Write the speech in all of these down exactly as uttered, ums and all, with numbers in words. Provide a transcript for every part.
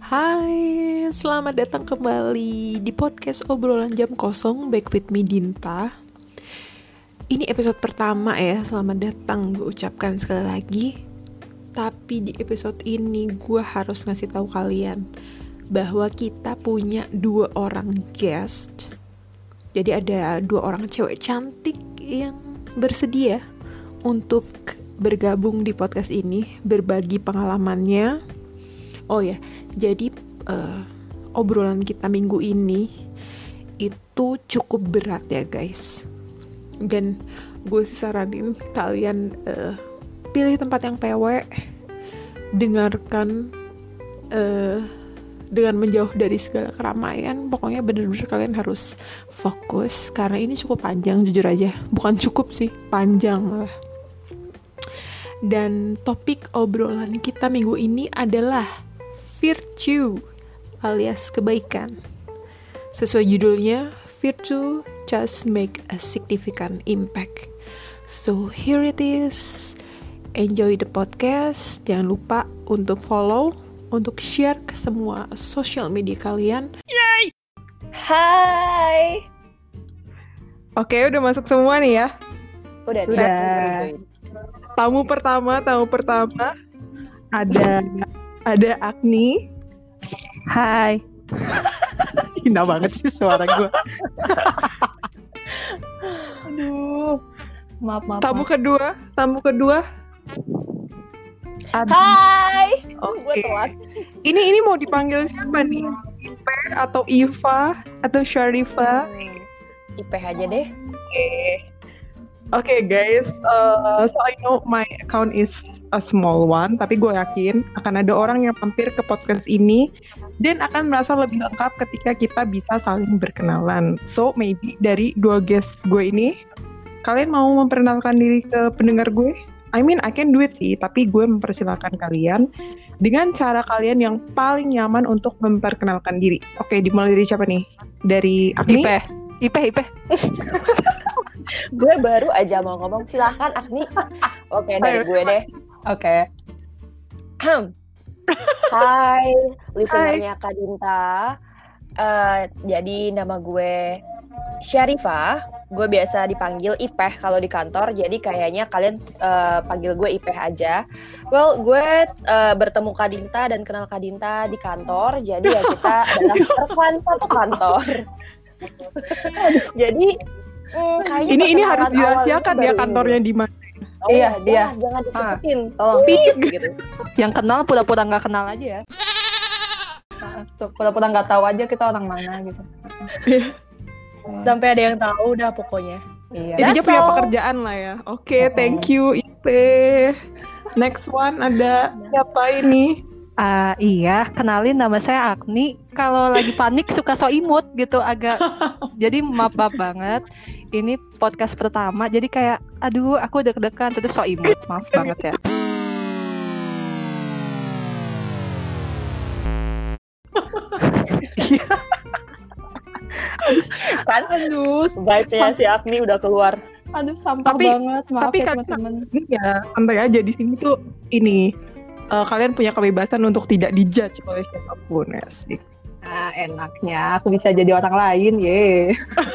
Hai, selamat datang kembali di podcast obrolan jam kosong Back with me Dinta. Ini episode pertama ya, selamat datang gue ucapkan sekali lagi. Tapi di episode ini gue harus ngasih tahu kalian bahwa kita punya dua orang guest. Jadi ada dua orang cewek cantik yang bersedia untuk bergabung di podcast ini, berbagi pengalamannya. Oh ya, jadi uh, obrolan kita minggu ini itu cukup berat ya guys. Dan gue saranin kalian uh, pilih tempat yang P W, dengarkan uh, dengan menjauh dari segala keramaian. Pokoknya bener-bener kalian harus fokus karena ini cukup panjang, jujur aja. Bukan cukup sih, panjang lah. Dan topik obrolan kita minggu ini adalah virtue alias kebaikan. Sesuai judulnya, virtue just make a significant impact. So here it is. Enjoy the podcast. Jangan lupa untuk follow, untuk share ke semua sosial media kalian. Yay! Hai. Oke, udah masuk semua nih ya. Udah. Sudah. Tamu pertama, tamu pertama ada ada Agni. Hai. Hina banget sih suara gue. Aduh. Maaf, maaf. Tamu maaf. kedua, tamu kedua. Adi. Hai. Oke. Okay. Ini ini mau dipanggil siapa nih? Ipe atau Iva atau Syarifa? Ipe aja deh. Oke. Okay. Oke okay, guys, uh, so I know my account is a small one, tapi gue yakin akan ada orang yang mampir ke podcast ini dan akan merasa lebih lengkap ketika kita bisa saling berkenalan. So maybe dari dua guest gue ini, kalian mau memperkenalkan diri ke pendengar gue? I mean I can do it sih, tapi gue mempersilahkan kalian dengan cara kalian yang paling nyaman untuk memperkenalkan diri. Oke, okay, dimulai dari siapa nih? Dari Agni? Ipe, Ipe, Ipe. Gue baru aja mau ngomong, silahkan Agni. Oke, dari gue deh. Oke. Okay. Hai, listenernya Kak Dinta. Uh, jadi nama gue Syarifa. Gue biasa dipanggil Ipeh kalau di kantor. Jadi kayaknya kalian uh, panggil gue Ipeh aja. Well, gue uh, bertemu Kak Dinta dan kenal Kak Dinta di kantor. Jadi ya kita adalah rekan satu kantor. Jadi Hmm, ini ini harus dirahasiakan ya kantornya di mana. Oh, iya, dia jangan disebutin. Ah, tolong. Gitu. Yang kenal pura-pura nggak kenal aja ya. Nah, pura-pura nggak tahu aja kita orang mana gitu. Sampai ada yang tahu udah pokoknya. Iya. Jadi dia punya pekerjaan lah ya. Oke, okay, thank you Ipe. Next one ada siapa ini? Uh, iya, kenalin nama saya Agni. Kalau lagi panik suka so imut gitu agak. Jadi maaf maaf banget. Ini podcast pertama, jadi kayak aduh aku deg-degan terus so imut. Maaf banget ya. Kan aduh, vibe-nya si Agni udah keluar. Aduh sampah tapi, banget. Maaf tapi ya kan, teman-teman. Ya, santai aja di sini tuh ini. Uh, kalian punya kebebasan untuk tidak dijudge oleh siapapun, asik. Nah, enaknya aku bisa jadi orang lain, ye.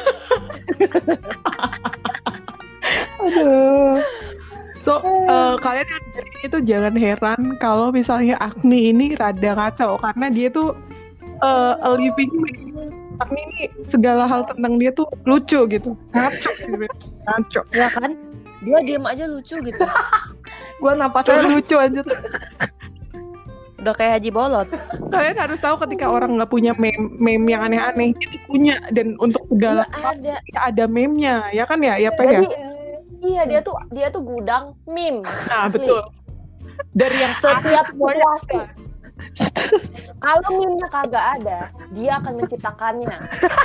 Aduh. So, uh, kalian yang dari itu jangan heran kalau misalnya Agni ini rada kacau karena dia tuh uh, a living. Agni ini segala hal tentang dia tuh lucu gitu, ngaco sih, ngaco. Ya kan? Dia diam aja lucu gitu. Gue napasnya lucu aja tuh. Udah kayak Haji Bolot. Kalian harus tahu ketika orang nggak punya meme, meme yang aneh-aneh itu punya, dan untuk segala hal ada. ada meme-nya, ya kan ya, ya Pak ya. Iya, dia tuh dia tuh gudang meme. Nah, asli. Betul. Dari yang setiap situasi. Kalau meme-nya kagak ada, dia akan menciptakannya.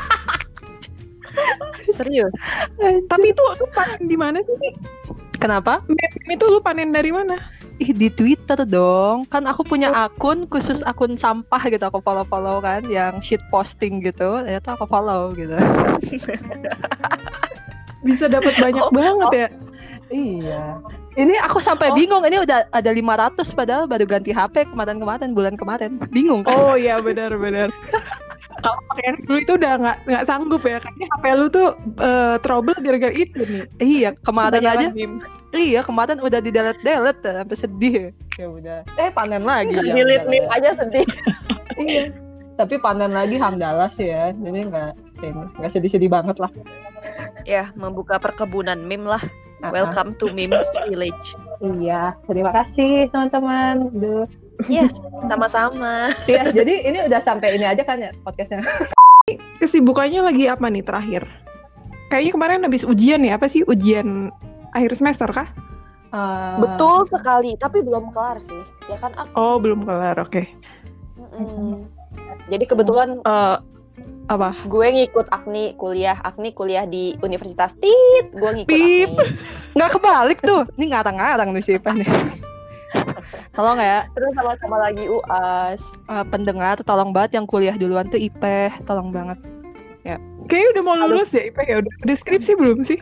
Serius. Tapi itu lu panen di mana sih? Kenapa? Meme itu lu panen dari mana? Ih, di Twitter dong. Kan aku punya akun khusus akun sampah gitu, aku follow-follow kan, yang shit posting gitu. Ternyata aku follow gitu. Bisa dapat banyak oh, banget oh. ya. Iya. Ini aku sampai Oh. bingung. Ini udah ada lima ratus padahal baru ganti H P kemarin-kemarin bulan kemarin. Bingung kan? Oh iya benar-benar. Kalau pakai yang dulu itu udah nggak nggak sanggup ya, kayaknya H P lu tuh uh, trouble gara-gara itu nih. Iya, kemarin Kebanyakan aja. meme. Iya, kemarin udah di delete delete sampai sedih. Ya udah. Eh panen lagi. ya Delete udah meme lah ya. aja sedih. Iya. Tapi panen lagi hamdalah sih ya. Jadi nggak ini nggak sedih-sedih banget lah. Ya, membuka perkebunan meme lah. Ah, ah. Welcome to Memes Village. Iya, terima kasih teman-teman. Duh. Yes, sama-sama. Iya, jadi ini udah sampai ini aja kan ya podcastnya. Kesibukannya lagi apa nih terakhir? Kayaknya kemarin habis ujian ya, apa sih ujian akhir semester kah? Uh, Betul sekali, tapi belum kelar sih. Ya kan aku. Oh belum kelar, oke. Mm-mm. Jadi kebetulan Eh, apa? gue ngikut Agni kuliah, Agni kuliah di Universitas Tit, gue ngikut Pip. Agni. nggak kebalik tuh. Ini ngarang-ngarang nih si Ipan nih. Tolong ya, Terus sama-sama lagi U A S. uh, pendengar, tolong banget yang kuliah duluan tuh I P, tolong banget. Kayaknya udah mau lulus ya I P ya, udah deskripsi belum sih?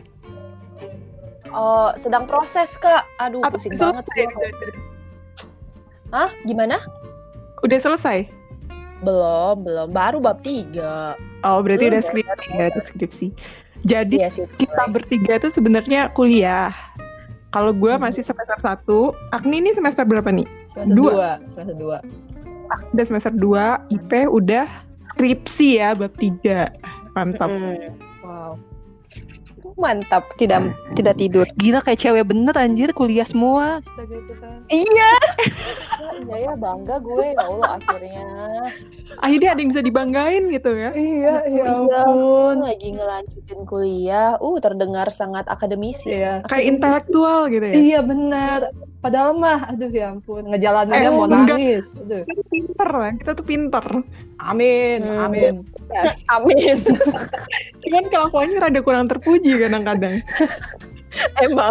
Oh, sedang proses Kak. Aduh, Apa pusing selesai? banget gue. Hah? Gimana? Udah selesai? Belum, belum. Baru bab tiga. Oh berarti Belum, udah skripsi ya, deskripsi. Jadi Iya sih. kita bertiga tuh sebenarnya kuliah. Kalau gue masih semester satu, Agni ini semester berapa nih? Semester Dua. dua, semester dua. Udah semester dua, I P udah skripsi ya, bab tiga. Mantap. Mm. Wow. Mantap, tidak tidak tidur. Gila kayak cewek bener anjir, kuliah semua. Astaga Tuhan. Iya. Ya, iya ya, bangga gue ya Allah akhirnya. Akhirnya ada yang bisa dibanggain gitu ya. Iya, ya Iya. ampun. Lagi ngelanjutin kuliah, uh terdengar sangat akademisi. Iya. Kayak intelektual gitu ya. Iya benar. Padahal mah, aduh ya ampun, ngejalaninnya Eh, mau enggak. nangis. Aduh. Kita tuh pinter lah, kita tuh pinter. Amin, Hmm. amin. Amin. Cuman kelakuannya rada kurang terpuji kadang-kadang. Emang.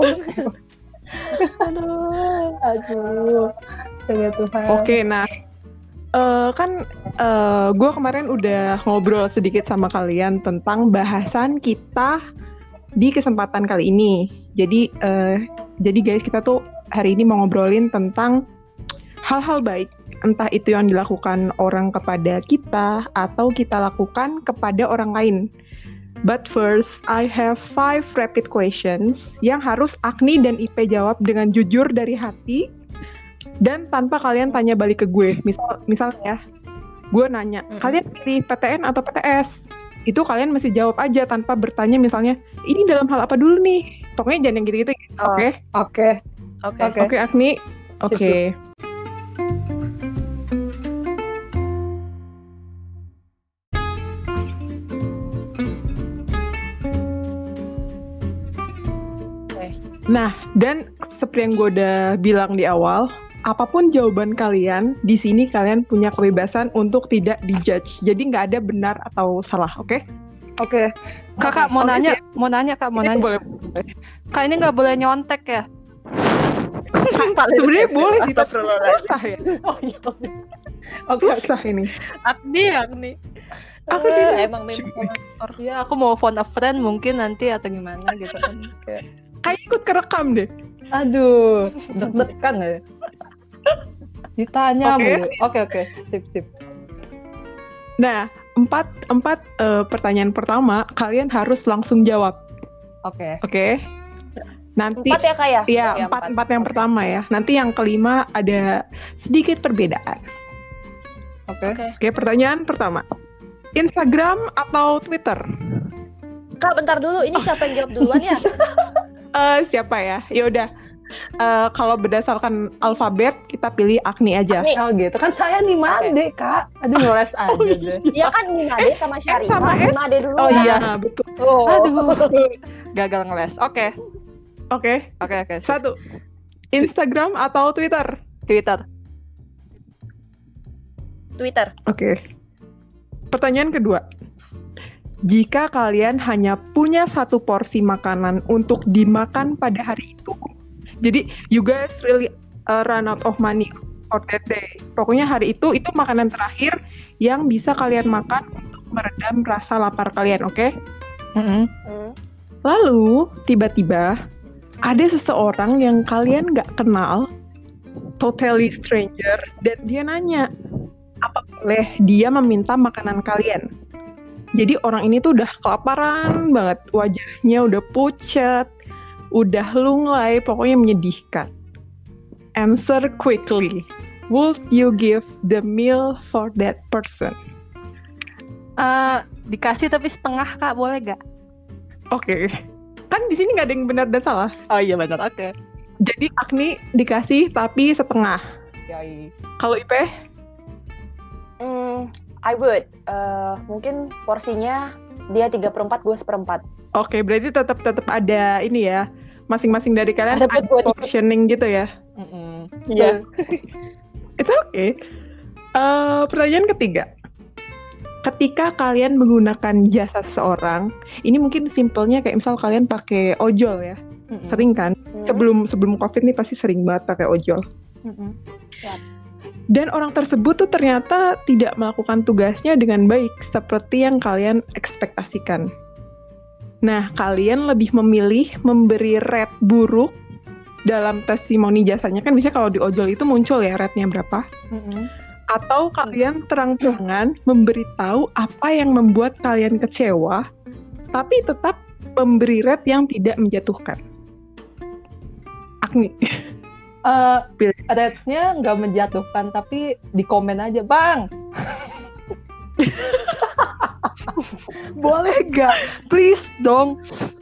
Aduh. Aduh. Astaga Tuhan. Oke, nah eh, kan eh, gue kemarin udah ngobrol sedikit sama kalian tentang bahasan kita di kesempatan kali ini. Jadi, eh, jadi guys kita tuh hari ini mau ngobrolin tentang hal-hal baik, entah itu yang dilakukan orang kepada kita atau kita lakukan kepada orang lain. But first, I have five rapid questions yang harus Agni dan I P jawab dengan jujur dari hati dan tanpa kalian tanya balik ke gue. Misal, misalnya ya, gue nanya, Mm-mm. kalian pilih P T N atau P T S? Itu kalian mesti jawab aja tanpa bertanya misalnya, ini dalam hal apa dulu nih? Pokoknya jangan yang gitu-gitu. Oh, Oke? Oke. Oke. Oke. Oke, Agni. Oke. Sip, Nah, dan seperti yang gue udah bilang di awal, apapun jawaban kalian, di sini kalian punya kebebasan untuk tidak dijudge. Jadi nggak ada benar atau salah, oke? Oke. Kakak mau Oke, nanya, siap. mau nanya Kak, mau Ini nanya. boleh. Kak ini nggak boleh nyontek ya? Sebenarnya boleh sih, tapi Astagfirullahaladzim. susah ya. Oh iya. Oke. Oke. Susah ini. Agni, Agni. Aku Eh, tidak- emang memang kotor. Iya, aku mau phone a friend mungkin nanti atau gimana gitu kan. Kayak, Kayak ikut kerekam deh. aduh, deg-degan ya. Ditanya Oke. mulu. Oke oke, sip sip. Nah, empat, empat eh, pertanyaan pertama, kalian harus langsung jawab, Oke. oke? Nanti, Empat ya Kak ya? ya, Ya, empat, empat yang pertama ya. Nanti yang kelima ada sedikit perbedaan. Oke. Oke. Oke, pertanyaan pertama. Instagram atau Twitter? Kak bentar dulu, ini siapa yang jawab duluan ya? Eh siapa ya? Ya udah. Eh, kalau berdasarkan alfabet kita pilih Agni aja. Agni. Oh gitu kan saya nih Made Kak. Aduh ngeles aja Oh, iya. deh. Iya kan Nimade sama Syarifah. sama S. Nimade dulu. Oh, ya. iya. Nah, betul. Oh. Aduh. Gagal ngeles. Oke. Oke, Oke oke. sip. satu. Instagram atau Twitter? Twitter. Twitter. Oke. Pertanyaan kedua. Jika kalian hanya punya satu porsi makanan untuk dimakan pada hari itu, jadi you guys really uh, run out of money for that day. Pokoknya hari itu itu makanan terakhir yang bisa kalian makan untuk meredam rasa lapar kalian, oke? Mm-mm. Hmm. Lalu tiba-tiba ada seseorang yang kalian nggak kenal, totally stranger, dan dia nanya, apa boleh dia meminta makanan kalian? Jadi orang ini tuh udah kelaparan banget, wajahnya udah pucat, udah lunglai, pokoknya menyedihkan. Answer quickly. Would you give the meal for that person? Uh, dikasih tapi setengah Kak, boleh gak? Oke. Okay. Kan di sini nggak ada yang benar dan salah. Oh iya benar, oke. Okay. Jadi Agni dikasih tapi setengah. Yoi. Kalau Ipe? Hmm, I would. Uh, mungkin porsinya dia tiga per empat, gue seperempat. Oke, okay, berarti tetap tetap ada ini ya. Masing-masing dari kalian ada, ada portioning gitu ya. Iya. Itu oke. Okay. Uh, pertanyaan ketiga. Ketika kalian menggunakan jasa seseorang, ini mungkin simpelnya kayak misal kalian pakai ojol ya. Mm-hmm. Sering kan? Mm-hmm. Sebelum sebelum Covid nih pasti sering banget pakai ojol. Mm-hmm. Yep. Dan orang tersebut tuh ternyata tidak melakukan tugasnya dengan baik seperti yang kalian ekspektasikan. Nah, kalian lebih memilih memberi rate buruk dalam testimoni jasanya, kan biasanya kalau di ojol itu muncul ya rate-nya berapa. Mm-hmm. Atau kalian terang-terangan memberitahu apa yang membuat kalian kecewa, tapi tetap memberi rate yang tidak menjatuhkan. Agni. Uh, rate-nya nggak menjatuhkan, tapi di komen aja, Bang. Boleh gak? Please dong.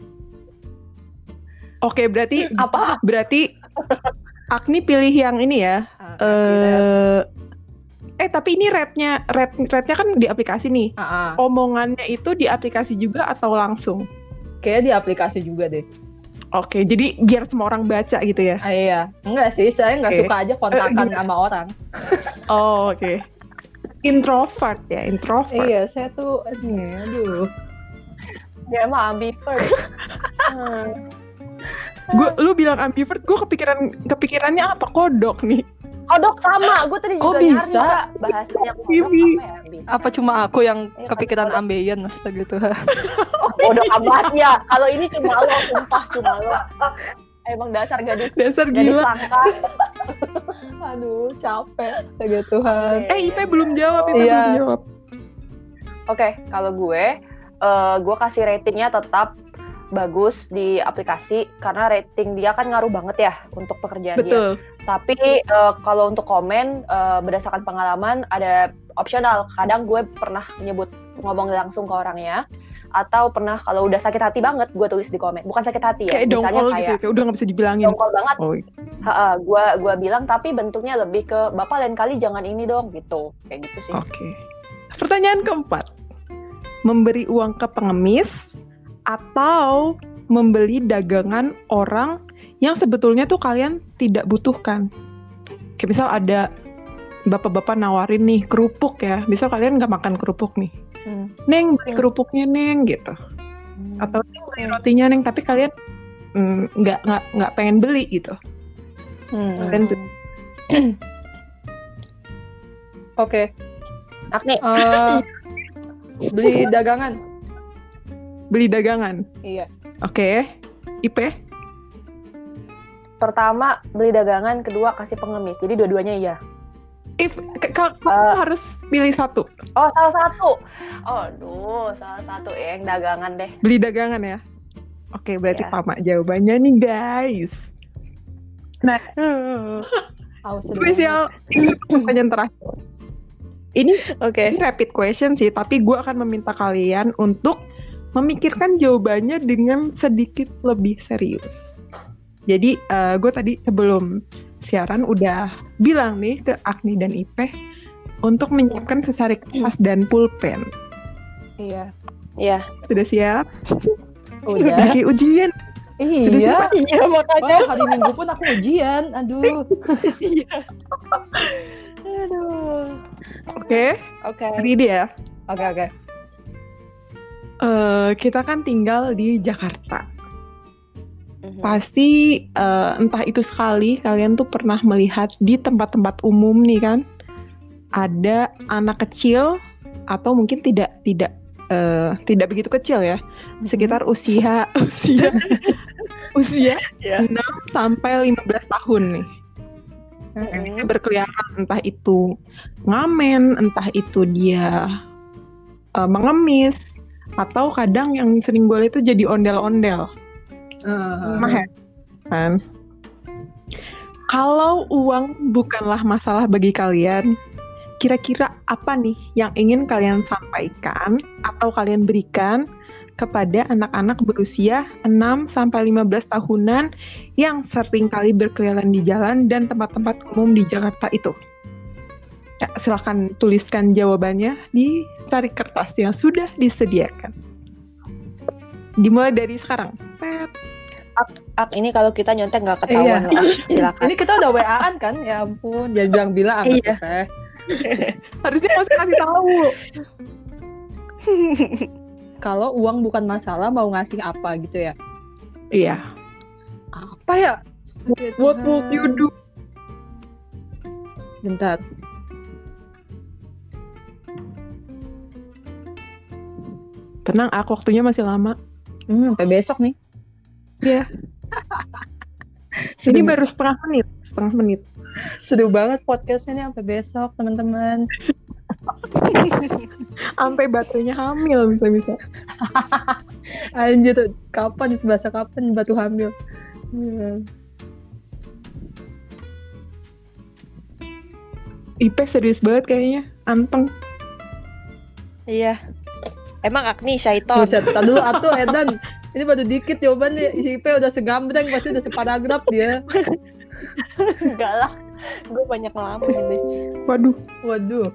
Oke, berarti apa? Berarti Agni pilih yang ini ya. Uh, uh, eh tapi ini rate-nya rate rate-nya kan di aplikasi nih. Uh-uh. Omongannya itu di aplikasi juga atau langsung? Kayaknya di aplikasi juga deh. Oke, jadi biar semua orang baca gitu ya? Ah, iya, enggak sih, saya nggak okay. suka aja kontakan uh, sama orang. Oh, oke. Okay. Introvert ya, introvert. Iya, saya tuh, aduh. Dia mah ambivert. hmm. Gue, lu bilang ambivert, gue kepikiran kepikirannya apa? Kodok nih. Kodok sama, gue tadi Kok juga bisa? nyari Kak, bahasanya kodok apa ya? Apa cuma aku yang ya, kepikiran ambeien, astaga Tuhan. Kodok amatnya, kalau ini cuma lo, sumpah cuma lo. Emang dasar gadis, dasar gadis gila. sangka. Aduh, capek, astaga Tuhan. Eh, Ipe belum jawab, Ipe iya. belum jawab. Oke, okay, kalau gue, uh, gue kasih ratingnya tetap bagus di aplikasi karena rating dia kan ngaruh banget ya untuk pekerjaan Betul. dia. Tapi uh, kalau untuk komen uh, berdasarkan pengalaman ada opsional. Kadang gue pernah nyebut ngomong langsung ke orangnya, atau pernah kalau udah sakit hati banget gue tulis di komen. Bukan sakit hati ya, kayak misalnya dongkol kayak gitu, kayak udah nggak bisa dibilangin. Dongkol banget. Oh. Ha-ha, gue gue bilang tapi bentuknya lebih ke bapak lain kali jangan ini dong gitu, kayak gitu sih. Oke. Okay. Pertanyaan keempat, memberi uang ke pengemis atau membeli dagangan orang yang sebetulnya tuh kalian tidak butuhkan. Kayak misal ada bapak-bapak nawarin nih kerupuk ya, misal kalian nggak makan kerupuk nih, hmm. Neng beli kerupuknya Neng gitu, hmm. atau Neng beli rotinya Neng, tapi kalian nggak mm, nggak nggak pengen beli gitu. Hmm. Kalian beli. Oke. Agni. Uh, beli dagangan. Beli dagangan. Iya. Oke. Okay. Ipe? Pertama beli dagangan, kedua kasih pengemis. Jadi dua-duanya iya. If kalau uh, harus pilih satu. Oh, salah satu. Oh, aduh, salah satu ya yang dagangan deh. Beli dagangan ya. Oke, okay, berarti ya. Pama jawabannya nih, guys. Nah, oh, spesial pertanyaan terakhir. Ini okay. Ini rapid question sih, tapi gue akan meminta kalian untuk memikirkan jawabannya dengan sedikit lebih serius. Jadi uh, gue tadi sebelum siaran udah bilang nih ke Agni dan Ipe untuk menyiapkan secari kertas dan pulpen. Iya. Iya. Sudah siap? Udah. Lagi ujian. Iya. Sudah siap? Iya makanya. Wah, hari Minggu pun aku ujian. Aduh. Iya. Aduh. Oke. Oke. Ready ya? Oke oke. Uh, kita kan tinggal di Jakarta. Mm-hmm. Pasti uh, entah itu sekali kalian tuh pernah melihat di tempat-tempat umum nih kan, ada anak kecil atau mungkin tidak tidak uh, tidak begitu kecil ya, mm-hmm. sekitar usia usia usia Iya. enam sampai lima belas tahun nih. Mm-mm. Dia berkeliaran, entah itu ngamen, entah itu dia uh, mengemis, atau kadang yang sering gue lihat itu jadi ondel-ondel. Uh, Mah ya, kan? Kalau uang bukanlah masalah bagi kalian, kira-kira apa nih yang ingin kalian sampaikan atau kalian berikan kepada anak-anak berusia enam sampai lima belas tahunan yang sering kali berkeliaran di jalan dan tempat-tempat umum di Jakarta itu? Ya, silakan tuliskan jawabannya di secari kertas yang sudah disediakan. Dimulai dari sekarang. Ak, ini kalau kita nyontek nggak ketahuan Iya. loh. Ak. Silakan. Ini kita udah W A-an kan? Ya ampun, jangan bilang-bilang amat Iya. teh. Harusnya masih kasih tahu. Kalau uang bukan masalah, mau ngasih apa gitu ya? Iya. Apa ya? What would you do? Bentar. Tenang, aku waktunya masih lama. Hmm, sampai besok nih. Iya. Ini baru setengah menit, setengah menit. Seru banget podcastnya nih sampai besok, teman-teman. Sampai baterainya hamil bisa-bisa. Anjir, kapan itu bahasa kapan batu hamil? Hmm. I P serius banget kayaknya, anteng. Iya. Emang Agni syaiton. Buset, tar dulu atuh Edan. Ini baru dikit jawabannya, I P udah segambreng, pasti udah separagraf dia. Enggak lah. Gue banyak ngelamun ini. Waduh, Waduh.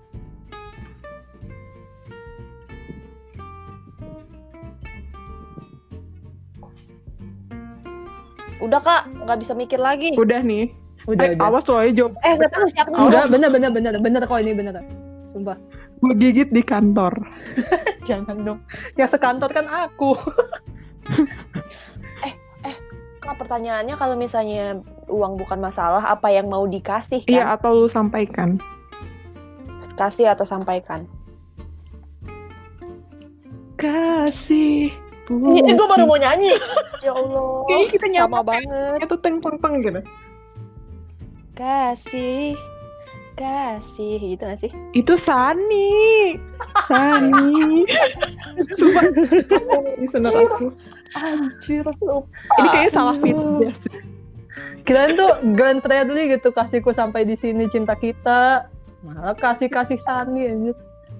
Udah Kak, nggak bisa mikir lagi. udah nih. Udah, Eh, udah. awas loh ya jawab. Eh nggak tahu si Agni. Udah, bener, bener, bener, bener kok ini, bener. Sumpah. Gue gigit di kantor. Jangan dong. Yang sekantor kan aku. Kak, pertanyaannya kalau misalnya uang bukan masalah, apa yang mau dikasih kan? Iya, atau lu sampaikan. Kasih atau sampaikan. Kasih. Ini gue baru mau nyanyi. Ya Allah. Kayaknya kita sama nyapa banget. Itu teng-teng-teng gitu. Kasih, kasih, gitu gak sih? Itu Sani. Sani. Sumpah. Ini senang aku. Anjir. Ini kayaknya salah fit aja sih. Kirain tuh Grand Fredly gitu, kasihku sampai di sini cinta kita. Malah kasih-kasih Sani anjir.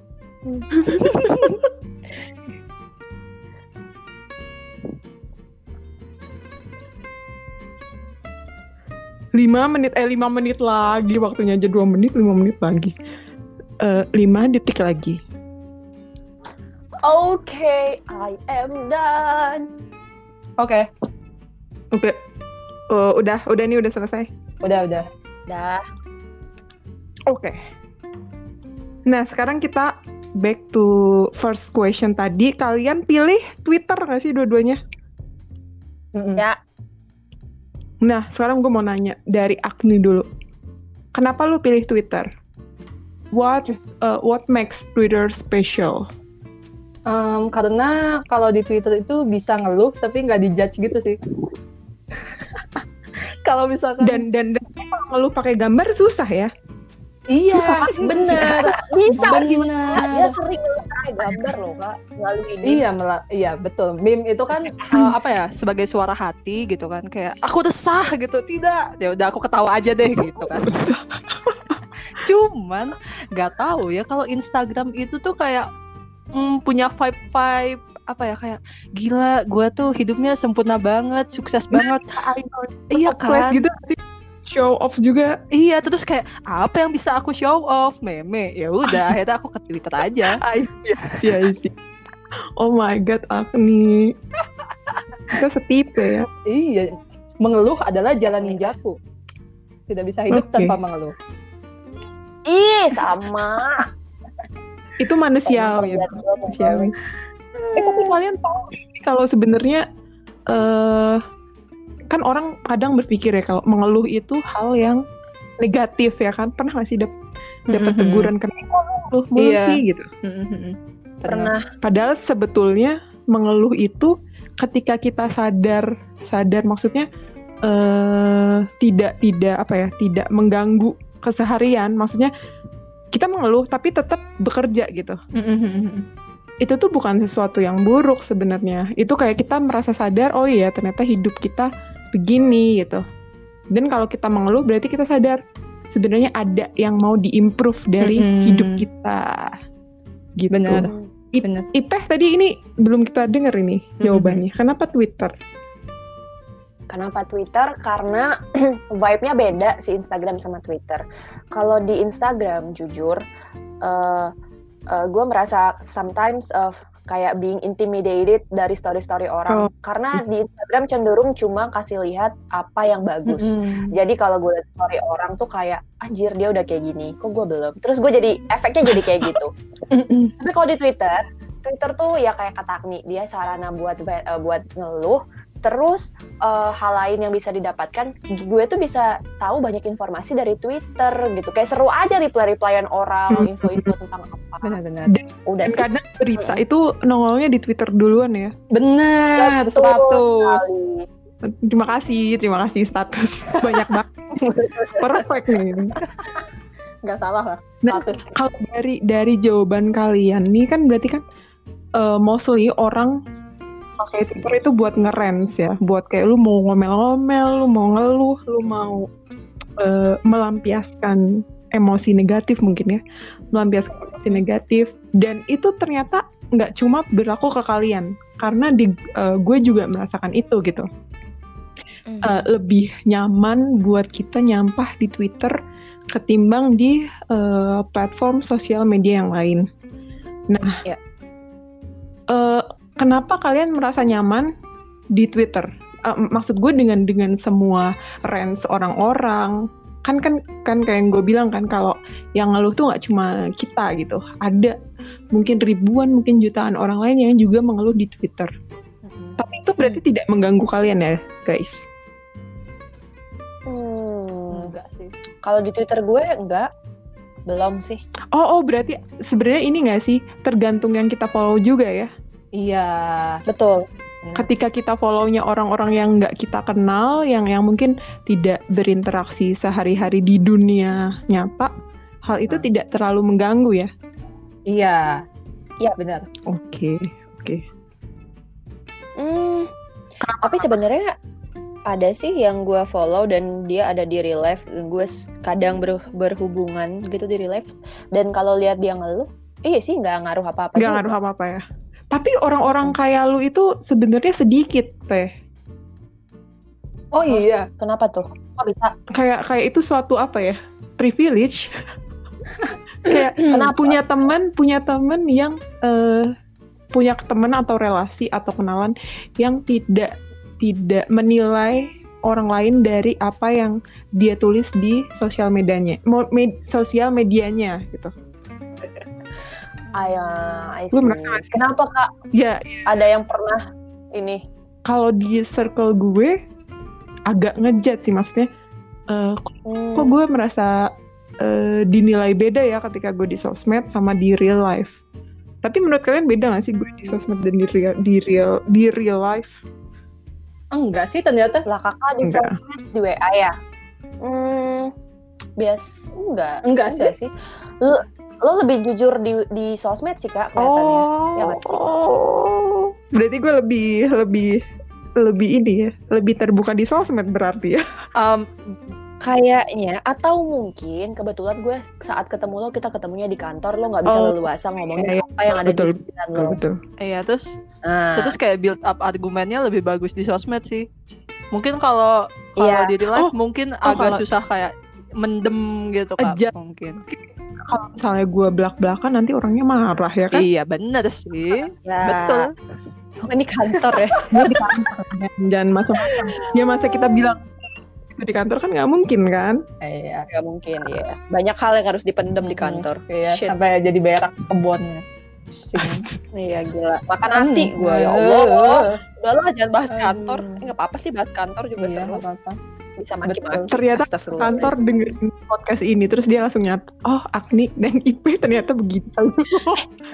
lima menit, eh lima menit lagi. Waktunya aja dua menit, lima menit lagi. Eh, lima detik lagi. Okay, I am done. Oke, Oke. Eh, udah, udah nih, udah selesai. udah, udah. Dah. Oke. Nah, sekarang kita back to first question tadi. Kalian pilih Twitter nggak sih dua-duanya? Mm-mm. Ya. Nah, sekarang gue mau nanya dari Agni dulu. Kenapa lu pilih Twitter? What uh, what makes Twitter special? Em, karena kalau di Twitter itu bisa ngeluh tapi nggak dijudge gitu sih. Kalau misalkan Dan dan, dan kalau ngeluh pakai gambar susah ya? iya bener Bisa. bener Dia sering pakai gambar loh Kak. Lalu ini. iya mela- iya betul, meme itu kan eh, apa ya, sebagai suara hati gitu kan, kayak aku resah gitu, tidak ya udah aku ketawa aja deh gitu kan. Cuman nggak tahu ya kalau Instagram itu tuh kayak mm, punya vibe vibe apa ya, kayak gila gue tuh hidupnya sempurna banget, sukses banget. Iya kan? Gitu sih. Show off juga. Iya, terus kayak apa yang bisa aku show off, meme. Ya udah, akhirnya aku ke Twitter aja. I see, I see, I see. Oh my god, Agni. Kita setipe ya. Iya, mengeluh adalah jalan ninjaku. Tidak bisa hidup Oke. tanpa mengeluh. Ih, sama. Itu manusiawi. Lihat gua mau Manusiawi. Eh, tapi kalian tahu kalau sebenarnya eh kan orang kadang berpikir ya kalau mengeluh itu hal yang negatif ya kan, pernah nggak sih dap- dapat teguran karena kok lu ngeluh mulu Iya. sih gitu. Mm-mm. Pernah. Padahal sebetulnya mengeluh itu ketika kita sadar sadar maksudnya uh, tidak tidak apa ya tidak mengganggu keseharian, maksudnya kita mengeluh tapi tetap bekerja gitu. Mm-hmm. Itu tuh bukan sesuatu yang buruk sebenarnya. Itu kayak kita merasa sadar, oh iya ternyata hidup kita begini gitu. Dan kalau kita mengeluh berarti kita sadar sebenarnya ada yang mau diimprove dari mm-hmm. hidup kita. Gitu. Benar. I- Benar. Ipeh tadi ini belum kita dengar ini mm-hmm. jawabannya. Kenapa Twitter? Kenapa Twitter? Karena vibe-nya beda sih Instagram sama Twitter. Kalau di Instagram jujur uh, Uh, gue merasa sometimes uh, kayak being intimidated dari story-story orang. Oh. Karena di Instagram cenderung cuma kasih lihat apa yang bagus. Mm-hmm. Jadi kalau gue lihat story orang tuh kayak, anjir dia udah kayak gini, kok gue belum. Terus gue jadi, efeknya jadi kayak gitu. Tapi kalau di Twitter, Twitter tuh ya kayak kata Agni, dia sarana buat uh, buat ngeluh. Terus uh, hal lain yang bisa didapatkan, gue tuh bisa tahu banyak informasi dari Twitter gitu. Kayak seru aja reply-replyan orang, info-info tentang apa. Benar-benar. Udah sih. Kadang berita hmm. itu nongolnya di Twitter duluan ya. Benar, status. Terima kasih, terima kasih status. Banyak banget. Perfect nih. Nggak salah lah. Nah, kalau dari dari jawaban kalian nih kan berarti kan uh, mostly orang pakai Twitter itu buat nge-rants ya, buat kayak lu mau ngomel-ngomel, lu mau ngeluh, lu mau uh, melampiaskan emosi negatif mungkin ya, melampiaskan emosi negatif, dan itu ternyata nggak cuma berlaku ke kalian, karena di uh, gue juga merasakan itu gitu. Mm-hmm. Uh, lebih nyaman buat kita nyampah di Twitter ketimbang di uh, platform sosial media yang lain. Nah, yeah. uh, kenapa kalian merasa nyaman di Twitter? Uh, maksud gue dengan dengan semua rants orang-orang, kan kan kan kayak yang gue bilang kan kalau yang ngeluh tuh nggak cuma kita gitu, ada mungkin ribuan mungkin jutaan orang lain yang juga mengeluh di Twitter. Mm-hmm. Tapi itu berarti mm. tidak mengganggu kalian ya guys? Hmm, enggak sih. Kalau di Twitter gue enggak, belum sih. Oh oh berarti sebenarnya ini nggak sih tergantung yang kita follow juga ya? Iya, betul. Ketika kita follow-nya orang-orang yang nggak kita kenal, yang yang mungkin tidak berinteraksi sehari-hari di dunia nyata, hal itu hmm. tidak terlalu mengganggu ya? Iya, iya benar. Oke, okay, oke. Okay. Hmm, tapi sebenarnya ada sih yang gue follow dan dia ada di real life. Gue kadang ber, berhubungan gitu di real life. Dan kalau lihat dia ngeluh, iya sih nggak ngaruh apa-apa. Nggak ngaruh apa-apa ya. Tapi orang-orang kayak lu itu sebenarnya sedikit, Teh. Oh iya, kenapa tuh? Kok bisa? Kayak kayak itu suatu apa ya? Privilege. Kayak kenapa? punya teman, punya teman yang uh, punya teman atau relasi atau kenalan yang tidak tidak menilai orang lain dari apa yang dia tulis di sosial medianya, med, sosial medianya gitu. Ayah, I see. Kenapa kak? Ya, ya. Ada yang pernah ini? Kalau di circle gue agak ngejat sih, maksudnya uh, hmm. kok gue merasa uh, dinilai beda ya ketika gue di sosmed sama di real life. Tapi menurut kalian beda nggak sih gue di sosmed dan di real di real di real life? Enggak sih ternyata. Lah kakak di enggak. Sosmed di W A ya? Hmm, bias enggak. Enggak, enggak sih. sih. Lu Lo lebih jujur di di sosmed sih kak kelihatannya. Oh, ya, oh. Berarti gue lebih lebih lebih ini ya, lebih terbuka di sosmed berarti ya. Um, kayaknya atau mungkin kebetulan gue saat ketemu lo kita ketemunya di kantor, lo nggak bisa oh, leluasa ngomongin iya, apa yang ada betul, di pikiran lo. Betul. Iya terus nah. terus kayak build up argumennya lebih bagus di sosmed sih. Mungkin kalau kalau yeah. di real life oh, mungkin oh, agak kalau... susah kayak mendem gitu kak. Aja. Mungkin. Kalau misalnya gue belak-belakan nanti orangnya marah ya kan? Iya benar sih, ya. Betul. Oh, ini kantor ya? Gue di kantor, jangan macam-macam. Ya masa kita bilang di kantor kan nggak mungkin kan? Iya, nggak mungkin ya. Banyak hal yang harus dipendam hmm, di kantor. Iya, sampai jadi berak kebunnya. Iya gila. Makan hati gue ya Allah. Udahlah jangan bahas kantor. Eh, nggak apa-apa sih bahas kantor juga iya, seru. Apa-apa. Bisa maki-maki. Ternyata kantor dengerin podcast ini terus dia langsung nyata, oh Agni dan I P ternyata begitu.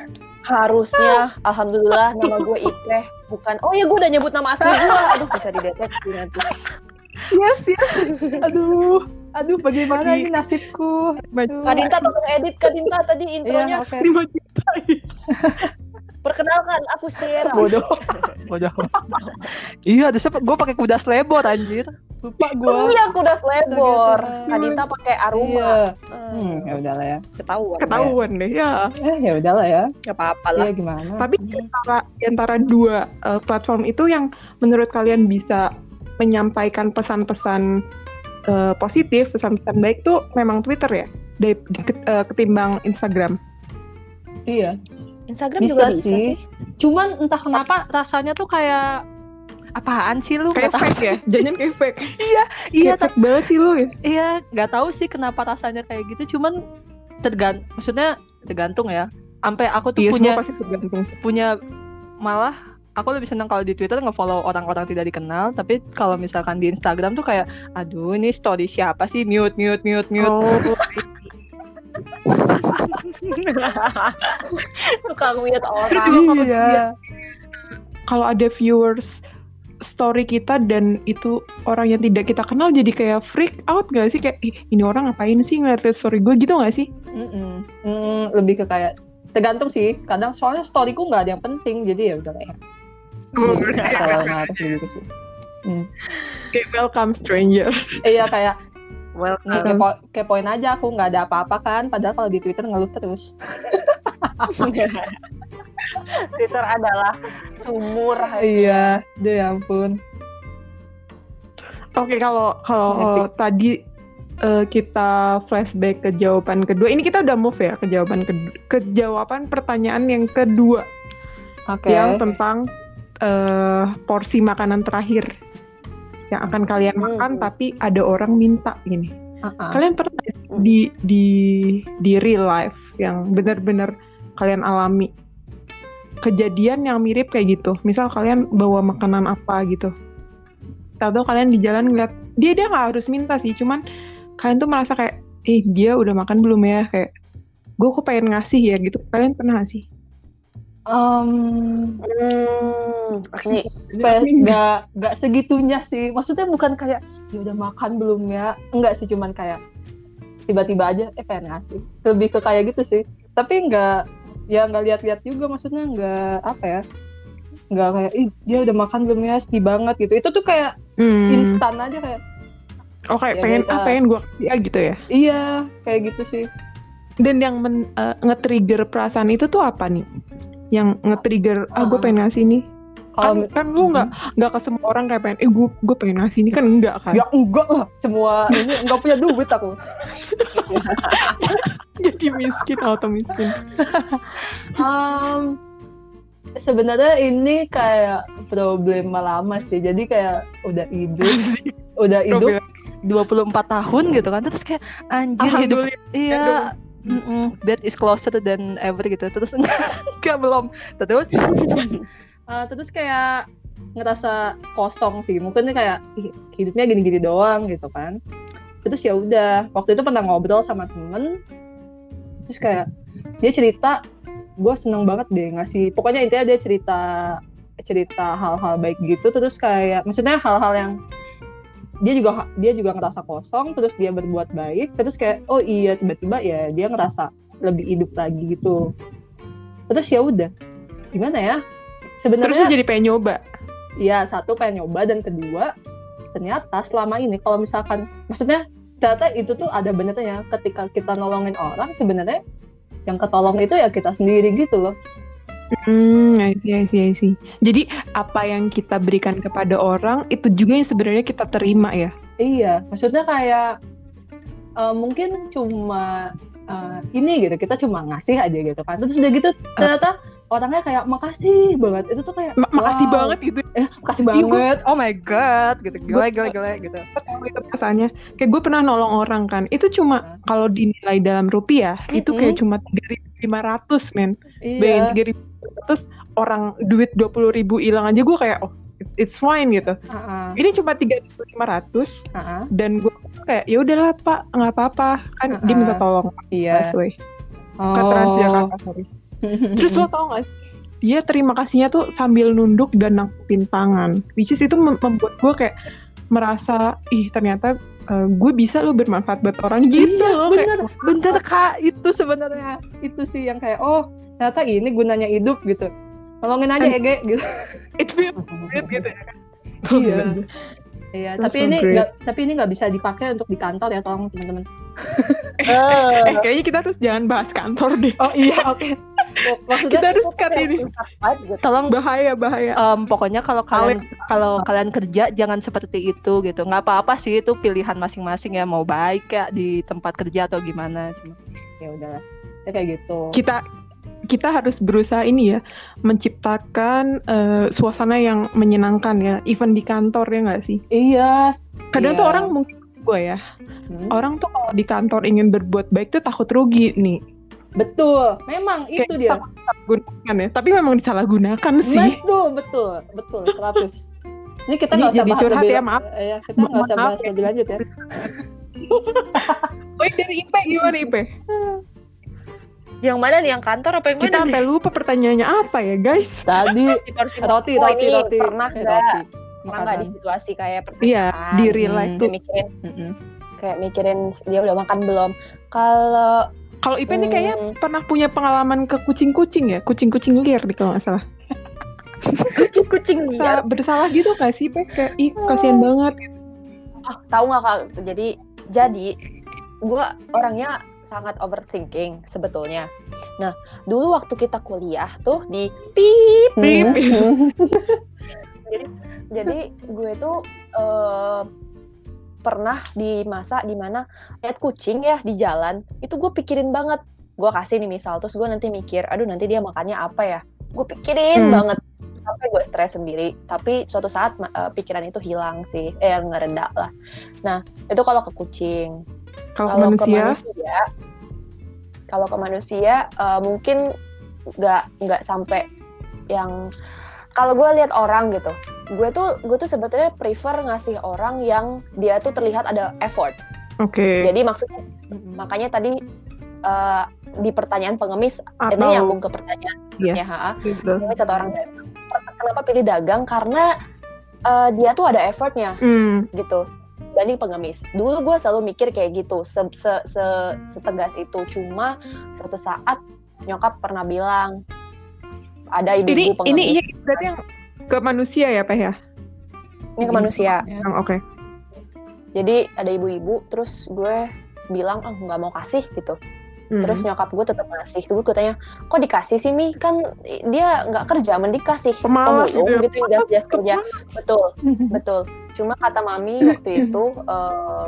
Harusnya, alhamdulillah nama gue Ipeh, bukan. Oh ya, gue udah nyebut nama asli gue. Aduh, bisa dideteksi nanti. Yes, yes. Aduh, aduh bagaimana ini nasibku. Kak Dinta tolong edit Kak Dinta tadi intronya. Iya, oke. lima juta. Perkenalkan, aku Sierra. Bodoh. Bodoh. Iya, terus gue pakai kuda slebor anjir. Lupa gue. Oh iya, kuda slebor. Gitu. Kak Dinta pakai Aruma. Iya. Hmm, Hmm, ya udahlah ya. ketahuan. Ketahuan deh ya. Eh, ya udahlah ya. Gak apa-apa lah. Iya gimana? Tapi di antara, di antara dua uh, platform itu yang menurut kalian bisa menyampaikan pesan-pesan uh, positif, pesan-pesan baik tuh memang Twitter ya, dari uh, ketimbang Instagram. Iya. Instagram Bisa juga bisa sih. sih. Cuman entah kenapa rasanya tuh kayak apaan sih lu? Kayak Nggak tahu. fake ya, jadinya kayak fake. Iya, Kayak fake banget sih lu ya. Iya, nggak tahu sih kenapa rasanya kayak gitu. Cuman tergantung, maksudnya tergantung ya. Sampai aku tuh Iya, punya semua pasti tergantung. punya malah aku lebih senang kalau di Twitter nge-follow orang-orang tidak dikenal. Tapi kalau misalkan di Instagram tuh kayak, aduh ini story siapa sih? Mute, mute, mute, mute. Oh, Tukang mute orang. Juga Iya. kalau ada viewers story kita dan itu orang yang tidak kita kenal jadi kayak freak out gak sih? Kayak, ih, ini orang ngapain sih ngeliat story gue gitu gak sih? Mm-mm. Mm, lebih ke kayak tergantung sih. Kadang soalnya storyku nggak ada yang penting, jadi ya udah lah ya. Kalau ngaruh gitu sih. Hmm. Kayak welcome stranger. Iya kayak Welcome. nih, kepo, kepoin aja aku nggak ada apa-apa kan. Padahal kalau di Twitter ngeluh terus. Twitter adalah sumur rahasia. Iya, deh ya ampun. Oke, kalau kalau tadi uh, kita flashback ke jawaban kedua. Ini kita udah move ya ke jawaban kedua, ke jawaban pertanyaan yang kedua. Oke. Yang tentang uh, porsi makanan terakhir yang akan kalian makan, Hmm. tapi ada orang minta gini. Uh-uh. Kalian pernah nggak sih di di di real life yang benar-benar kalian alami kejadian yang mirip kayak gitu? Misal kalian bawa makanan apa gitu, atau kalian di jalan ngeliat dia dia nggak harus minta sih, cuman kalian tuh merasa kayak, eh dia udah makan belum ya? Kayak gue kok pengen ngasih ya gitu. Kalian pernah nggak sih? Um, Hmm, ini spe- nggak nggak segitunya sih. Maksudnya bukan kayak dia udah makan belum ya? Enggak sih, cuman kayak tiba-tiba aja eh pengen ngasih. Lebih ke kayak gitu sih. Tapi nggak ya nggak lihat-lihat juga, maksudnya nggak apa ya? Nggak kayak ih dia udah makan belum ya? Sedih banget gitu. Itu tuh kayak Hmm. instan aja kayak Oh kayak Ya, pengen kita- ah pengen gue kasih ya gitu ya. iya kayak gitu sih. Dan yang men, uh, nge-trigger perasaan itu tuh apa nih? Yang nge-trigger, ah gue Uh-uh. pengen ngasih nih. Kalau Kan, kan lu nggak nggak ke semua orang kayak pengen, eh gue gue pengen ngasih ini kan enggak kan? ya enggak lah, semua ini enggak punya duit aku. Jadi miskin atau miskin. Um, sebenarnya ini kayak problema lama sih. Jadi kayak udah hidup, udah hidup dua puluh empat tahun gitu kan. Terus kayak anjir hidup Alhamdulillah. iya. Mm-mm, that is closer than ever gitu. Terus enggak, enggak belum. Terus uh, terus kayak ngerasa kosong sih. Mungkin kayak ih, hidupnya gini-gini doang gitu kan. Terus ya udah, waktu itu pernah ngobrol sama temen. Terus kayak dia cerita, gue seneng banget deh ngasih. Pokoknya intinya dia cerita cerita hal-hal baik gitu. Terus kayak maksudnya hal-hal yang dia juga dia juga ngerasa kosong, terus dia berbuat baik, terus kayak oh iya tiba-tiba ya dia ngerasa lebih hidup lagi gitu. Terus ya udah, gimana ya? Terus Sebenarnya lu jadi pengen nyoba. ya satu pengen nyoba, dan kedua ternyata selama ini kalau misalkan maksudnya ternyata itu tuh ada benernya ketika kita nolongin orang, sebenarnya yang ketolong itu ya kita sendiri gitu loh. Hmm, I see, I see, I see. Jadi apa yang kita berikan kepada orang itu juga yang sebenarnya kita terima ya. Iya, maksudnya kayak uh, mungkin cuma uh, ini gitu, kita cuma ngasih aja gitu kan. Terus udah gitu ternyata orangnya kayak makasih banget. Itu tuh kayak Ma- makasih wow. banget gitu. Eh, makasih Iya, gua- banget. Oh my god, gitu. Gila gila gila gitu. Tahu itu perasaannya. Kayak gue pernah nolong orang kan. Itu cuma kalau dinilai dalam rupiah itu kayak cuma tiga ribu lima ratus men. Bayangin Iya. tiga ribu terus orang duit dua puluh ribu hilang aja gue kayak oh it's fine gitu. Uh-uh. Ini cuma tiga ribu lima ratus Uh-uh. dan gue kayak ya udahlah Pak, nggak apa-apa kan dia Uh-uh. minta tolong. Iya. By the way. Oh. Ke trans ya kakak sorry. Terus lo tau gak sih, dia terima kasihnya tuh sambil nunduk dan nangkupin tangan, which is itu mem- membuat gue kayak merasa ih ternyata uh, gue bisa lo bermanfaat buat orang gitu. Iya, loh, bener, kayak, bener kak, itu sebenarnya itu sih yang kayak oh ternyata ini gunanya hidup gitu, tolongin aja Ege gitu. it feels great gitu ya kan. Iya, iya. That's Tapi so ini great. nggak, tapi ini nggak bisa dipakai untuk di kantor ya, tolong teman-teman. Eh, Eh kayaknya kita harus jangan bahas kantor deh. Oh iya, oke. Maksudnya Kita harus itu cut kayak ini. filsafat gitu. tolong Bahaya bahaya. em, pokoknya kalau kalian kalau kalian kerja jangan seperti itu gitu. Nggak apa-apa sih, itu pilihan masing-masing ya, mau baik ya di tempat kerja atau gimana. Cuma ya udahlah, ya kayak gitu. Kita kita harus berusaha ini ya, menciptakan uh, suasana yang menyenangkan ya, even di kantor ya nggak sih? Iya. Kadang Iya. tuh orang mungkin gue ya, Hmm. orang tuh kalau di kantor ingin berbuat baik tuh takut rugi nih. Betul, memang itu dia. Kayak gunakan ya, tapi memang disalahgunakan sih. Betul, betul, betul, seratus. Ini kita Ini nggak usah jadi bahas curhat lebih, ya, maaf. eh, ya, kita nggak Mohon usah maaf bahas ya. lebih lanjut ya. Oh dari I P gimana I P? Yang mana nih, yang kantor apa yang Kita mana sampai nih? lupa pertanyanya apa ya guys? Tadi Di porsi roti, oh, roti, ini roti. pernah Eh, nggak? roti. Pernah nggak di Makanan. situasi kayak Iya, pertanyaan? di real life Hmm. tuh. Kayak mikirin, Mm-mm. kayak mikirin dia udah makan belum? Kalau Kalau I P nih kayaknya Hmm. pernah punya pengalaman ke kucing-kucing ya, kucing-kucing liar deh kalau nggak salah. kucing-kucing liar, Sa- bersalah gitu gak sih, Pe? Kayak, ih kasihan banget. ah tahu nggak kak? Jadi jadi gue orangnya sangat overthinking sebetulnya. Nah dulu waktu kita kuliah tuh di pip Pip. Hmm. jadi jadi gue tuh eh, pernah di masa dimana lihat kucing ya di jalan, itu gue pikirin banget. Gue kasih nih misal, terus gue nanti mikir, aduh nanti dia makannya apa ya, gue pikirin Hmm. banget sampai gue stres sendiri. Tapi suatu saat uh, pikiran itu hilang sih, eh ngereda lah. Nah itu kalau ke kucing. Kalau ke Kalau ke manusia, manusia, kalau ke manusia uh, mungkin nggak nggak sampai yang, kalau gue lihat orang gitu, gue tuh gue tuh sebetulnya prefer ngasih orang yang dia tuh terlihat ada effort. oke. Jadi maksudnya Mm-mm. makanya tadi uh, di pertanyaan pengemis, ini Atau, nyambung ke pertanyaan Iya. ya, ha, gitu. pengemis atau orang dagang. Kenapa pilih dagang? Karena uh, dia tuh ada effortnya Hmm. gitu. Banding pengemis. Dulu gue selalu mikir kayak gitu, se se se setegas itu. Cuma suatu saat nyokap pernah bilang ada Ini ibu-ibu ini iya pengemis. berarti yang ke manusia ya, Pe ya? Ini ke manusia. Ya. Yang oke. Jadi ada ibu-ibu, terus gue bilang ah nggak mau kasih gitu. Hmm. Terus nyokap gue tetap ngasih. Dulu gue tanya, kok dikasih sih Mi? Kan dia nggak kerja, mending kasih Pemalas pemulung gitu ya. gitu yang jas-jas kerja. Betul, betul. Cuma kata mami waktu itu, eh,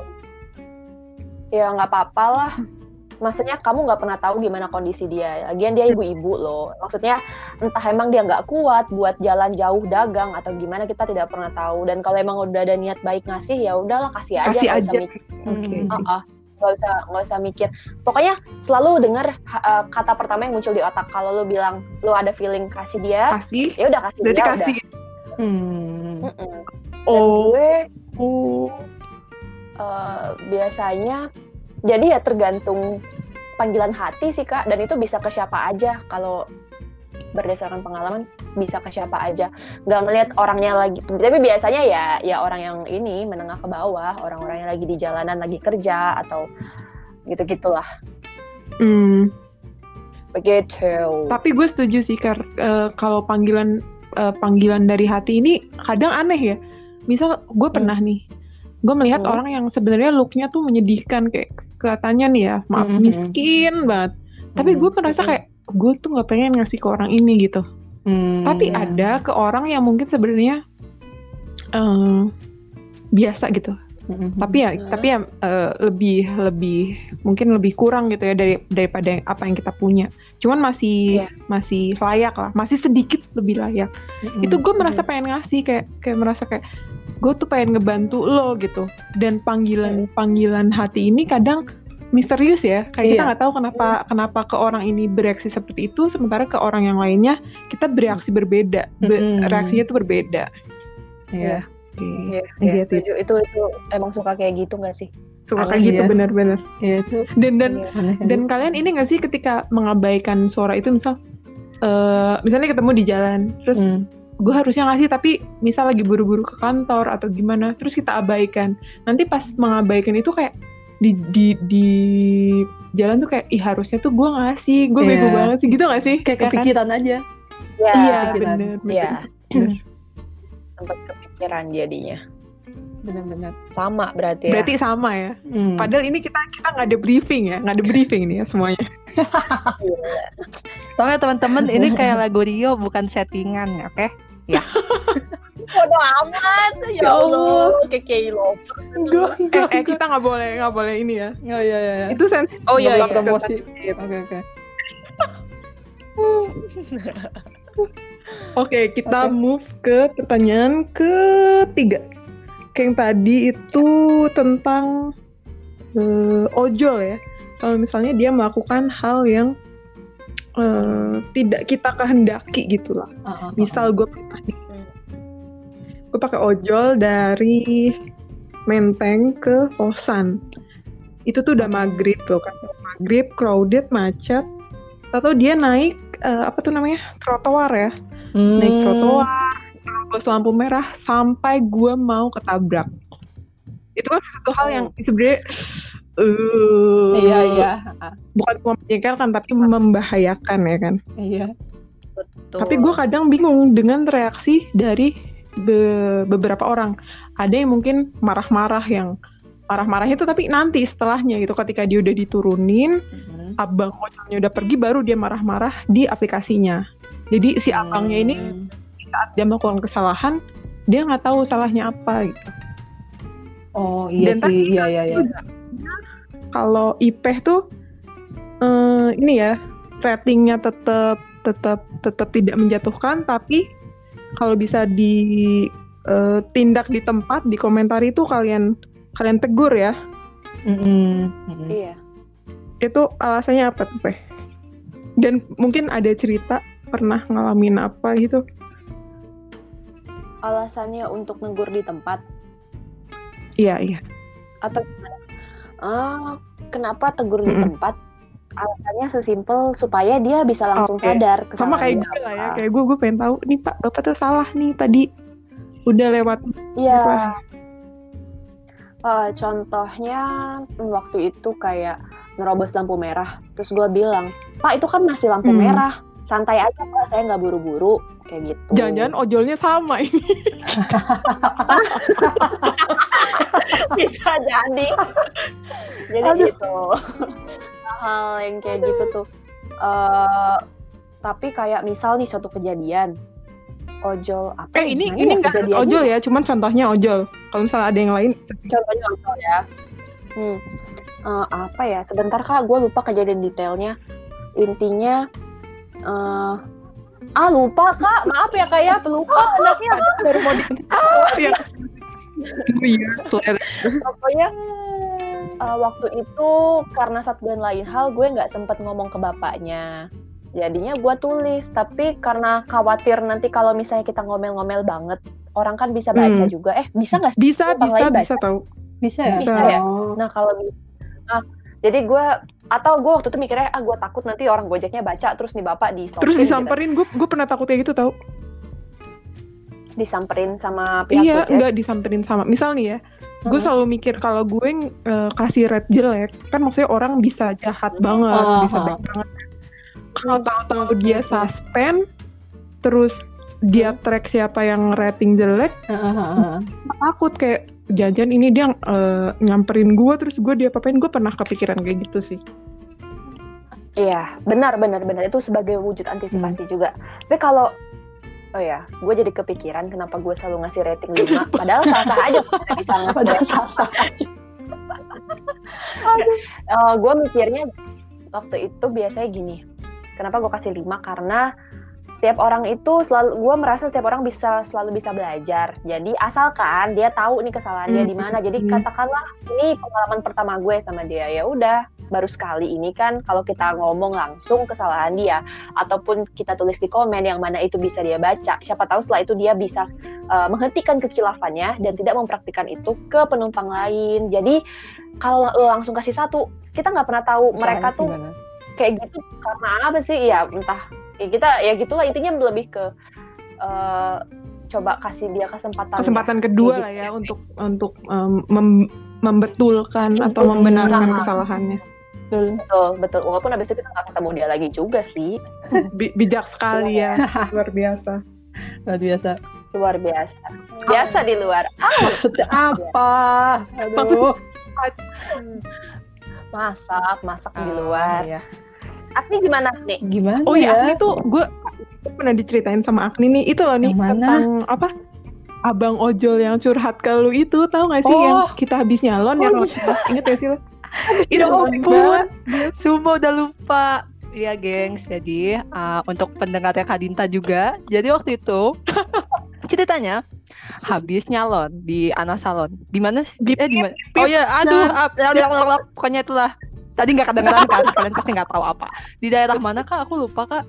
ya nggak apa-apa lah. Maksudnya kamu nggak pernah tahu gimana kondisi dia. Lagian dia ibu-ibu loh. Maksudnya entah emang dia nggak kuat buat jalan jauh dagang atau gimana, kita tidak pernah tahu. Dan kalau emang udah ada niat baik ngasih, ya udahlah kasih aja. Kasih nggak usah aja. mikir. Oke. Hmm. sih. Ah, ah. nggak usah nggak usah mikir. Pokoknya selalu dengar uh, kata pertama yang muncul di otak. Kalau lu bilang lu ada feeling kasih dia, Kasih. ya udah kasih Berarti dia kasih. Hmm. udah. Mm-mm. Dan Oh. gue Oh. uh, biasanya jadi ya tergantung panggilan hati sih Kak, dan itu bisa ke siapa aja. Kalau berdasarkan pengalaman bisa ke siapa aja, nggak ngelihat orangnya lagi. Tapi biasanya ya ya orang yang ini menengah ke bawah, orang-orang yang lagi di jalanan lagi kerja atau gitu-gitulah. Hmm. Begitu. Tapi gue setuju sih kar uh, kalau panggilan uh, panggilan dari hati ini kadang aneh ya. Misal gue pernah nih, gue melihat Hmm. orang yang sebenarnya looknya tuh menyedihkan, kayak kelihatannya nih ya, maaf Hmm. miskin banget. Tapi gue merasa kayak gue tuh nggak pengen ngasih ke orang ini gitu. Hmm. Tapi ada ke orang yang mungkin sebenarnya uh, biasa gitu. Hmm. Tapi ya, Hmm. tapi ya uh, lebih lebih mungkin lebih kurang gitu ya dari daripada yang, apa yang kita punya. Cuman masih Iya. masih layak lah, masih sedikit lebih layak. Hmm. Itu gue merasa pengen ngasih, kayak kayak merasa kayak gue tuh pengen ngebantu lo gitu. Dan panggilan panggilan hati ini kadang misterius ya, kayak kita Iya. nggak tahu kenapa kenapa ke orang ini bereaksi seperti itu, sementara ke orang yang lainnya kita bereaksi berbeda, Be- Mm-mm. reaksinya tuh berbeda. Iya. Oke. Iya, Iya, iya, setuju. Itu itu emang suka kayak gitu nggak sih? Suka Aneh kayak gitu ya. benar-benar. Iya itu Dan dan Iya. aneh. dan kalian ini nggak sih ketika mengabaikan suara itu, misal uh, misalnya ketemu di jalan, terus hmm. gue harusnya ngasih tapi misal lagi buru-buru ke kantor atau gimana, terus kita abaikan. Nanti pas mengabaikan itu kayak di di di jalan tuh kayak ih harusnya tuh gue ngasih, gue yeah. bego banget sih gitu nggak sih? Kayak kepikiran kan? aja. Ya, iya benar. Iya. Sempat kepikiran jadinya. Benar-benar. Sama berarti ya. Berarti sama ya. Hmm. Padahal ini kita kita nggak ada briefing ya, nggak ada briefing nih ya semuanya. Soalnya teman-teman ini kayak lagu Rio bukan settingan, oke? Okay? Ya. Bodoh amat ya Allah, kayak K-Love. Eh, eh kita nggak boleh nggak boleh ini ya. Oh iya iya. Itu sensitif. Oh iya iya. Promosi. Oke oke. Oke kita okay. move ke pertanyaan ketiga. Kayak yang tadi itu tentang uh, ojol ya. Kalau misalnya dia melakukan hal yang uh, tidak kita kehendaki gitulah. Uh, uh, Misal gue pernah nih. Gue pakai ojol dari Menteng ke kosan. Itu tuh udah maghrib loh kan. Maghrib, crowded, macet. Atau dia naik uh, apa tuh namanya? Trotoar ya. Hmm. Naik trotoar, terobos lampu merah sampai gue mau ketabrak. Itu kan sesuatu hal yang sebenarnya uh, iya iya. Bukan cuma menyegarkan tapi membahayakan ya kan. Iya. Betul. Tapi gue kadang bingung dengan reaksi dari Be- beberapa orang. Ada yang mungkin marah-marah, yang marah-marah itu tapi nanti setelahnya gitu, ketika dia udah diturunin, mm-hmm. abang ojolnya udah pergi, baru dia marah-marah di aplikasinya. Jadi si abangnya ini mm. saat dia melakukan kesalahan, dia nggak tahu salahnya apa gitu. Oh iya. Dan sih, iya iya iya. Kalau I P E tuh eh, ini ya, ratingnya tetap tetap tetap tidak menjatuhkan, tapi kalau bisa ditindak uh, di tempat, di komentar itu kalian kalian tegur ya. Mm-hmm. Iya. Itu alasannya apa tuh, Peh? Dan mungkin ada cerita pernah ngalamin apa gitu? Alasannya untuk negur di tempat? Iya iya. Atau ah, kenapa tegur mm-hmm. di tempat? Alasannya sesimpel supaya dia bisa langsung okay. sadar kesalahannya. Sama kayak gue lah ya, kayak gue gue pengen tahu nih Pak, Bapak tuh salah nih tadi udah lewat. Iya. Uh, contohnya waktu itu kayak nerobos lampu merah, terus gue bilang, Pak itu kan masih lampu hmm. merah, santai aja Pak, saya nggak buru-buru kayak gitu. Jangan-jangan ojolnya sama ini. Bisa jadi. Jadi Aduh. gitu. Hal yang kayak gitu tuh uh, tapi kayak misal nih suatu kejadian ojol apa eh ini ini ya nggak ojol ya, cuman contohnya ojol. Kalau misalnya ada yang lain contohnya ojol ya hmm. uh, apa ya sebentar Kak, gue lupa kejadian detailnya. Intinya uh, ah lupa Kak, maaf ya Kak ya, pelupa anaknya baru mau di ah ya pokoknya Uh, waktu itu karena satu dan lain hal gue nggak sempet ngomong ke bapaknya, jadinya gue tulis. Tapi karena khawatir nanti kalau misalnya kita ngomel-ngomel banget, orang kan bisa baca hmm. juga. Eh bisa nggak? Bisa bisa bisa tahu. Bisa ya. Bisa ya. Nah kalau nah, jadi gue atau gue waktu itu mikirnya ah gue takut nanti orang Gojeknya baca terus nih bapak di stopin. Terus disamperin gitu. gue gue pernah takut kayak gitu tahu. Disamperin sama pihak iya, Gojek? Iya nggak disamperin sama. Misal nih ya. Gue hmm. selalu mikir kalau gue uh, kasih rate jelek, kan maksudnya orang bisa jahat banget, uh-huh. bisa baik banget. Kalau tahu-tahu dia suspend, terus dia track siapa yang rating jelek, uh-huh. takut kayak jangan ini dia uh, nyamperin gue, terus gue dia apain. Gue pernah kepikiran kayak gitu sih. Iya, benar, benar, benar. Itu sebagai wujud antisipasi hmm. juga. Tapi kalau oh ya, gue jadi kepikiran kenapa gue selalu ngasih rating lima, padahal sah-sah aja kita bisa ngasih sah-sah aja. uh, gue mikirnya waktu itu biasanya gini, kenapa gue kasih lima? Karena setiap orang itu selalu, gue merasa setiap orang bisa selalu bisa belajar. Jadi asalkan dia tahu nih kesalahan dia di mana. Jadi katakanlah ini pengalaman pertama gue sama dia, ya udah baru sekali ini kan kalau kita ngomong langsung kesalahan dia ataupun kita tulis di komen yang mana itu bisa dia baca, siapa tahu setelah itu dia bisa uh, menghentikan kekilafannya dan tidak mempraktikkan itu ke penumpang lain. Jadi kalau lo langsung kasih satu, kita nggak pernah tahu mereka tuh bener. Kayak gitu karena apa sih ya, entah ya kita ya gitulah intinya lebih ke uh, coba kasih dia kesempatan kesempatan kedua gitu. lah ya untuk untuk um, mem- membetulkan atau membenarkan kesalahannya. Betul, betul, betul. Walaupun abis itu kita nggak ketemu dia lagi juga sih. Bi- bijak sekali ya, luar biasa. Luar biasa. Luar biasa. Biasa di luar. Ah, Maksudnya apa? Aduh. masak, masak di luar. Iya. Agni gimana nih? Gimana Oh iya, ya? Agni tuh gue pernah diceritain sama Agni nih, itu loh nih Yang mana? tentang apa? Abang ojol yang curhat ke lu itu, tahu gak sih Oh. yang kita habis nyalon Oh, yang iya. inget gak sih lo? Ya Itu ampun, banget. Sumpah udah lupa. Iya gengs, jadi uh, untuk pendengarnya Kak Dinta juga. Jadi waktu itu ceritanya habis nyalon di Ana Salon. Di mana sih? Di Eh di mana? Oh ya, aduh, ap- ap- pokoknya itulah. Tadi nggak kedengeran kan? Kalian pasti nggak tahu apa. Di daerah mana Kak? Aku lupa Kak.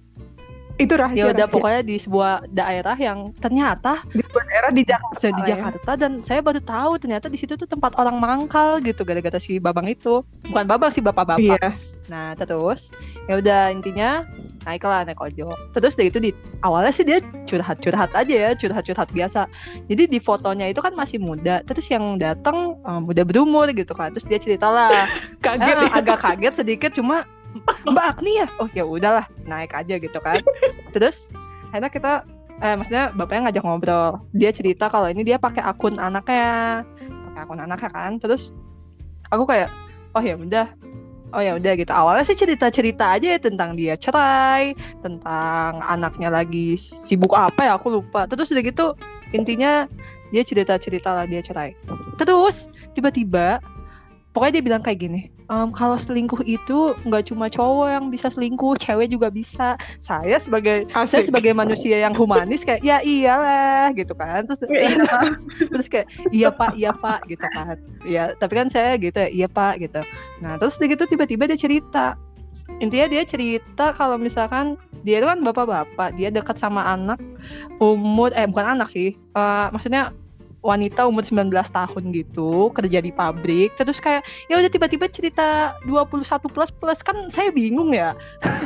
Itu rahasia. Ya udah rahasia. pokoknya di sebuah daerah yang ternyata di sebuah daerah di Jakarta. di lah ya. Jakarta dan saya baru tahu ternyata di situ tuh tempat orang mangkal gitu gara-gara si babang itu. Bukan babang sih bapak-bapak. Iya. Nah terus ya udah intinya naiklah naik ojol. Terus dari itu di awalnya sih dia curhat-curhat aja ya, curhat-curhat biasa. Jadi di fotonya itu kan masih muda. Terus yang datang um, udah berumur gitu kan. Terus dia ceritalah Kaget eh, ya. agak kaget sedikit cuma Mbak Agni ya. Oh ya udahlah naik aja gitu kan. Terus akhirnya kita eh maksudnya bapaknya ngajak ngobrol. Dia cerita kalau ini dia pakai akun anaknya, pakai akun anaknya kan. Terus aku kayak oh ya udah. Oh ya udah gitu. Awalnya sih cerita-cerita aja ya tentang dia cerai, tentang anaknya lagi sibuk apa ya aku lupa. Terus udah gitu intinya dia cerita-cerita lah dia cerai. Terus tiba-tiba pokoknya dia bilang kayak gini, ehm, kalau selingkuh itu nggak cuma cowok yang bisa selingkuh, cewek juga bisa. Saya sebagai saya Asik. sebagai manusia yang humanis kayak ya iyalah gitu kan. Terus terus kayak iya pak iya pak gitu kan. Ya tapi kan saya gitu ya iya pak gitu. Nah terus udah gitu tiba-tiba dia cerita. Intinya dia cerita kalau misalkan dia itu kan bapak-bapak, dia dekat sama anak umur eh bukan anak sih, uh, maksudnya wanita umur sembilan belas tahun gitu, kerja di pabrik. Terus kayak ya udah tiba-tiba cerita dua puluh satu plus plus kan saya bingung ya.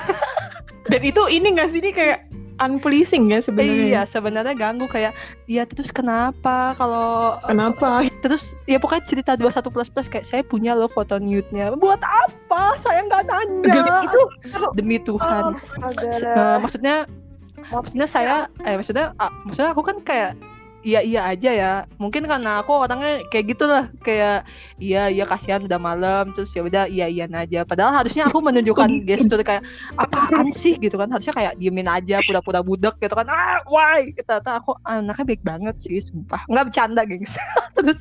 Dan itu ini nggak sih ini kayak unpleasing ya sebenarnya. Iya, sebenarnya ganggu kayak ya terus kenapa kalau Kenapa? terus ya pokoknya cerita dua puluh satu plus plus kayak saya punya loh foto nude-nya. Buat apa? Saya nggak nanya. Itu Demi Tuhan. astaga. Uh, maksudnya maksudnya saya eh maksudnya ah, maksudnya aku kan kayak iya iya aja ya, mungkin karena aku orangnya kayak gitulah, kayak iya iya kasihan udah malam, terus ya udah iya iya aja. Padahal harusnya aku menunjukkan gestur kayak apaan sih gitu kan, harusnya kayak diemin aja pura-pura budak gitu kan. Ah why ternyata aku anaknya baik banget sih sumpah, nggak bercanda gengs. Terus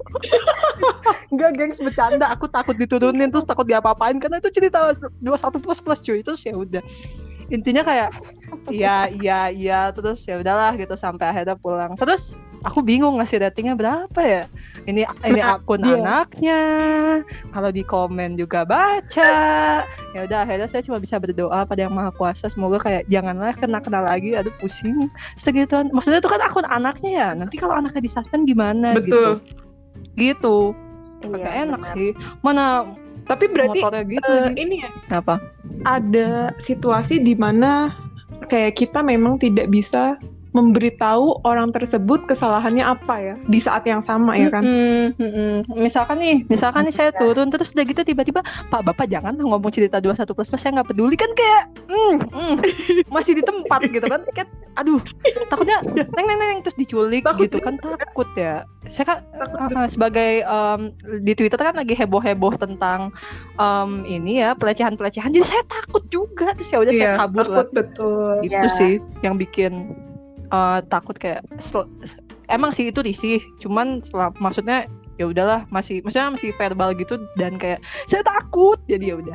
nggak gengs bercanda, aku takut diturunin terus takut diapa-apain karena itu cerita dua puluh satu plus plus cuy. Terus ya udah intinya kayak iya iya iya terus ya udahlah gitu sampai akhirnya pulang. Terus aku bingung ngasih ratingnya berapa ya. Ini ini akun Iya. anaknya. Kalau di komen juga baca. Ya udah akhirnya saya cuma bisa berdoa pada Yang Maha Kuasa semoga kayak janganlah kena-kena lagi, aduh pusing. Segituan. Maksudnya itu kan akun anaknya ya. Nanti kalau anaknya disuspend gimana Betul. gitu. Gitu. Iya, Agak enak benar. sih. Mana Tapi berarti motornya gitu. eh, lagi. ini ya Apa? ada situasi di mana kayak kita memang tidak bisa memberitahu orang tersebut kesalahannya apa ya di saat yang sama ya kan. Mm-mm, mm-mm. Misalkan nih, misalkan nih saya turun terus udah gitu tiba-tiba Pak Bapak jangan ngomong cerita dua puluh satu plus plus, saya nggak peduli kan kayak mm, mm, masih di tempat gitu kan, kayak aduh takutnya neng neng neng terus diculik Takut gitu kan, takut ya. Saya kan uh, sebagai um, di Twitter kan lagi heboh-heboh tentang um, ini ya pelecehan-pelecehan, jadi saya takut juga terus ya udah saya kabur lah. takut betul. Itu Ya. sih yang bikin uh, takut kayak sel- emang sih itu risih, cuman setelah, maksudnya ya udahlah masih maksudnya masih verbal gitu dan kayak saya takut jadi ya udah.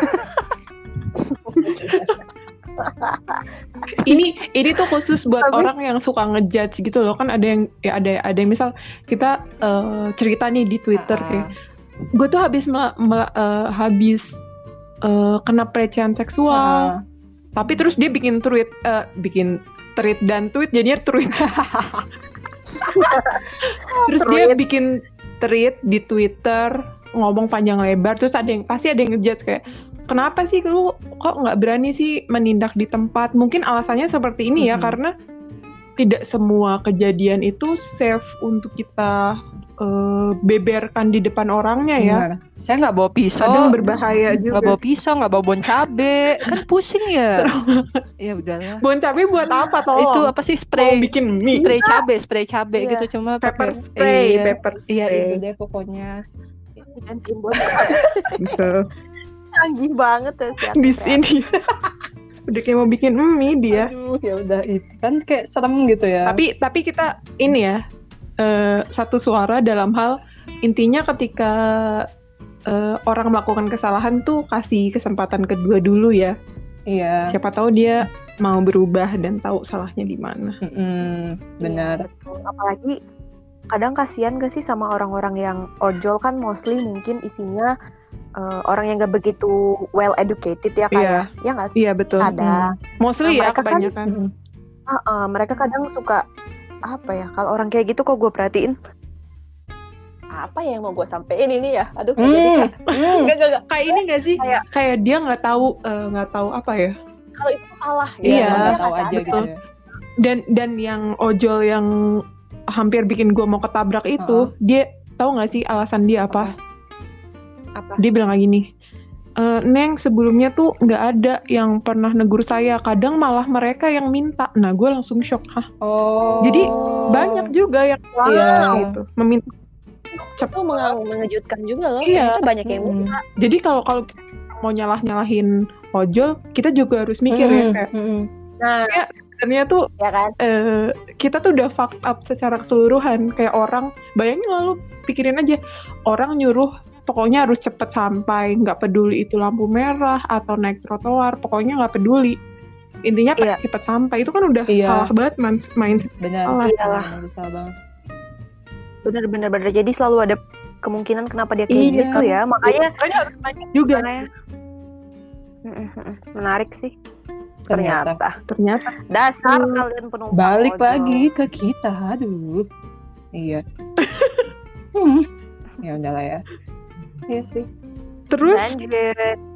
ini ini tuh khusus buat orang yang suka ngejudge gitu loh kan, ada yang ya ada ada yang misal kita eh, cerita nih di Twitter kayak gue tuh habis mela- mela- eh, habis eh, kena pelecehan seksual, tapi terus dia bikin tweet eh, bikin tweet dan tweet jadinya tweet. Terus dia Tweet. bikin tweet di Twitter ngomong panjang lebar, terus ada yang pasti ada yang ngejudge kayak kenapa sih lu kok nggak berani sih menindak di tempat? Mungkin alasannya seperti ini ya, Mm-hmm. karena tidak semua kejadian itu safe untuk kita uh, beberkan di depan orangnya ya. Benar. Saya nggak bawa pisau, Kadang berbahaya nggak juga. bawa pisau, nggak bawa bon cabe, kan pusing ya. Ya udahlah. Bon cabe buat apa tolong? Itu apa sih Mau spray? bikin mie? Spray cabe, spray cabe Iya. gitu cuma Pepper pakai spray, iya, pepper iya spray. itu deh pokoknya. Gantiin bon. Gitu. Canggih banget ya si Di Akni. sini. Udah kayak mau bikin mie dia. Aduh, ya udah itu kan kayak serem gitu ya. Tapi tapi kita ini ya eh, satu suara dalam hal intinya ketika eh, orang melakukan kesalahan tuh kasih kesempatan kedua dulu ya. iya. Siapa tahu dia mau berubah dan tahu salahnya di mana. Mm-mm, benar. Iya, betul. Apalagi kadang kasihan gak sih sama orang-orang yang ojol, kan mostly mungkin isinya uh, orang yang gak begitu well educated ya kayak ya nggak sih Iya betul. kadang. Mostly Nah, ya mereka kan- kebanyakan. Mm-mm. Uh, uh, mereka kadang suka apa ya, kalau orang kayak gitu kok gue perhatiin apa ya yang mau gue sampein ini ya, aduh nggak jadi Mm, Kak. mm. Nggak, nggak, nggak. Kayak ini nggak sih? Kayak- Kayak dia nggak tahu eh, nggak tahu apa ya. Kalau itu salah Iya, gitu. Iya, Dia nggak tahu nggak aja sadar. gitu ya. Dan dan yang ojol yang hampir bikin gue mau ketabrak itu, Uh-uh. dia tahu nggak sih alasan dia apa? Apa? Dia bilang kayak gini, e, Neng sebelumnya tuh nggak ada yang pernah negur saya, kadang malah mereka yang minta. Nah gue langsung shock, hah? Oh. Jadi banyak juga yang Iya. gitu meminta. Itu mengang- mengejutkan juga loh. Iya. Ternyata banyak yang Mm. minta. Jadi kalau kalau mau nyalah nyalahin ojol, kita juga harus mikir ya Mm, kayak mm. Nah, sebenarnya tuh ya kan? eh, kita tuh udah fucked up secara keseluruhan. Kayak orang, bayangin lalu pikirin aja, orang nyuruh pokoknya harus cepet sampai, nggak peduli itu lampu merah atau naik trotoar, pokoknya nggak peduli. Intinya Iya. cepet sampai, itu kan udah Iya. salah banget man, mindset. Benar. Salah. Iyalah. Benar, salah banget. Bener-bener bener. Jadi selalu ada kemungkinan kenapa dia kayak Iya. gitu ya. Makanya Makanya harus nanya juga. makanya Mm, mm, mm. menarik sih. Ternyata. Ternyata. Ternyata Dasar Hmm. kalian penumpang Balik ojol. lagi ke kita, aduh. Iya. Hmm. Ya udahlah ya. Iya sih. terus Lanjut.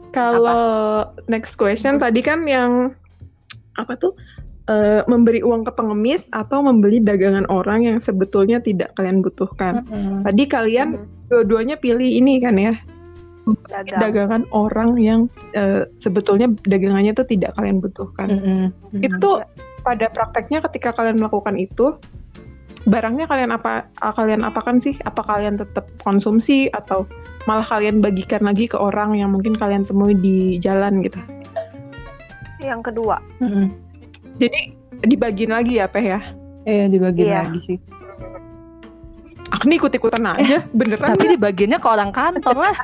kalau next question tadi kan yang apa tuh eh, memberi uang ke pengemis atau membeli dagangan orang yang sebetulnya tidak kalian butuhkan. Mm-mm. Tadi kalian dua-duanya pilih ini kan ya, Dagang. dagangan orang yang eh, sebetulnya dagangannya tuh tidak kalian butuhkan. Mm-mm. Itu pada prakteknya ketika kalian melakukan itu, barangnya kalian apa kalian apakan sih? Apa kalian tetap konsumsi atau malah kalian bagikan lagi ke orang yang mungkin kalian temui di jalan gitu? Yang kedua. Mm-mm. Jadi dibagiin lagi ya, Peh ya? Iya, dibagi Iya. lagi sih. Aku nih ikut-ikutan aja, beneran. Tapi dibagiinnya ke orang kantor lah.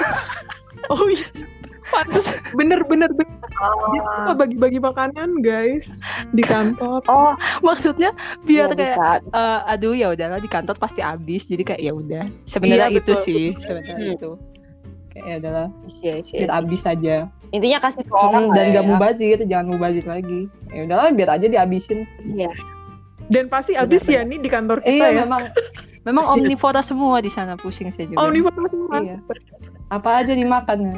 Oh iya, pantes. Bener, bener, bener. Dia suka bagi-bagi makanan, guys, di kantor. Oh, Maksudnya iya biar kayak bisa. eh, aduh ya udahlah di kantor pasti habis. Jadi kayak ya udah. Sebenarnya Iya, itu betul. sih, sebenarnya Hmm. itu. Kayak ya udahlah, Iya, iya, biar iya. habis aja. Intinya kasih ke orang Hmm, dan lah gak ya. mubazir, jangan mubazir lagi. Ya udahlah biar aja dihabisin. Iya. Dan pasti habis ya nih di kantor kita Iya, ya. memang memang Pasti. omnivora semua di sana, pusing saya juga. Omnivora semua. Iya. Apa aja dimakan ya.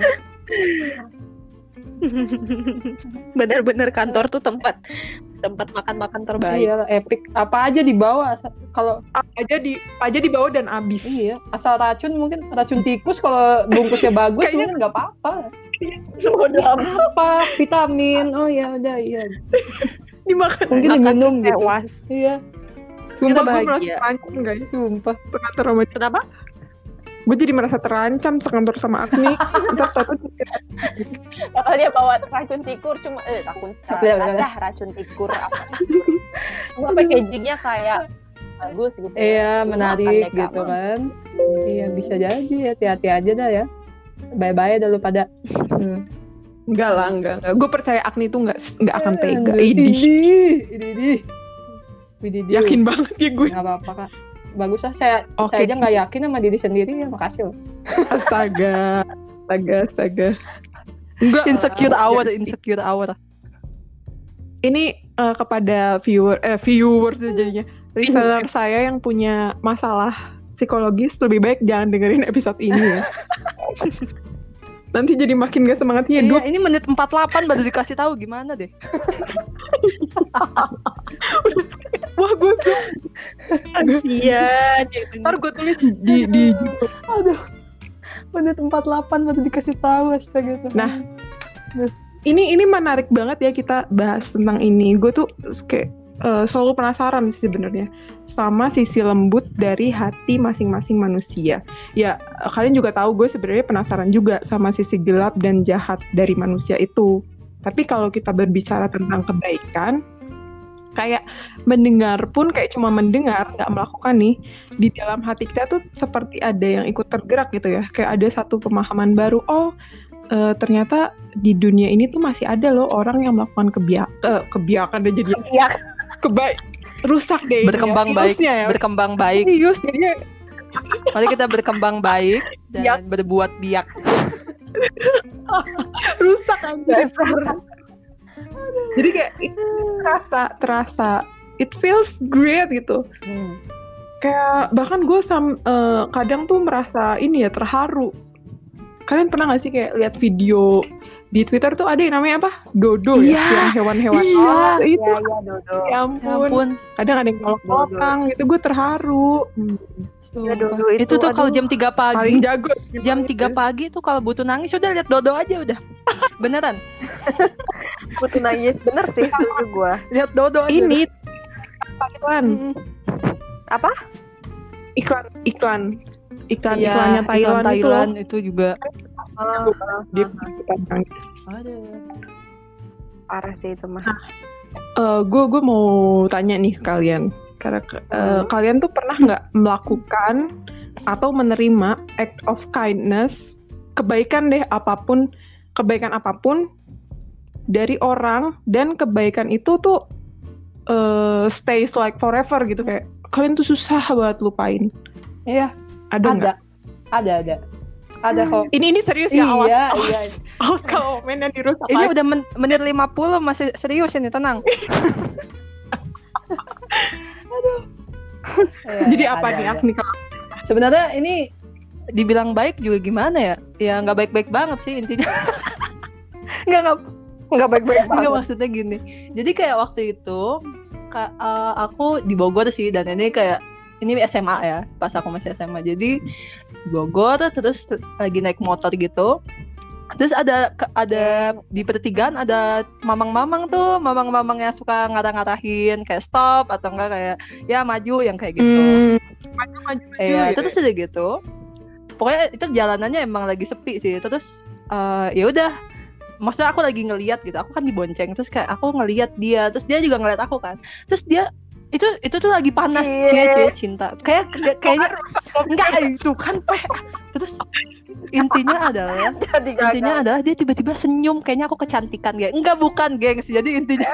Bener-bener kantor tuh tempat tempat makan-makan terbaik. Iya, epic. Apa aja dibawa asal- kalau Apa aja di apa aja dibawa dan habis. iya, asal racun mungkin racun tikus kalau bungkusnya bagus Kayaknya- mungkin nggak apa-apa. Bodoh amat. Apa vitamin? Oh ya udah iya. Dimakan. Mungkin Makan diminum gitu. tewas. Iya, Sumpah gue bahagia. merasa terancam, guys. sumpah. Sekantor sama Kenapa? gue jadi merasa terancam sekantor sama Agni. Ntar satu Kalau dia bawa racun tikur cuma eh racun Iya, iya. ah, racun tikur apa. Cuma packagingnya kayak bagus gitu. Iya, Makan menarik deh, Kak. gitu kan. Iya, bisa jadi, hati-hati aja dah ya. Bye-bye dah lu pada. Hmm. enggak lah, enggak. enggak. Gue percaya Agni tuh enggak enggak akan tega. Idih, Idih. idih, idih. Widih, Yakin banget ya gue. Nggak apa-apa kak. Bagus lah, saya Oke. saya aja nggak yakin sama diri sendiri ya, makasih loh. Astaga. Astaga, astaga. Enggak. Insecure lah. hour, Ya, insecure hour. Ini eh, kepada viewer eh viewers jadinya. Listener saya yang punya masalah psikologis lebih baik jangan dengerin episode ini ya. Nanti jadi makin gak semangat hidup. Iya, ini menit empat puluh delapan baru dikasih tahu gimana deh. Wah, gue tuh Kasian. ntar gue tulis di di Aduh. Menit empat puluh delapan baru dikasih tahu, astaga tuh. Nah, ini ini menarik banget ya kita bahas tentang ini. Gue tuh kayak uh, selalu penasaran sih sebenarnya sama sisi lembut dari hati masing-masing manusia. Ya, kalian juga tahu gue sebenarnya penasaran juga sama sisi gelap dan jahat dari manusia itu. Tapi kalau kita berbicara tentang kebaikan, kayak mendengar pun kayak cuma mendengar, nggak melakukan nih, di dalam hati kita tuh seperti ada yang ikut tergerak gitu ya. Kayak ada satu pemahaman baru, oh e, ternyata di dunia ini tuh masih ada loh orang yang melakukan kebiak eh, kebiakan dan jadi Iya. kebaik rusak deh Berkembang ya. baik, Virusnya ya. berkembang baik. Serius, jadinya Mari kita berkembang baik dan Biak. berbuat biak. rusak aja. Dasar. Jadi kayak itu terasa terasa it feels great gitu. Hmm. Kayak bahkan gue sam uh, kadang tuh merasa ini ya terharu. Kalian pernah gak sih kayak lihat video di Twitter tuh ada yang namanya apa? Dodo Iya. ya, yang hewan-hewan. Iya. Oh, itu Iya, iya, Dodo. ya ampun. Ya ampun. Kadang ada yang kolok-kolokang gitu, gue terharu. Hmm. Iya, Dodo Sumpah. itu, Itu tuh kalau aduh. jam tiga Paling pagi, jago. jam tiga pagi tuh kalau butuh nangis udah lihat Dodo aja udah. Beneran. Butuh nangis. Bener sih, setuju gue. Lihat Dodo aja. Ini iklan, Mm-mm. Apa? iklan, iklan, iklan, Iya, iklannya iklan Thailand, Thailand itu. itu juga. Ah, Dia ikutan nangis. Ada. parah sih itu mah. Gue gue mau tanya nih ke kalian, karena uh, kalian tuh pernah nggak melakukan atau menerima act of kindness, kebaikan deh apapun, kebaikan apapun dari orang, dan kebaikan itu tuh uh, stays like forever gitu, kayak kalian tuh susah banget lupain. Iya, Ada nggak? ada, ada, ada kok. Ini ini serius ya, awas, Iya, awas, iya. awas kalau mainnya dirusak. Ini lagi. udah men- menit lima puluh masih serius ini, tenang. Aduh. Iya, Jadi iya, apa ada, nih ada. Agni kalau Sebenarnya ini dibilang baik juga gimana ya? Ya nggak baik-baik banget sih intinya. Nggak nggak Nggak baik-baik nggak banget. maksudnya gini. Jadi kayak waktu itu ka- uh, aku di Bogor sih, dan ini kayak ini S M A ya, pas aku masih S M A. Jadi di Bogor terus lagi naik motor gitu. Terus ada ada di pertigaan ada mamang-mamang tuh, mamang-mamang yang suka ngarah-ngarahin kayak stop atau enggak kayak ya maju yang kayak gitu. Hmm, maju, maju, maju, Iya, gitu terus ya. udah gitu. Pokoknya itu jalanannya emang lagi sepi sih. Terus uh, ya udah, maksudnya aku lagi ngeliat gitu. Aku kan dibonceng, terus kayak aku ngeliat dia, terus dia juga ngeliat aku kan. Terus dia itu itu tuh lagi panas, Cie. cie cie cinta. Kayak kayak- kayaknya enggak itu kan Pe. Terus intinya adalah Jadi intinya gagal. adalah dia tiba-tiba senyum, kayaknya aku kecantikan, geng. Enggak, bukan, gengs. Jadi intinya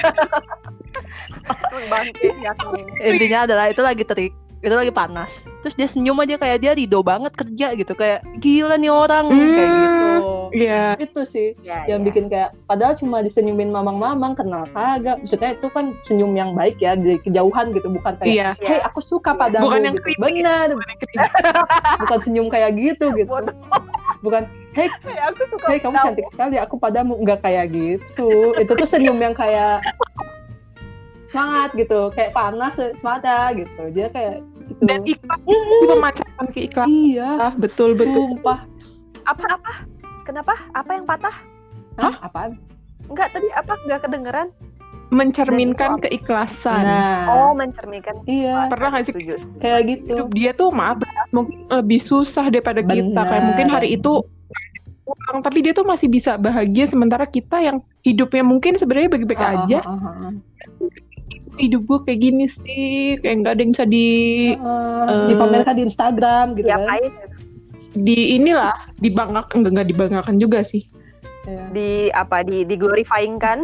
Bangkit yakin. intinya adalah itu lagi terik, itu lagi panas, terus dia senyum aja kayak dia ridho banget kerja gitu, kayak gila nih orang, Hmm, kayak gitu. Iya. Itu sih Ya, yang ya. bikin kayak, padahal cuma disenyumin mamang-mamang, kenal kagak, maksudnya itu kan senyum yang baik ya, dari kejauhan gitu, bukan kayak Iya. hey aku suka padamu, Bukan yang gitu. creepy. Benar, bukan senyum kayak gitu gitu, Bodoh. bukan hey Kayak aku suka hey kamu tahu. cantik sekali aku padamu, nggak kayak gitu. Itu tuh senyum yang kayak semangat gitu, kayak panas semata gitu, dia kayak gitu. Dan iklan itu memancarkan ke iklan. Iya, Ah, betul betul. sumpah. Apa-apa? Kenapa? Apa yang patah? Hah? Apaan? Enggak, tadi apa? Enggak kedengeran? Mencerminkan Dan itu keikhlasan. Nah, Oh, mencerminkan. iya, Pernah nggak sih Setuju. kayak gitu. hidup dia tuh maaf mungkin lebih susah daripada kita, Benar. kayak mungkin hari itu kurang, tapi dia tuh masih bisa bahagia, sementara kita yang hidupnya mungkin sebenarnya baik-baik Ah, aja, ah, ah, ah. hidup gue kayak gini sih, kayak nggak ada yang bisa di Ah, Eh, dipamerkan di Instagram gitu kan. Diapain? di inilah dibanggakan, enggak enggak dibanggakan juga sih. Iya. Di apa? Di di glorifying kan?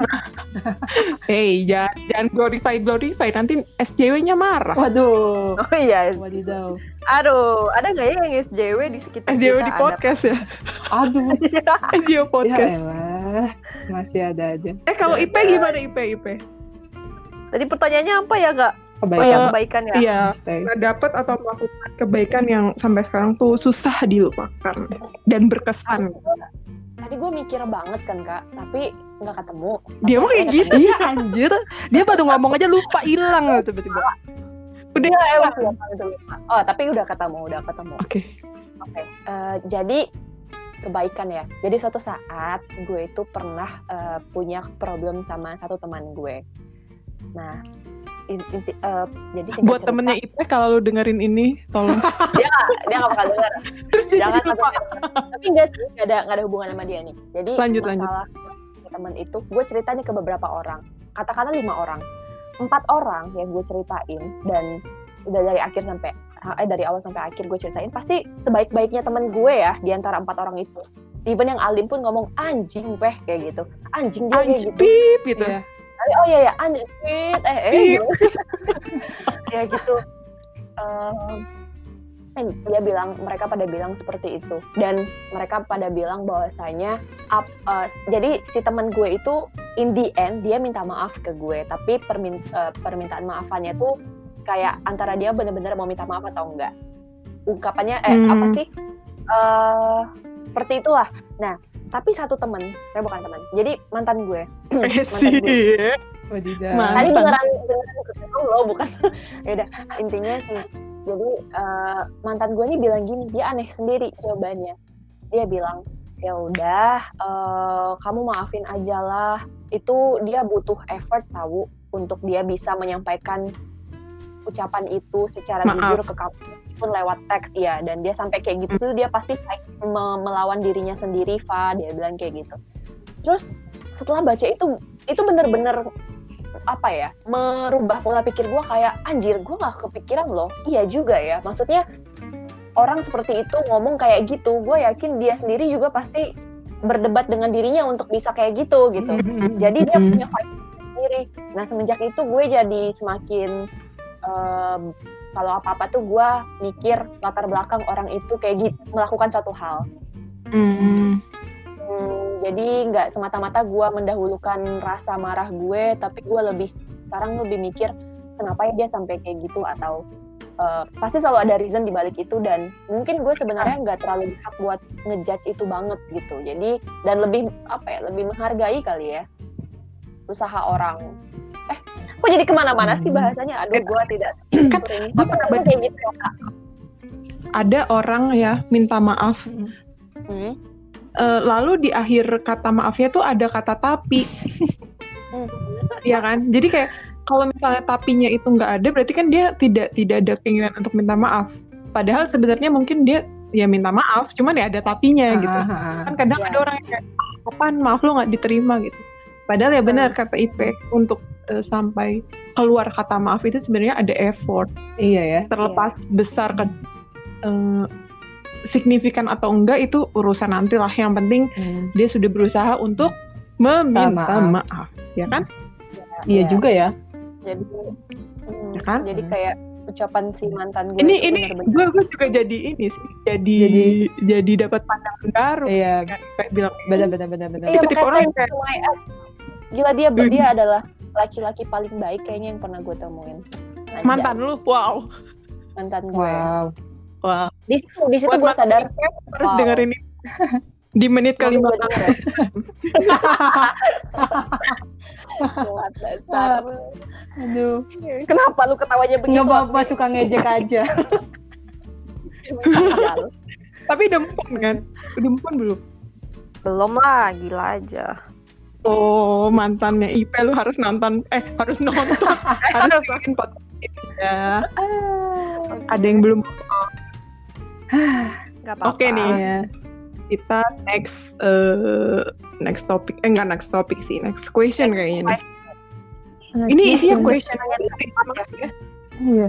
Hey, jangan jangan glorify glorify, nanti S J W-nya marah. Waduh. Oh iya. Wadidaw. Aduh, ada nggak ya yang S J W di sekitar S J W kita? di podcast ya. Aduh. S J W Ya podcast. elah, masih ada aja. Eh kalau I P Ada. gimana I P I P? Tadi pertanyaannya apa ya, Kak? Kebaikan. Kebaikan ya. Iya, Stay. nggak dapat atau melakukan kebaikan yang sampai sekarang tuh susah dilupakan dan berkesan. Tadi gue mikir banget kan kak, tapi nggak ketemu. Dia mah kayak gitu. Iya anjir. Dia baru ngomong aja lupa hilang tiba-tiba. Udah Emang sih apa itu lupa. Oh tapi udah ketemu, udah ketemu. Oke. Oke. Eh, jadi kebaikan ya. Jadi suatu saat gue itu pernah eh, punya problem sama satu teman gue. Nah, in- inti- eh, jadi singkat Buat cerita, temennya Ipe kalau lu dengerin ini, tolong. dia nggak dia nggak bakal denger. Terus dia Jangan jadi lupa. sampai- Tapi enggak sih, nggak ada nggak ada hubungan sama dia nih. Jadi Lanjut, masalah teman itu, gue cerita nih ke beberapa orang. Katakanlah lima orang, empat orang yang gue ceritain dan udah dari akhir sampai eh dari awal sampai akhir gue ceritain pasti sebaik-baiknya temen gue ya di antara empat orang itu. Even yang alim pun ngomong anjing peh kayak gitu, anjing dia kayak Anjing gitu. pip gitu. Iya. Oh iya ya anjing pip eh eh gitu. Ya gitu. Ehm, eh, dia bilang mereka pada bilang seperti itu dan mereka pada bilang bahwasanya up, eh, jadi si teman gue itu in the end dia minta maaf ke gue tapi permin- eh, permintaan maafannya tuh kayak antara dia benar-benar mau minta maaf atau enggak ungkapannya eh Hmm. apa sih eh seperti itulah. Nah tapi satu teman saya bukan teman jadi mantan gue Eh mantan gue sih. Wadidaw. Mantan. tadi beneran beneran ketemu lo bukan ya udah intinya sih jadi eh, mantan gue nih bilang gini dia aneh sendiri jawabannya dia bilang ya udah eh, kamu maafin aja lah itu dia butuh effort tahu untuk dia bisa menyampaikan ucapan itu secara Maaf. jujur ke kamu pun lewat teks ya dan dia sampai kayak gitu dia pasti kayak me- melawan dirinya sendiri Fa dia bilang kayak gitu. Terus setelah baca itu itu bener-bener apa ya merubah pola pikir gue kayak anjir gue nggak kepikiran loh iya juga ya maksudnya orang seperti itu ngomong kayak gitu gue yakin dia sendiri juga pasti berdebat dengan dirinya untuk bisa kayak gitu gitu jadi dia punya fight sendiri. Nah semenjak itu gue jadi semakin um, kalau apa-apa tuh gue mikir latar belakang orang itu kayak gitu melakukan suatu hal. Hmm. Hmm, jadi nggak semata-mata gue mendahulukan rasa marah gue, tapi gue lebih sekarang lebih mikir kenapa ya dia sampai kayak gitu atau uh, pasti selalu ada reason di balik itu dan mungkin gue sebenarnya nggak terlalu berhak buat ngejudge itu banget gitu. Jadi dan lebih apa ya lebih menghargai kali ya usaha orang. Eh, kok jadi kemana-mana sih bahasanya? Aduh, gue tidak. Kan ini. gue Tapi pernah itu baca kayak gitu ya, Kak. ada orang ya minta maaf. Hmm. Eh, lalu di akhir kata maafnya tuh ada kata tapi. Hmm. Iya kan? Jadi kayak kalau misalnya tapinya itu nggak ada, berarti kan dia tidak tidak ada keinginan untuk minta maaf. Padahal sebenarnya mungkin dia ya minta maaf, cuman ya ada tapinya gitu. Kan kadang Ya. ada orang yang kayak kapan maaf lo nggak diterima gitu. Padahal ya benar kata Ipe untuk eh, sampai keluar kata maaf itu sebenarnya ada effort. Iya ya. Terlepas besar ke eh, signifikan atau enggak itu urusan nanti lah. Yang penting Hmm. dia sudah berusaha untuk meminta maaf. maaf, ya kan? Iya juga ya. Jadi, hmm, Ya kan? jadi kayak ucapan si mantan gue Ini itu ini bener-bener. gue gue juga jadi ini sih, jadi jadi, Jadi- dapat pandangan baru. Iya. Kan kayak bilang Benar benar benar benar. Iya, tipe-tipe makanya orang yang thanks to my ex. Gila dia dia adalah laki-laki paling baik kayaknya yang pernah gue temuin. Anjay, mantan lu, wow, mantan gue. Wow. wow. Di situ di situ Buat gue mantan sadar harus Wow. dengerin ini di menit ke lima Gue denger ya. Kuat dasar. Aduh. Kenapa lu ketawanya begitu? Nggak apa-apa, suka ngejek aja. Tapi udah move on kan? Udah move on belum? Belum lah, gila aja. Oh, mantannya Ipe lu harus nonton, eh harus nonton, harus dengerin podcast ini ya. Ada yang belum. Gak apa-apa. Oke nih. Iya. Kita next uh, next topic, eh enggak next topic sih, next question Next kayaknya nih. Ini isinya question ya. Iya.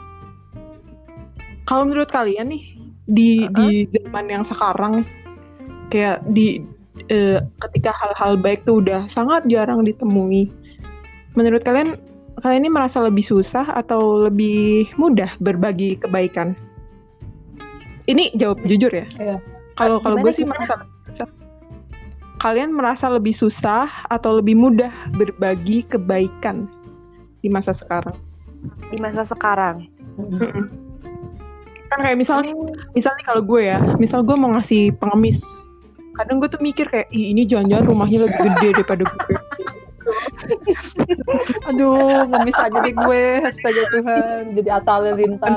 Kalau menurut kalian nih di Uh-huh. di zaman yang sekarang kayak di eh, ketika hal-hal baik tuh udah sangat jarang ditemui. Menurut kalian kalian ini merasa lebih susah atau lebih mudah berbagi kebaikan? Ini jawab jujur ya. Iya. Kalau kalau Gimana, gue sih gimana? merasa susah. Kalian merasa lebih susah atau lebih mudah berbagi kebaikan di masa sekarang? di masa sekarang. Mm-mm. Kan kayak misalnya, misalnya kalau gue ya, misal gue mau ngasih pengemis, kadang gue tuh mikir kayak, ih ini jangan-jangan rumahnya lebih gede daripada gue. Aduh, ngemis aja deh gue, astaga Tuhan, jadi Atta Halilintar.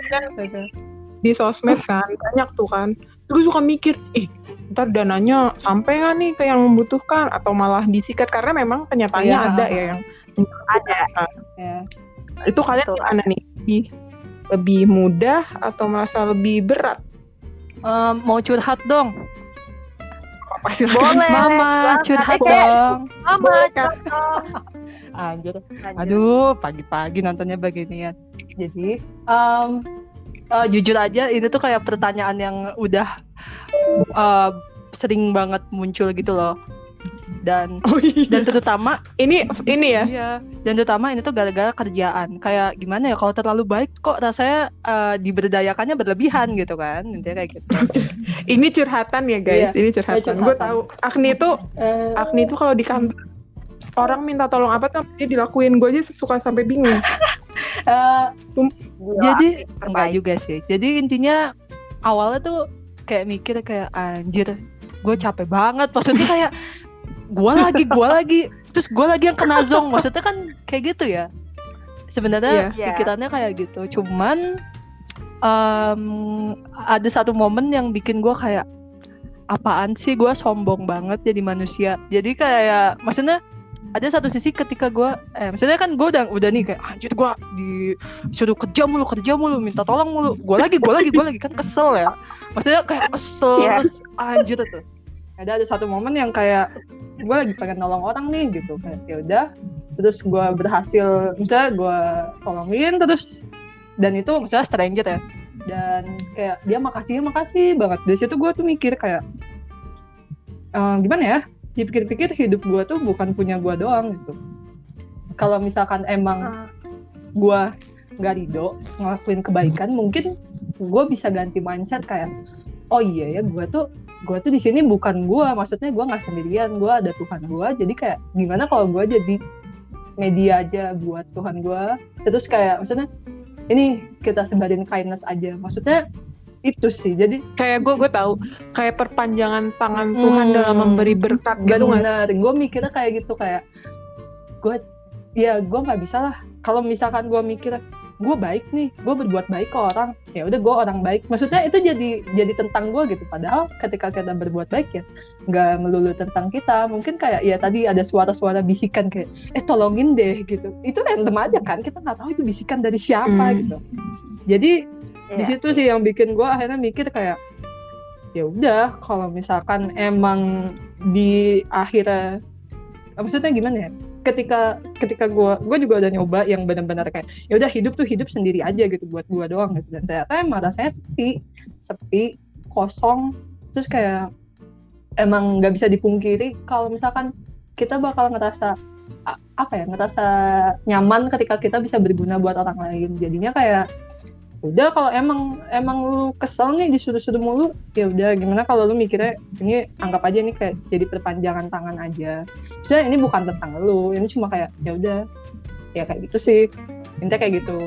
Di sosmed kan banyak tuh kan, terus suka mikir, ih ntar dananya sampai nggak nih ke yang membutuhkan atau malah disikat, karena memang kenyataannya Iya. ada ya yang Ada. Ya. itu. Kalian Betul. gimana nih, lebih lebih mudah atau merasa lebih berat? Um, mau curhat dong, Apa sih? Boleh. Mama banget. curhat Eh, dong. Mama, Boleh, cocok. Anjir. Lanjut. Aduh, pagi-pagi nontonnya beginian. Jadi, um, uh, jujur aja ini tuh kayak pertanyaan yang udah uh, sering banget muncul gitu loh. Dan Oh iya. dan terutama ini ini ya. iya, dan terutama ini tuh gara-gara kerjaan. Kayak gimana ya, kalau terlalu baik kok rasanya uh, diberdayakannya berlebihan gitu kan. Intinya kayak gitu. Ini curhatan ya guys, Iya, ini curhatan. curhatan. Gue tahu Agni tuh, Eh, Agni tuh kalau di kantor orang minta tolong apa tuh dia dilakuin, gue aja suka sampai bingung. eh, Gila. jadi terbaik. enggak juga sih. Jadi intinya awalnya tuh kayak mikir kayak anjir, gue capek banget. Maksudnya kayak gue lagi, gue lagi, terus gue lagi yang kena zong. Maksudnya kan kayak gitu ya. Sebenarnya Iya. pikirannya kayak gitu. Cuman em, ada satu momen yang bikin gue kayak apaan sih, gue sombong banget jadi manusia. Jadi kayak maksudnya ada satu sisi ketika gue, eh maksudnya kan gue udah udah nih kayak anjir gue disuruh kerja mulu kerja mulu minta tolong mulu, gue lagi gue lagi gue lagi kan kesel ya, maksudnya kayak kesel Iya. terus anjir terus ada ada satu momen yang kayak gue lagi pengen nolong orang nih gitu, kayak ya udah terus gue berhasil misalnya gue tolongin terus, dan itu misalnya stranger ya, dan kayak dia makasih makasih banget. Dari situ gue tuh mikir kayak ehm, gimana ya, dipikir-pikir hidup gue tuh bukan punya gue doang gitu. Kalau misalkan emang Ah. gue nggak ridho ngelakuin kebaikan, mungkin gue bisa ganti mindset kayak oh iya ya, gue tuh gue tuh di sini bukan gue, maksudnya gue nggak sendirian, gue ada Tuhan gue. Jadi kayak gimana kalau gue jadi media aja buat Tuhan gue, terus kayak maksudnya ini kita sebarin kindness aja, maksudnya itu sih. Jadi Kayak gue gue tahu kayak perpanjangan tangan Tuhan Hmm. dalam memberi berkat gitu nggak? benar, gue mikirnya kayak gitu, kayak gue ya gue nggak bisa lah kalau misalkan gue mikir gue baik nih, gue berbuat baik ke orang, ya udah gue orang baik, maksudnya itu jadi jadi tentang gue gitu. Padahal ketika kita berbuat baik ya nggak melulu tentang kita, mungkin kayak ya tadi ada suara-suara bisikan kayak eh tolongin deh gitu, itu random aja kan, kita nggak tahu itu bisikan dari siapa Hmm. gitu. Jadi di Iya. situ sih yang bikin gue akhirnya mikir kayak ya udah kalau misalkan emang di akhirnya, maksudnya gimana ya, ketika ketika gue gue juga udah nyoba yang benar-benar kayak ya udah hidup tuh hidup sendiri aja gitu buat gue doang gitu, dan ternyata emang rasanya sepi sepi kosong, terus kayak emang nggak bisa dipungkiri kalau misalkan kita bakal ngerasa a- apa ya ngerasa nyaman ketika kita bisa berguna buat orang lain. Jadinya kayak udah kalau emang emang lu kesel nih disuruh-suruh mulu, ya udah gimana kalau lu mikirnya ini anggap aja ini kayak jadi perpanjangan tangan aja. Maksudnya ini bukan tentang lu, ini cuma kayak ya udah ya kayak gitu sih. Intinya kayak gitu.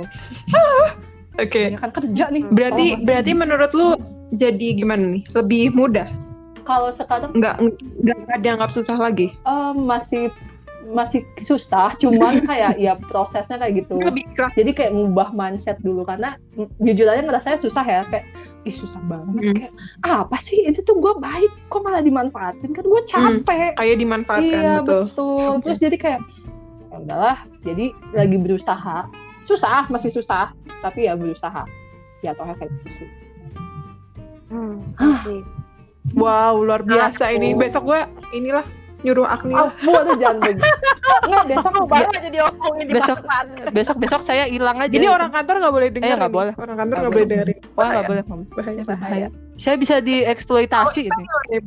Oke. Ya kan kerja nih. Berarti Kalau- berarti menurut lu jadi gimana nih? Lebih mudah? kalau sekarang Nggak nggak dianggap susah lagi? eh, masih masih susah, cuman kayak ya prosesnya kayak gitu. Lebih keras. Jadi kayak ngubah mindset dulu, karena mm, jujur aja ngerasanya susah ya, kayak ih susah banget, Hmm. kayak apa sih itu tuh gue baik kok malah dimanfaatin, kan gue capek. Kayak dimanfaatkan, Iya betul. betul. Terus jadi kayak ya udahlah, jadi lagi berusaha, susah masih susah, tapi ya berusaha. Ya toh kayak gitu sih. Hmm, Hah. sih. Wow, luar biasa Aku. ini. Besok gue inilah nyuruh Agni. Ah, buat jangan begitu. Enggak, besok Aku baru aja diomongin di Besok- depan. besok besok saya hilang aja. Jadi itu. orang kantor nggak boleh dengar. Eh, nggak ini. boleh. Orang kantor Nggak nggak boleh boleh. dengerin. Wah nggak boleh, nggak boleh. Bahaya. Bahaya. Saya bisa dieksploitasi ini.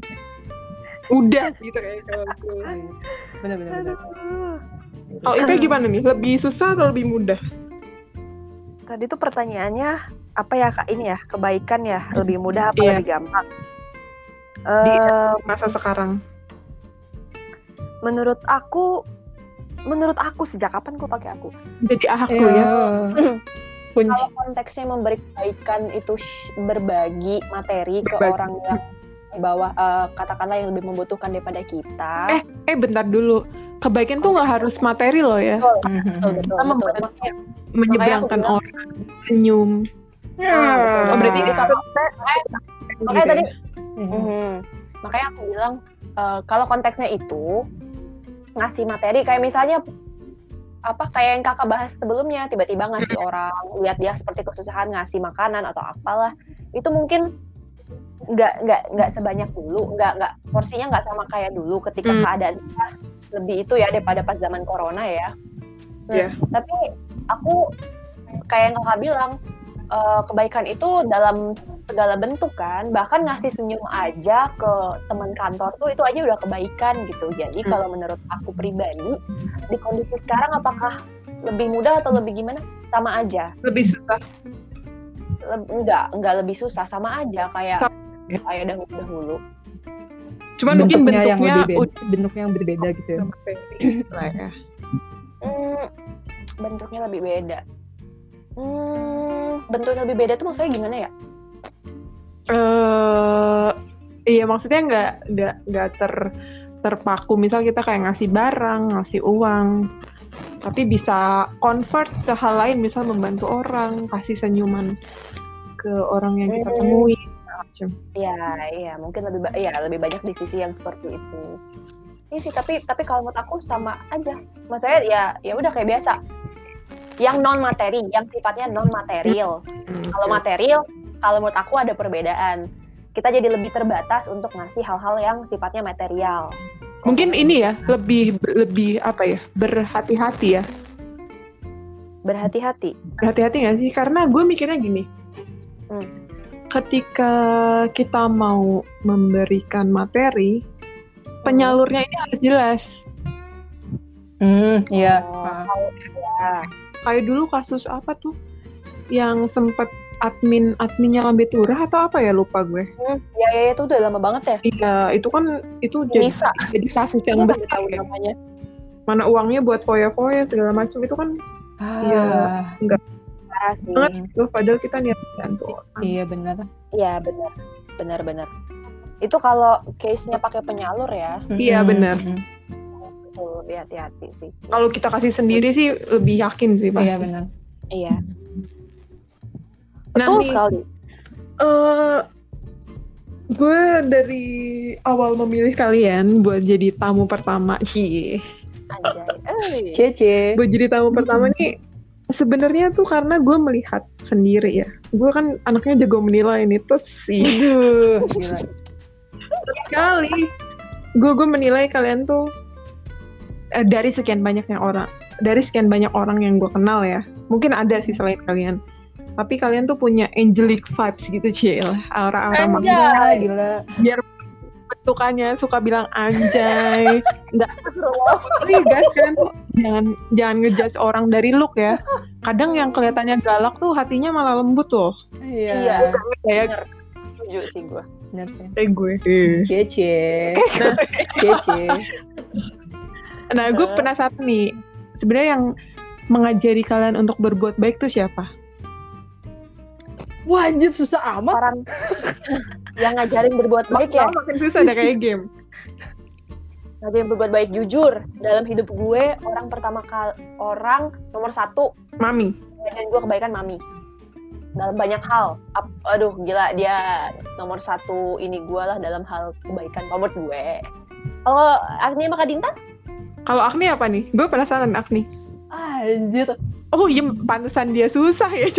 Udah gitu kayak kalau gitu. Bener-bener. Aduh. Oh, itu gimana nih? Lebih susah atau lebih mudah? Tadi tuh pertanyaannya apa ya Kak, ini ya, kebaikan ya, lebih mudah apa Iya. lebih gampang? Di Eh, masa sekarang. menurut aku menurut aku sejak kapan gue pakai aku? Jadi aku Iya. ya. Kunci. Kalau konteksnya memberi kebaikan itu sh- berbagi materi ke Berbagi. orang yang di bawah, eh, katakanlah yang lebih membutuhkan daripada kita. Eh, eh bentar dulu. Kebaikan tuh nggak harus materi loh ya. Betul, Mhm. betul, betul, Kita betul. membantu Makanya, menyeberangkan bilang- orang, senyum. Ah, betul. Oh berarti ini Nah, kalau makanya tadi, Mhm. mhm. makanya aku bilang eh, kalau konteksnya itu ngasih materi kayak misalnya apa kayak yang kakak bahas sebelumnya, tiba-tiba ngasih orang lihat dia seperti kesusahan ngasih makanan atau apalah, itu mungkin nggak nggak nggak sebanyak dulu, nggak nggak porsinya nggak sama kayak dulu ketika Hmm. keadaan kita lebih itu ya daripada pas zaman corona ya. Nah, Iya. tapi aku kayak yang kakak bilang, eh, kebaikan itu dalam segala bentuk kan, bahkan ngasih senyum aja ke teman kantor tuh itu aja udah kebaikan gitu. Jadi Hmm. kalau menurut aku pribadi di kondisi sekarang apakah lebih mudah atau lebih gimana? Sama aja. lebih susah. Leb- enggak, enggak lebih susah, sama aja kayak Sama, ya. kayak dahulu-dahulu. Cuman mungkin bentuknya yang bentuknya lebih beda, udah bentuknya yang berbeda gitu ya. lah ya. Hmm, bentuknya lebih beda. Hmm, bentuknya lebih beda tuh maksudnya gimana ya? Eh, iya maksudnya nggak nggak nggak ter terpaku. Misal kita kayak ngasih barang, ngasih uang, tapi bisa convert ke hal lain. Misal membantu orang, kasih senyuman ke orang yang kita Hmm. temui. segala macam. Iya, iya, mungkin lebih ba- iya, lebih banyak di sisi yang seperti itu. Iya sih, tapi tapi kalau menurut aku sama aja. Maksudnya ya ya udah kayak biasa. Yang non materi, yang sifatnya non material. Hmm, Kalau oke. material, kalau menurut aku ada perbedaan. Kita jadi lebih terbatas untuk ngasih hal-hal yang sifatnya material. Mungkin ini ya lebih lebih apa ya berhati-hati ya. Berhati-hati. Berhati-hati nggak sih? Karena gue mikirnya gini. Hmm. Ketika kita mau memberikan materi, penyalurnya ini harus jelas. Hmm, iya. Oh, ya. Kayak dulu kasus apa tuh yang sempet admin adminnya Lambe Turah atau apa ya, lupa gue. Hmm, ya, ya, itu udah lama banget ya. Iya, itu kan itu jadi, Nisa. jadi kasus yang Aku besar tahu ya. namanya. Mana uangnya buat foya-foya segala macam, itu kan Iya. Ah, Parah sih. banget gitu. Padahal kita niat bantu orang. iya benar. Iya, benar. Benar-benar. Itu kalau case-nya pakai penyalur ya, Iya, benar. Mhm. betul, hati-hati sih. Kalau kita kasih sendiri sih lebih yakin sih pasti. Iya benar. Iya. Nah, Betul nih, sekali. eh, gue dari awal memilih kalian buat jadi tamu pertama, Cie. Anjay. Eh. Cece. Buat jadi tamu pertama nih, sebenarnya tuh karena gue melihat sendiri ya. Gue kan anaknya jago menilai nih, terus sih Aduh, gila. sekali. Gue gue menilai kalian tuh eh, dari sekian banyaknya orang, dari sekian banyak orang yang gue kenal ya. Mungkin ada sih selain kalian. Tapi kalian tuh punya angelic vibes gitu, Cie. Aura-aura Anjay. manis. Gila, gila. Biar bentukannya suka bilang anjay, nggak tapi guys kalian tuh jangan jangan ngejudge orang dari look ya. Kadang yang kelihatannya galak tuh hatinya malah lembut loh. Iya. Iya. Kayak Setuju sih gue. Benar sih. kayak gue. Cece. Cece. Nah gue penasaran nih, sebenarnya yang mengajari kalian untuk berbuat baik tuh siapa? Wah, anjir susah amat. Orang yang ngajarin berbuat baik ya. Oh, makin susah ada kayak game. Ngajarin berbuat baik jujur. Dalam hidup gue, orang pertama kali, orang nomor satu Mami. ngajarin gue kebaikan mami. Dalam banyak hal. Ap- aduh gila, dia nomor satu ini gue lah dalam hal kebaikan menurut gue. Kalau Agni sama Kak Dinta? Kalau Agni apa nih? Gue penasaran Agni. Anjir. Oh iya, pantesan dia susah ya.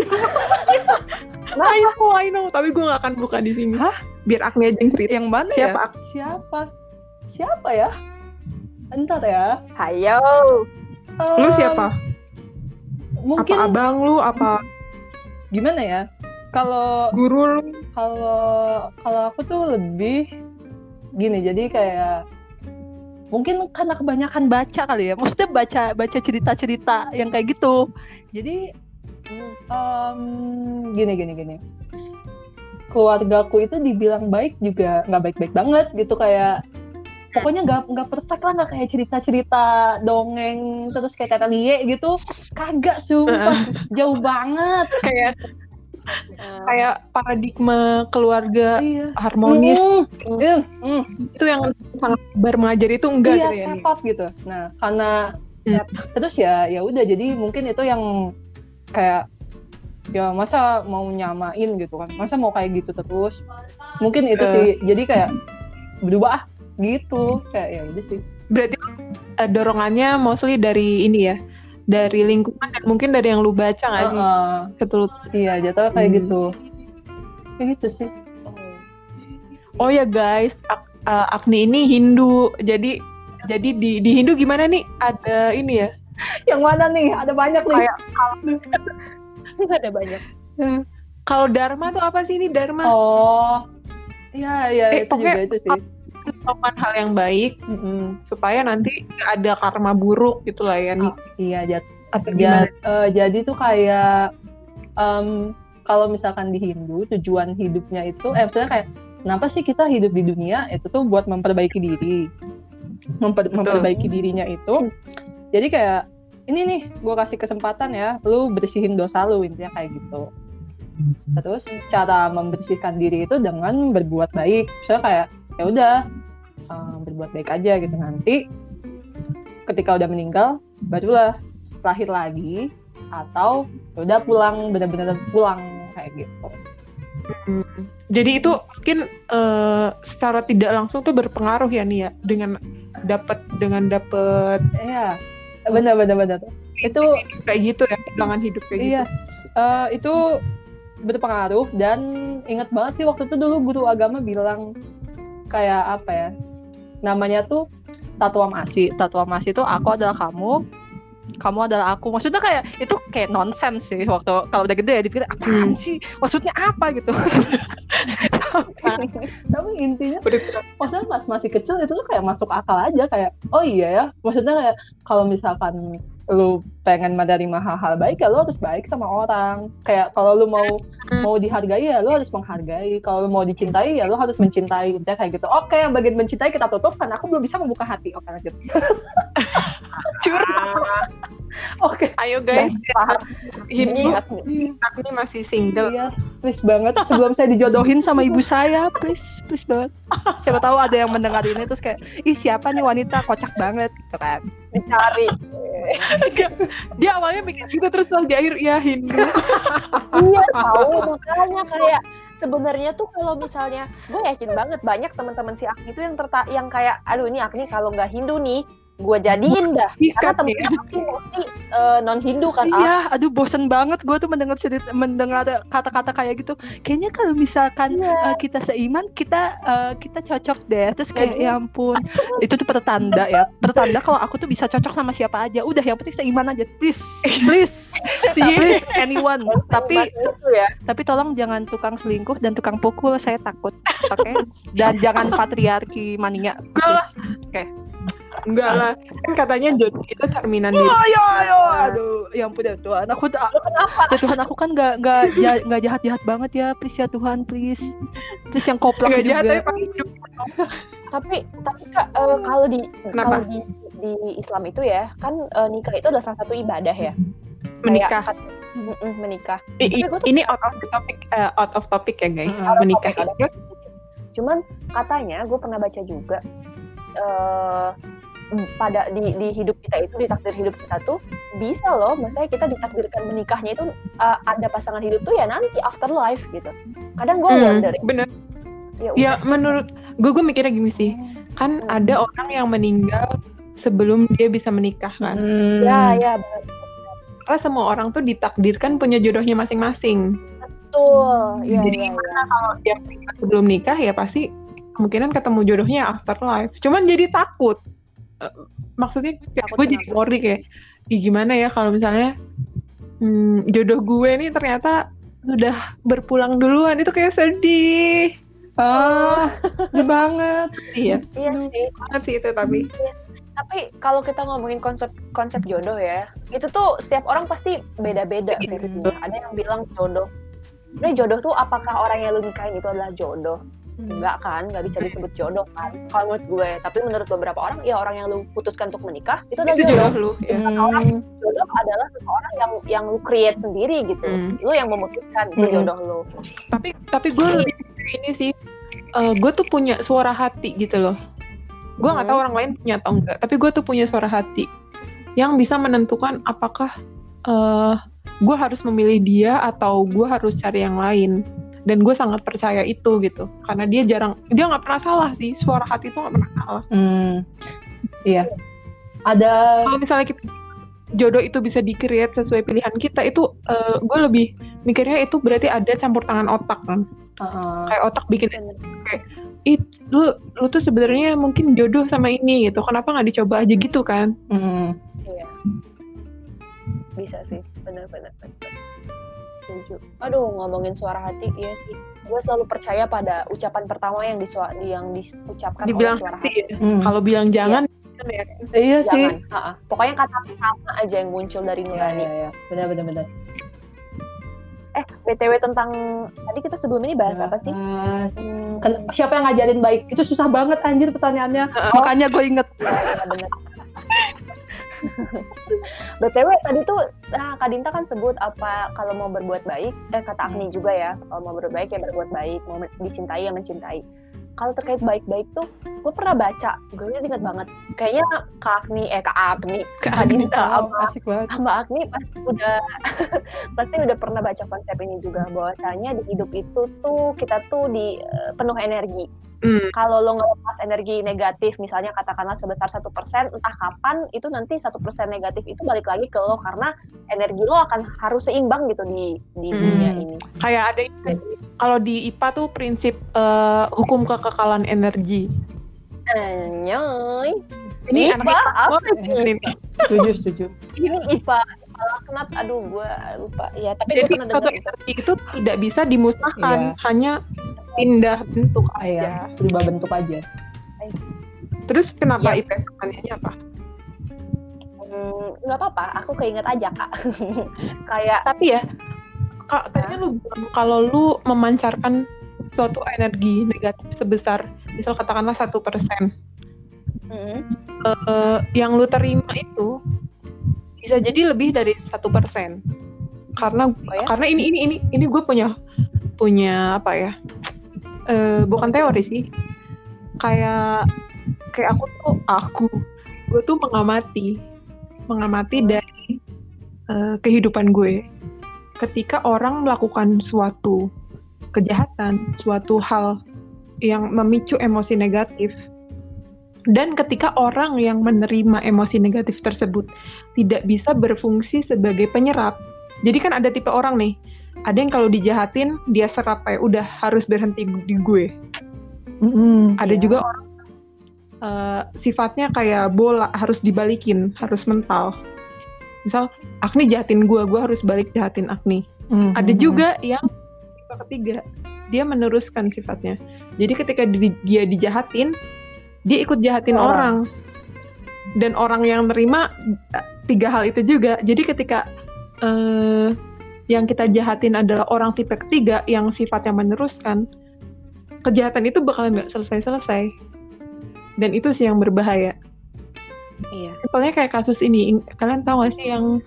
I know, I know. Tapi gue gak akan buka di sini. Hah? Biar Agni aja yang cerita. Yang mana Siapa? ya? Siapa? Siapa ya? Entar ya. Hayo. Lu Um, siapa? Mungkin Apa abang lu? Apa gimana ya? Kalau guru lu? kalau kalau aku tuh lebih gini, jadi kayak mungkin karena kebanyakan baca kali ya. Maksudnya baca baca cerita-cerita yang kayak gitu. Jadi um, gini gini gini. Keluargaku itu dibilang baik juga nggak baik-baik banget gitu, kayak pokoknya nggak nggak perfect lah, nggak kayak cerita-cerita dongeng terus kayak Tete Lie gitu, kagak, sumpah jauh banget. Kayak kayak paradigma keluarga Iya. harmonis Mm, mm, mm. itu yang sangat bar mengajar itu enggak Iya, gitu ya nih. tetot gitu. Nah, karena Hmm. terus ya ya udah, jadi mungkin itu yang kayak ya masa mau nyamain gitu kan, masa mau kayak gitu terus, mungkin itu Eh. sih, jadi kayak berubah gitu, kayak ya udah sih. Berarti uh, dorongannya mostly dari ini ya, dari lingkungan dan mungkin dari yang lu baca nggak sih? Uh-uh. Betul. Iya, jatuhnya kayak Hmm. gitu, kayak gitu sih. Oh ya guys, Ak- uh, Agni ini Hindu, jadi jadi di di Hindu gimana nih? Ada ini ya? Yang mana nih? Ada banyak nih. Kayak Ada banyak. kalau Dharma tuh apa sih ini Dharma? Oh, iya iya Eh, itu juga pokoknya- itu sih. Melakukan hal yang baik Mm-mm. supaya nanti nggak ada karma buruk gitu lah ya nih. Oh, iya, jat Apa Ja- gimana? eh, jadi tuh kayak em, kalau misalkan di Hindu tujuan hidupnya itu eh maksudnya kayak kenapa sih kita hidup di dunia itu tuh buat memperbaiki diri, Memper- Betul. memperbaiki dirinya itu. Jadi kayak ini nih gue kasih kesempatan ya, lu bersihin dosa lu, intinya kayak gitu. Terus cara membersihkan diri itu dengan berbuat baik. Misalnya kayak ya udah eh, berbuat baik aja gitu, nanti ketika udah meninggal barulah lahir lagi, atau ya udah pulang, benar-benar pulang kayak gitu. Hmm. Jadi itu mungkin eh, secara tidak langsung tuh berpengaruh ya nih ya dengan dapat dengan dapat Iya, benar-benar benar. Itu kayak gitu ya, pegangan hidup kayak iya, gitu. eh, itu berpengaruh. Dan ingat banget sih waktu itu dulu guru agama bilang kayak apa ya, namanya tuh tatuamasi. Tatuamasi itu aku adalah kamu, kamu adalah aku. Maksudnya kayak itu kayak nonsens sih waktu kalau udah gede ya dipikir apaan Hmm. sih, maksudnya apa gitu. tapi, tapi intinya maksudnya pas masih kecil itu tuh kayak masuk akal aja, kayak oh iya ya, maksudnya kayak kalau misalkan lu pengen menerima hal-hal baik ya lu harus baik sama orang, kayak kalau lu mau mau dihargai ya lu harus menghargai, kalau lu mau dicintai ya lu harus mencintai, intinya kayak gitu. Oke, yang bagian mencintai kita tutup karena aku belum bisa membuka hati. Oke, lanjut. Curhat. Oke, Ayo guys, Paham. Hindu Ingat nih. ini masih single. iya, please banget sebelum saya dijodohin sama ibu saya, please, please banget. Siapa tahu ada yang mendengar ini terus kayak, ih siapa nih wanita kocak banget gitu kan. Dicari. Dia awalnya bikin gitu terus setelah di akhir ya Hindu. Iya tahu, makanya kayak sebenarnya tuh kalau misalnya gue yakin banget banyak teman-teman si Agni itu yang terta yang kayak aduh ini Agni kalau nggak Hindu nih gue jadiin dah, karena Ikat temen nih. Agni mostly uh, non Hindu kan. Ah, Iya, aduh bosen banget gue tuh mendengar cerita, mendengar kata-kata kayak gitu. Kayaknya kalau misalkan Iya. uh, kita seiman, kita uh, kita cocok deh. Terus kayak ya ampun, itu tuh pertanda ya, pertanda kalau aku tuh bisa cocok sama siapa aja. Udah, yang penting seiman aja, please, please, please anyone. Tapi itu ya. tapi tolong jangan tukang selingkuh dan tukang pukul, saya takut. Oke? Dan jangan patriarki mania. Please. Enggak lah, kan katanya jodoh itu cerminan diri. Ayo, ayo, aduh, ya ampun ya Tuhan, aku ya Tuhan, aku kan nggak nggak ja- nggak jahat jahat banget ya, please ya Tuhan, please, please yang koplak Enggak jahat tapi juga. pakai hidup. Tapi tapi Kak, uh, kalau di Kenapa? kalau di di Islam itu ya kan uh, nikah itu adalah salah satu ibadah ya. Menikah. Kayak, mm-mm, menikah. I- i- Tapi gua tuh- ini out of the topic, eh, out of topic ya guys. Mm-mm. Menikah Out of itu. Cuman katanya gue pernah baca juga eh pada di di hidup kita itu, di takdir hidup kita tuh bisa loh, maksudnya kita ditakdirkan menikahnya itu uh, ada pasangan hidup tuh ya nanti afterlife gitu. Kadang gue Hmm, wonder bener. ya, Ya udah sih. menurut gue gue mikirnya gini sih, kan Hmm. ada orang yang meninggal sebelum dia bisa menikah kan. Hmm. ya ya betul Karena semua orang tuh ditakdirkan punya jodohnya masing-masing. betul ya Jadi ya, ya. Kalau dia menikah sebelum nikah ya pasti kemungkinan ketemu jodohnya afterlife. Cuman jadi takut. Eh, maksudnya kayak Takut gue jadi kenapa? worry kayak, ih gimana ya kalau misalnya hmm, jodoh gue nih ternyata sudah berpulang duluan, itu kayak sedih. Ah, sedih banget. Iya, Iya Aduh, sih. banget sih itu tapi. Tapi kalau kita ngomongin konsep konsep jodoh ya, itu tuh setiap orang pasti beda-beda Iya, versinya. Ada yang bilang jodoh, sebenarnya jodoh tuh apakah orang yang lu nikahin itu adalah jodoh? enggak kan, nggak bisa disebut jodoh kan kalau menurut gue. Tapi menurut beberapa orang, ya orang yang lu putuskan untuk menikah itu adalah Itu jodoh. jodoh lu. Ya. Kata orang jodoh adalah seseorang yang yang lu create sendiri gitu. Hmm. Lu yang memutuskan itu Hmm. jodoh lu. Tapi tapi gue lebih dari ini sih. Uh, gue tuh punya suara hati gitu loh. Gue nggak Hmm. tahu orang lain punya atau enggak. Tapi gue tuh punya suara hati yang bisa menentukan apakah uh, gue harus memilih dia atau gue harus cari yang lain. Dan gue sangat percaya itu gitu, karena dia jarang, dia nggak pernah salah sih, suara hati itu nggak pernah salah. Hmm. Iya. Ada. Kalau misalnya kita jodoh itu bisa di-create sesuai pilihan kita, itu uh, gue lebih mikirnya itu berarti ada campur tangan otak kan. Uh-uh. Kayak otak bikin kayak, it lu lu tuh sebenarnya mungkin jodoh sama ini gitu, kenapa nggak dicoba aja gitu kan? Hmm. Iya. Bisa sih, benar-benar. Setuju. Aduh, ngomongin suara hati, iya sih. Gue selalu percaya pada ucapan pertama yang disua- yang diucapkan Dibilang oleh suara hati. hati. Ya. Hmm. Kalau bilang jangan, kan ya. Iya sih. Jangan. Ha-ha. Pokoknya kata pertama aja yang muncul dari Iya, nurani. iya, iya. Benar-benar benar. Eh, B T W tentang tadi kita sebelum ini bahas apa sih? Bahas. Hmm, Ken- siapa yang ngajarin baik? Itu susah banget anjir pertanyaannya. Uh-uh. Makanya gue inget. ya, ya, bener. B T W tadi tuh nah, Kak Dinta kan sebut apa kalau mau berbuat baik, eh kata Agni juga ya, kalau mau berbuat baik ya berbuat baik, mau dicintai ya mencintai. Kalau terkait baik-baik tuh, gue pernah baca, gue ingat banget. Kayaknya Kak Agni, eh Kak Agni, Kak Dinta Oh, sama asik banget. sama Agni pasti udah pasti udah pernah baca konsep ini juga, bahwasanya di hidup itu tuh kita tuh di uh, penuh energi. Hmm. Kalau lo ngelepas energi negatif, misalnya katakanlah sebesar satu persen, entah kapan itu nanti satu persen negatif itu balik lagi ke lo, karena energi lo akan harus seimbang gitu di di Hmm. dunia ini. Kayak ada kalau di I P A tuh prinsip uh, hukum kekekalan energi. Anyoy. Ini I P A anak I P A. apa Oh, sih? ini. Setuju, setuju. Ini I P A, I P A laknat, aduh gue lupa. Ya, tapi gue Jadi pernah suatu dengar. energi itu tidak bisa dimusnahkan, Iya. hanya pindah bentuk Ah, iya. aja. Berubah bentuk aja. Terus kenapa Ya. I P A pertanyaannya apa? Hmm, nggak apa-apa, aku keinget aja kak. Kayak Tapi ya, Kak, tadi kan lu bilang kalau lu memancarkan suatu energi negatif sebesar, misal katakanlah satu persen, hmm, yang lu terima itu bisa jadi lebih dari satu persen. Karena Oh ya? karena ini ini ini ini gue punya punya apa ya? Eh, bukan teori sih. Kayak kayak aku tuh aku gue tuh mengamati mengamati dari uh, kehidupan gue. Ketika orang melakukan suatu kejahatan, suatu hal yang memicu emosi negatif, dan ketika orang yang menerima emosi negatif tersebut tidak bisa berfungsi sebagai penyerap. Jadi kan ada tipe orang nih, ada yang kalau dijahatin dia serap kayak udah harus berhenti di gue. Mm-hmm. Ada Iya. juga orang uh, sifatnya kayak bola, harus dibalikin, harus mental. Misal Agni jahatin gue, gue harus balik jahatin Agni. Mm-hmm. Ada juga yang tipe ketiga, dia meneruskan sifatnya. Jadi ketika di, dia dijahatin, dia ikut jahatin Orang. orang. Dan orang yang nerima tiga hal itu juga. Jadi ketika uh, yang kita jahatin adalah orang tipe ketiga yang sifatnya meneruskan, kejahatan itu bakalan nggak selesai-selesai. Dan itu sih yang berbahaya. iya. Simpelnya kayak kasus ini, kalian tahu gak sih yang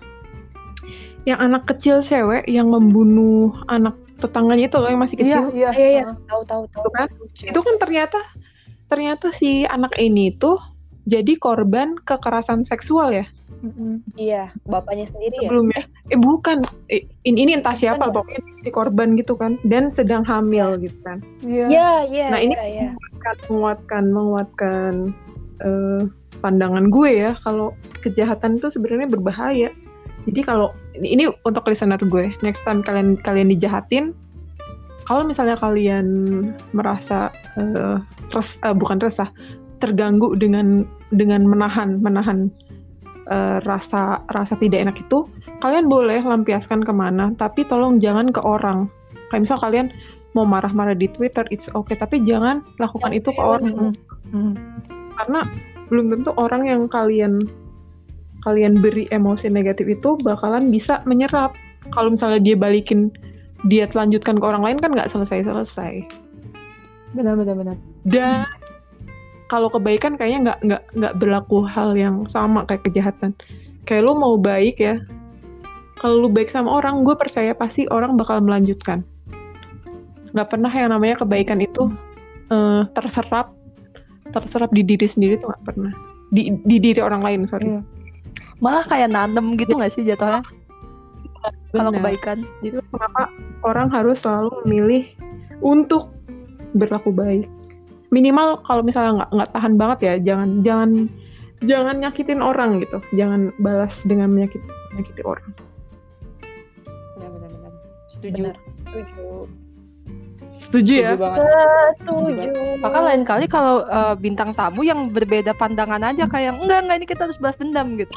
yang anak kecil cewek yang membunuh anak tetangganya itu loh yang masih kecil? Iya, iya. Iya, iya, tahu tahu tahu. Itu kan, itu kan ternyata ternyata si anak ini tuh jadi korban kekerasan seksual ya Mm-hmm. Iya, bapaknya sendiri ya. sebelumnya. Eh bukan, eh, ini, ini entah siapa, Bukan ya? pokoknya si korban gitu kan, dan sedang hamil gitu kan. Iya. Iya, iya. Nah, ini iya, iya. menguatkan menguatkan, menguatkan eh, pandangan gue ya kalau kejahatan itu sebenarnya berbahaya. Jadi kalau ini, ini untuk listener gue, next time kalian kalian dijahatin, kalau misalnya kalian merasa eh, res, eh, bukan resah, terganggu dengan dengan menahan menahan eh, rasa rasa tidak enak itu, kalian boleh lampiaskan kemana, tapi tolong jangan ke orang. Kayak misal kalian mau marah-marah di Twitter, it's okay, tapi jangan lakukan itu ke orang. Mm-hmm. Karena belum tentu orang yang kalian kalian beri emosi negatif itu bakalan bisa menyerap. Kalau misalnya dia balikin, dia lanjutkan ke orang lain kan nggak selesai-selesai. Benar benar benar. Dan kalau kebaikan kayaknya nggak nggak nggak berlaku hal yang sama kayak kejahatan. Kayak lu mau baik ya, kalau lu baik sama orang, gue percaya pasti orang bakal melanjutkan. Nggak pernah yang namanya kebaikan itu uh, terserap terserap di diri sendiri, tuh nggak pernah. Di di diri orang lain, sorry. Iya. Malah kayak nanem gitu nggak sih jatuhnya? Kalau kebaikan. Jadi kenapa orang harus selalu memilih untuk berlaku baik? Minimal kalau misalnya nggak nggak tahan banget ya, jangan jangan jangan nyakitin orang gitu, jangan balas dengan menyakiti menyakiti orang. Benar-benar. Setuju. Benar. Setuju. Setuju ya? Setuju. Maka lain kali kalau uh, bintang tamu yang berbeda pandangan aja kayak enggak enggak ini kita harus balas dendam gitu.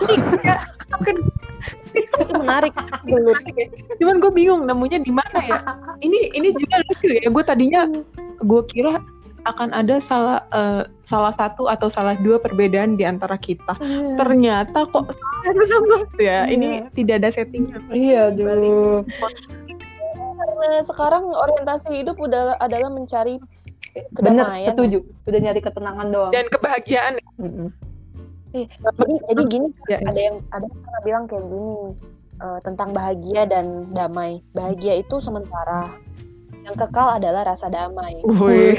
Itu menarik. Cuman gue bingung nemunya di mana ya. Ini ini juga lucu ya. Gue tadinya gue kira akan ada salah uh, salah satu atau salah dua perbedaan di antara kita. Yeah. Ternyata kok sama ya. Yeah. Ini tidak ada settingnya. Iya, aduh. Karena sekarang orientasi hidup udah adalah mencari Bener, kedamaian. setuju. Udah nyari ketenangan doang. Dan kebahagiaan. Mm-hmm. Jadi jadi gini, ya, ada yang ada yang pernah bilang kayak gini uh, tentang bahagia dan damai. Bahagia itu sementara. Yang kekal adalah rasa damai. Wih.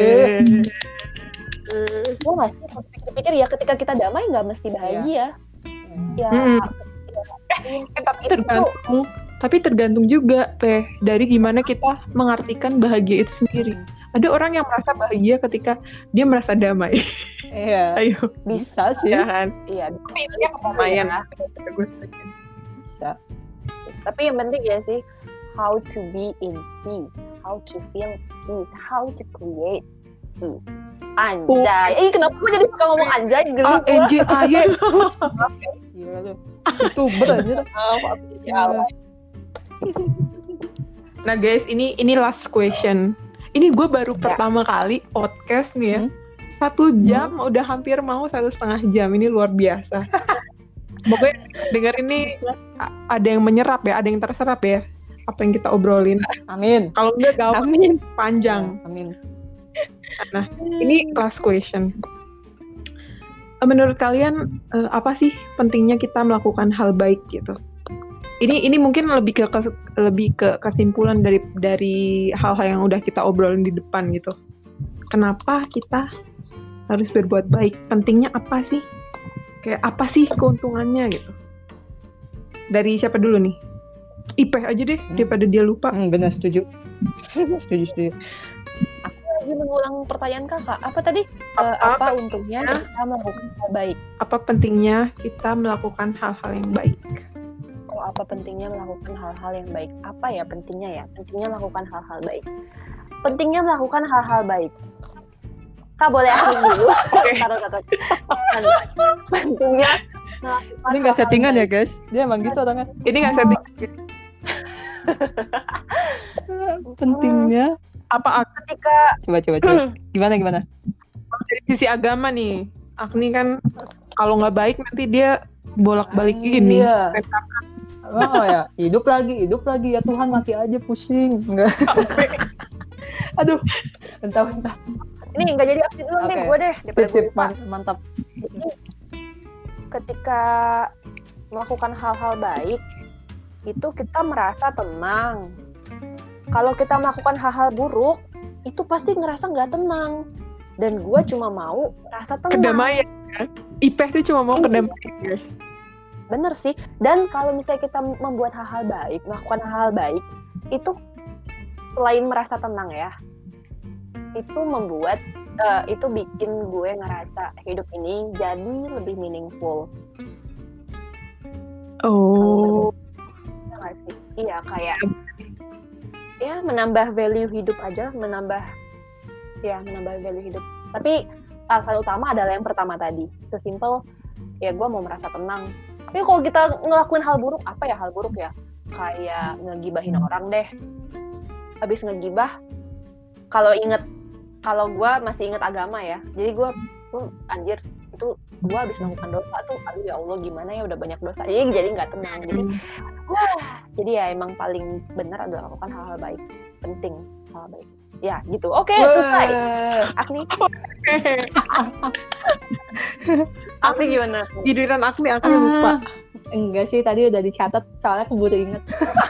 Gue nggak sih pikir-pikir ya ketika kita damai nggak mesti bahagia. Ya. Hmm. ya, eh, eh, tapi tergantung. Tapi tergantung juga, Peh, dari gimana kita mengartikan bahagia itu sendiri. Ada orang yang merasa bahagia ketika dia merasa damai. Iya. Ayo. Bisa sih. Ya kan? Iya. Tapi itu yang lumayan. Bisa. Tapi yang penting ya sih, how to be in peace, how to feel peace, how to create peace. Anjay. Eh, kenapa gue jadi suka ngomong anjay? A N J A Y. Gila tuh. YouTuber aja tuh. Nah guys, ini ini last question. Ini gue baru ya. pertama kali podcast nih ya. Hmm? Satu jam hmm? udah hampir mau satu setengah jam. Ini luar biasa. Pokoknya denger ini ada yang menyerap ya, ada yang terserap ya. Apa yang kita obrolin. Amin. Kalau enggak gawat, Amin. Panjang. Amin. Nah, ini last question. Menurut kalian apa sih pentingnya kita melakukan hal baik gitu? Ini ini mungkin lebih ke kes, lebih ke kesimpulan dari dari hal-hal yang udah kita obrolin di depan gitu. Kenapa kita harus berbuat baik? Pentingnya apa sih? Kayak apa sih keuntungannya gitu? Dari siapa dulu nih? Ipeh aja deh hmm. daripada dia lupa. Hmm, benar, setuju. setuju setuju. Aku lagi mengulang pertanyaan kakak. Apa tadi? Apa, uh, apa untungnya kita melakukan hal baik? Apa pentingnya kita melakukan hal-hal yang baik? Oh, apa pentingnya melakukan hal-hal yang baik? Apa ya pentingnya ya? Pentingnya melakukan hal-hal baik. Pentingnya melakukan hal-hal baik. Kak boleh aku dulu? Taruh kata. Pentingnya ini nggak settingan baik. Ya guys? Dia emang gitu orangnya. Ini nggak settingan. Pentingnya apa? Ketika coba coba coba. Gimana gimana? Dari sisi agama nih, Agni kan kalau nggak baik nanti dia bolak-balik gini. Iya. Oh ya, hidup lagi, hidup lagi ya Tuhan, mati aja pusing. Enggak. Aduh, bentar-bentar. Ini enggak jadi update dulu okay. nih gue deh. Sip, sip, mantap. Ketika melakukan hal-hal baik, itu kita merasa tenang. Kalau kita melakukan hal-hal buruk, itu pasti ngerasa nggak tenang. Dan gue cuma mau rasa tenang. Kedamaian. Ipeh tuh cuma mau kedamaian, guys. Bener sih. Dan kalau misalnya kita membuat hal-hal baik, melakukan hal-hal baik, itu selain merasa tenang ya, itu membuat, uh, itu bikin gue ngerasa hidup ini jadi lebih meaningful. Oh. Nggak sih? Iya, kayak ya menambah value hidup aja, menambah ya menambah value hidup. Tapi alasan utama adalah yang pertama tadi. Sesimpel ya gue mau merasa tenang. Tapi kalau kita ngelakuin hal buruk, apa ya hal buruk ya? Kayak ngegibahin orang deh. Habis ngegibah, kalau inget, kalau gue masih inget agama ya, jadi gue, oh, anjir, itu gue habis melakukan dosa tuh, aduh ya Allah gimana ya udah banyak dosa, jadi jadi nggak tenang. Jadi, wah, jadi ya emang paling benar adalah melakukan hal-hal baik, penting hal baik. Ya gitu. Oke, selesai. Agni. Agni gimana? Giliran Agni aku lupa. Enggak sih, tadi udah dicatat soalnya keburu inget.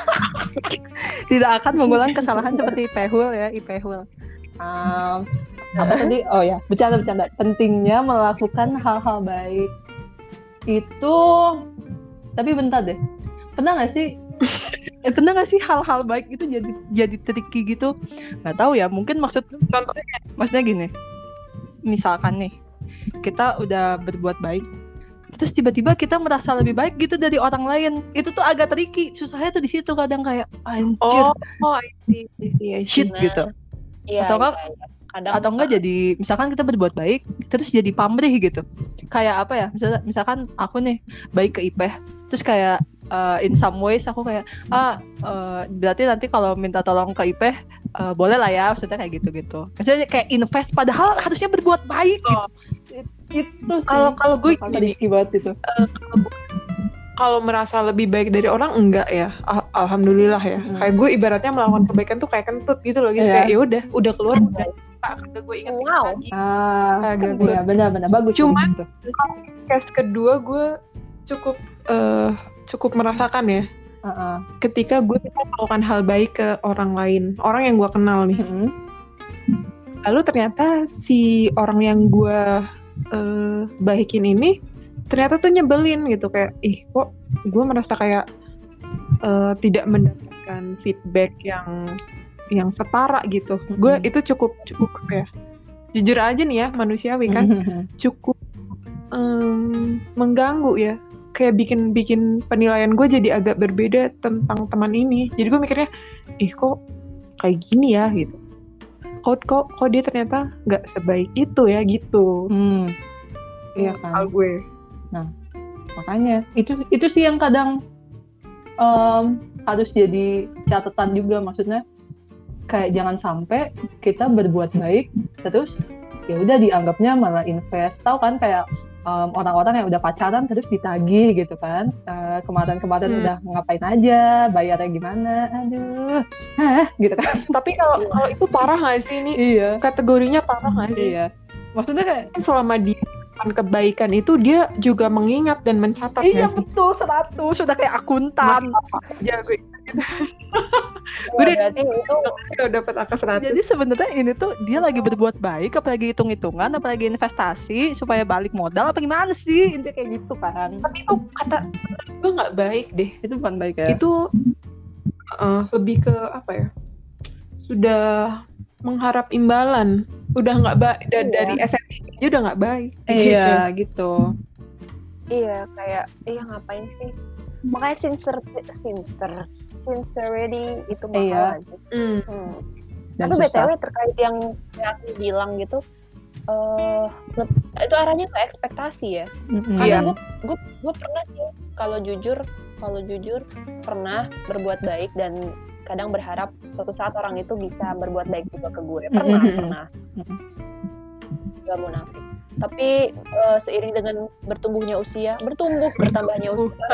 Tidak akan mengulang kesalahan seperti Ipehul ya, Ipehul. Um, apa tadi? Oh ya, bercanda-bercanda. Pentingnya melakukan hal-hal baik. Itu, tapi bentar deh. Pernah nggak sih? eh, pernah nggak sih hal-hal baik itu jadi jadi tricky gitu? Nggak tahu ya. Mungkin maksud maksudnya gini. Misalkan nih, kita udah berbuat baik. Terus tiba-tiba kita merasa lebih baik gitu dari orang lain. Itu tuh agak tricky. Susahnya tuh di situ kadang kayak anjir. Oh, oh I see, I see, I see. Shit Nah, gitu. Iya, Atau enggak iya, iya. Kadang atau enggak jadi misalkan kita berbuat baik terus jadi pamrih gitu. Kayak apa ya? Misalkan, misalkan aku nih baik ke Ipeh. Terus kayak uh, in some ways aku kayak ah uh, berarti nanti kalau minta tolong ke Ipeh uh, boleh lah ya, maksudnya kayak gitu-gitu. Maksudnya kayak invest padahal harusnya berbuat baik gitu. Oh. Itu sih. Kalau kalau gue gini, banget itu. uh, kalau gue kalau merasa lebih baik dari orang enggak ya. Al- Alhamdulillah ya. Hmm. Kayak gue ibaratnya melakukan kebaikan tuh kayak kentut gitu loh guys. Iya. Kayak ya udah, udah keluar udah. Kagak gue ingat Wow. lagi. Ah, Agak iya benar-benar bagus. Cuma- gitu. Case kedua gue cukup eh, cukup merasakan ya. Uh-uh. Ketika gue melakukan hal baik ke orang lain, orang yang gue kenal nih. Mm-hmm. Lalu ternyata si orang yang gue uh, baikin ini ternyata tuh nyebelin gitu, kayak ih kok gue merasa kayak uh, tidak mendapatkan feedback yang yang setara gitu. Mm-hmm. Gue itu cukup cukup ya jujur aja nih ya, manusiawi kan, mm-hmm. cukup um, mengganggu ya, kayak bikin bikin penilaian gue jadi agak berbeda tentang teman ini. Jadi gue mikirnya ih kok kayak gini ya gitu. Kok kok kok dia ternyata nggak sebaik itu ya gitu. Hmm. Iya kan. Hal gue. Nah, makanya itu itu sih yang kadang um, harus jadi catatan juga, maksudnya kayak jangan sampai kita berbuat baik terus ya udah dianggapnya malah invest. Tahu kan kayak um, orang-orang yang udah pacaran terus ditagih gitu kan, uh, kemarin-kemarin hmm. udah ngapain aja, bayarnya gimana, aduh, hah, gitu kan. Tapi kalau kalau itu parah nggak sih ini? Iya. Kategorinya parah nggak sih? Iya. Maksudnya kayak selama dia kebaikan itu dia juga mengingat dan mencatat. Iya betul, seratus sudah kayak akuntan. Ya gue. Gue udah berarti itu udah dapat angka seratus. Jadi sebenarnya ini tuh dia lagi berbuat baik, apalagi hitung-hitungan, apalagi investasi supaya balik modal, apa gimana sih? Intinya kayak gitu kan. Tapi itu kata gue nggak baik deh. Itu bukan baik ya. Itu uh, lebih ke apa ya? Sudah mengharap imbalan, udah nggak baik da- iya. dari esensi aja udah nggak baik. Iya gitu. Iya kayak iya ngapain sih? Makanya sincere, sincere, sincerity itu mahal iya. aja. Mm. Hmm. Dan Tapi susah. B T W terkait yang yang aku bilang gitu, uh, itu arahnya ke ekspektasi ya. Mm-hmm. Karena Iya. gue gue gue pernah sih kalau jujur kalau jujur pernah berbuat baik dan kadang berharap suatu saat orang itu bisa berbuat baik juga ke gue. Pernah, Mm-hmm. pernah. Gak munafik. Tapi uh, seiring dengan bertumbuhnya usia, bertumbuh bertambahnya usia,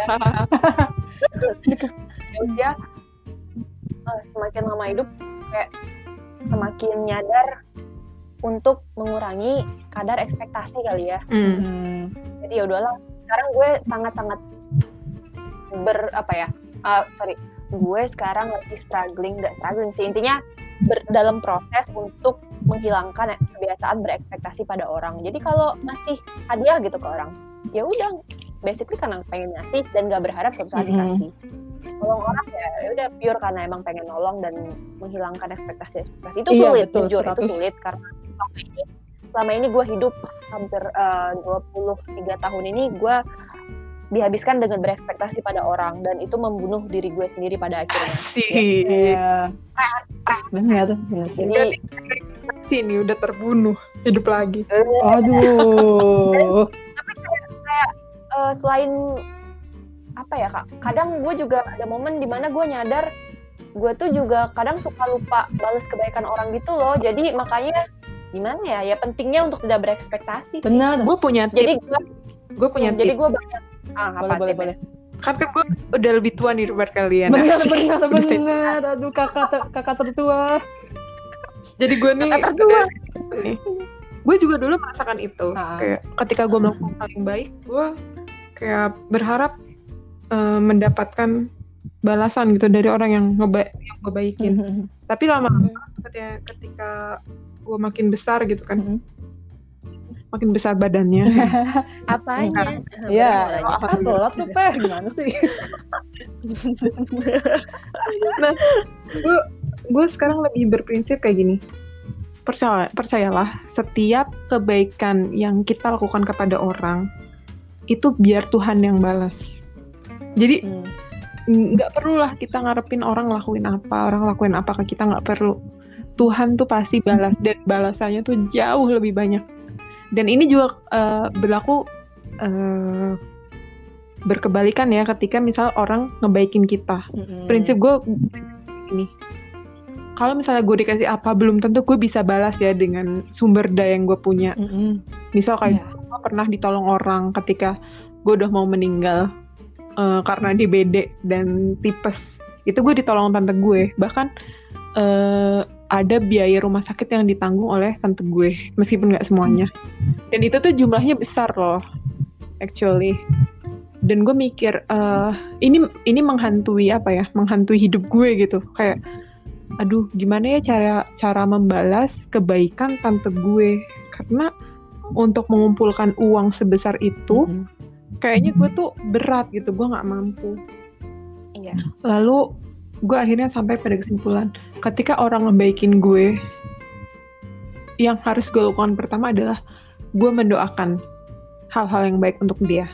usia uh, semakin lama hidup kayak semakin nyadar untuk mengurangi kadar ekspektasi kali ya. Mm. Mm-hmm. Jadi ya udahlah. Sekarang gue sangat-sangat ber apa ya? Uh, sorry. Gue sekarang lagi struggling, nggak struggling sih, intinya ber, dalam proses untuk menghilangkan kebiasaan berekspektasi pada orang. Jadi kalau ngasih hadiah gitu ke orang, ya udah, basically karena pengen ngasih dan nggak berharap suatu saat dikasih. Nolong orang ya, ya udah pure karena emang pengen nolong dan menghilangkan ekspektasi-ekspektasi. Itu Iya, sulit, betul, jujur seratus. itu sulit karena selama ini, selama ini gue hidup hampir uh, dua puluh tiga tahun ini gue dihabiskan dengan berekspektasi pada orang dan itu membunuh diri gue sendiri pada akhirnya. Asik. Iya. Benar, benar sih. Jadi Sini udah terbunuh, hidup lagi. Aduh. tapi kayak, kayak uh, selain apa ya kak, kadang gue juga ada momen dimana gue nyadar gue tuh juga kadang suka lupa balas kebaikan orang gitu loh. Jadi makanya gimana ya, ya pentingnya untuk tidak berekspektasi. Benar. Gue punya tip. Jadi gue, gue punya jadi tip. gue banyak. Ah, Boleh, apa boleh, tipnya? boleh. Kan gue udah lebih tua nih daripada kalian. Benar, Asik. benar, Udah saya- benar. Aduh, kakak ter- kakak tertua. Jadi gue nih Kata tertua. nih, gue juga dulu merasakan itu. Ah. Kayak ketika gue melakukan hal yang baik, gue kayak berharap uh, mendapatkan balasan gitu dari orang yang ngeba- yang gue baikin. Mhm. Tapi lama-lama ketika, ketika gue makin besar gitu kan, Mhm. makin besar badannya. Apanya? Iya, Bener, ah telat tuh Peh, gimana sih? Nah, gue gue sekarang lebih berprinsip kayak gini. Percaya, percayalah, setiap kebaikan yang kita lakukan kepada orang itu biar Tuhan yang balas. Jadi Hmm. nggak perlulah kita ngarepin orang lakuin apa, orang lakuin apa ke kita, nggak perlu. Tuhan tuh pasti balas, dan balasannya tuh jauh lebih banyak. Dan ini juga uh, berlaku uh, berkebalikan ya, ketika misal orang ngebaikin kita. Mhm. Prinsip gue ini, kalau misalnya gue dikasih apa, belum tentu gue bisa balas ya dengan sumber daya yang gue punya. Mhm. Misal kayak Iya. gue pernah ditolong orang ketika gue udah mau meninggal uh, karena D B D dan tipes. Itu gue ditolong tante gue. Bahkan uh, ada biaya rumah sakit yang ditanggung oleh tante gue, meskipun nggak semuanya. Dan itu tuh jumlahnya besar loh, actually. Dan gue mikir, uh, ini ini menghantui apa ya? Menghantui hidup gue gitu. Kayak, aduh, gimana ya cara cara membalas kebaikan tante gue? Karena untuk mengumpulkan uang sebesar itu, Mhm. kayaknya gue tuh berat gitu, gue nggak mampu. Iya. Lalu gue akhirnya sampai pada kesimpulan, ketika orang ngebaikin gue, yang harus gue lakukan pertama adalah gue mendoakan hal-hal yang baik untuk dia.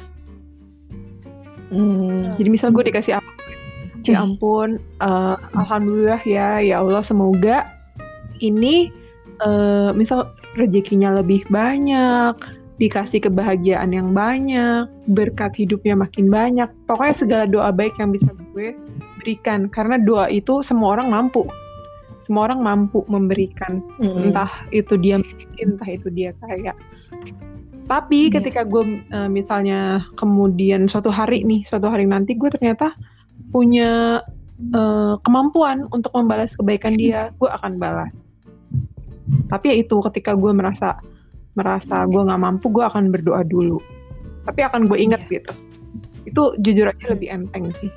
Hmm. Jadi misal gue dikasih apa, ya ampun, uh, alhamdulillah ya, ya Allah, semoga ini uh, misal rezekinya lebih banyak, dikasih kebahagiaan yang banyak, berkat hidupnya makin banyak. Pokoknya segala doa baik yang bisa gue berikan, karena doa itu semua orang mampu. Semua orang mampu memberikan, Mhm. entah itu dia miskin, entah itu dia kaya. Tapi Iya. ketika gue uh, misalnya kemudian suatu hari nih, suatu hari nanti gue ternyata punya uh, kemampuan untuk membalas kebaikan dia, gue akan balas. Tapi ya itu, ketika gue merasa merasa gue nggak mampu, gue akan berdoa dulu. Tapi akan gue ingat Iya. gitu. Itu jujur aja lebih enteng sih.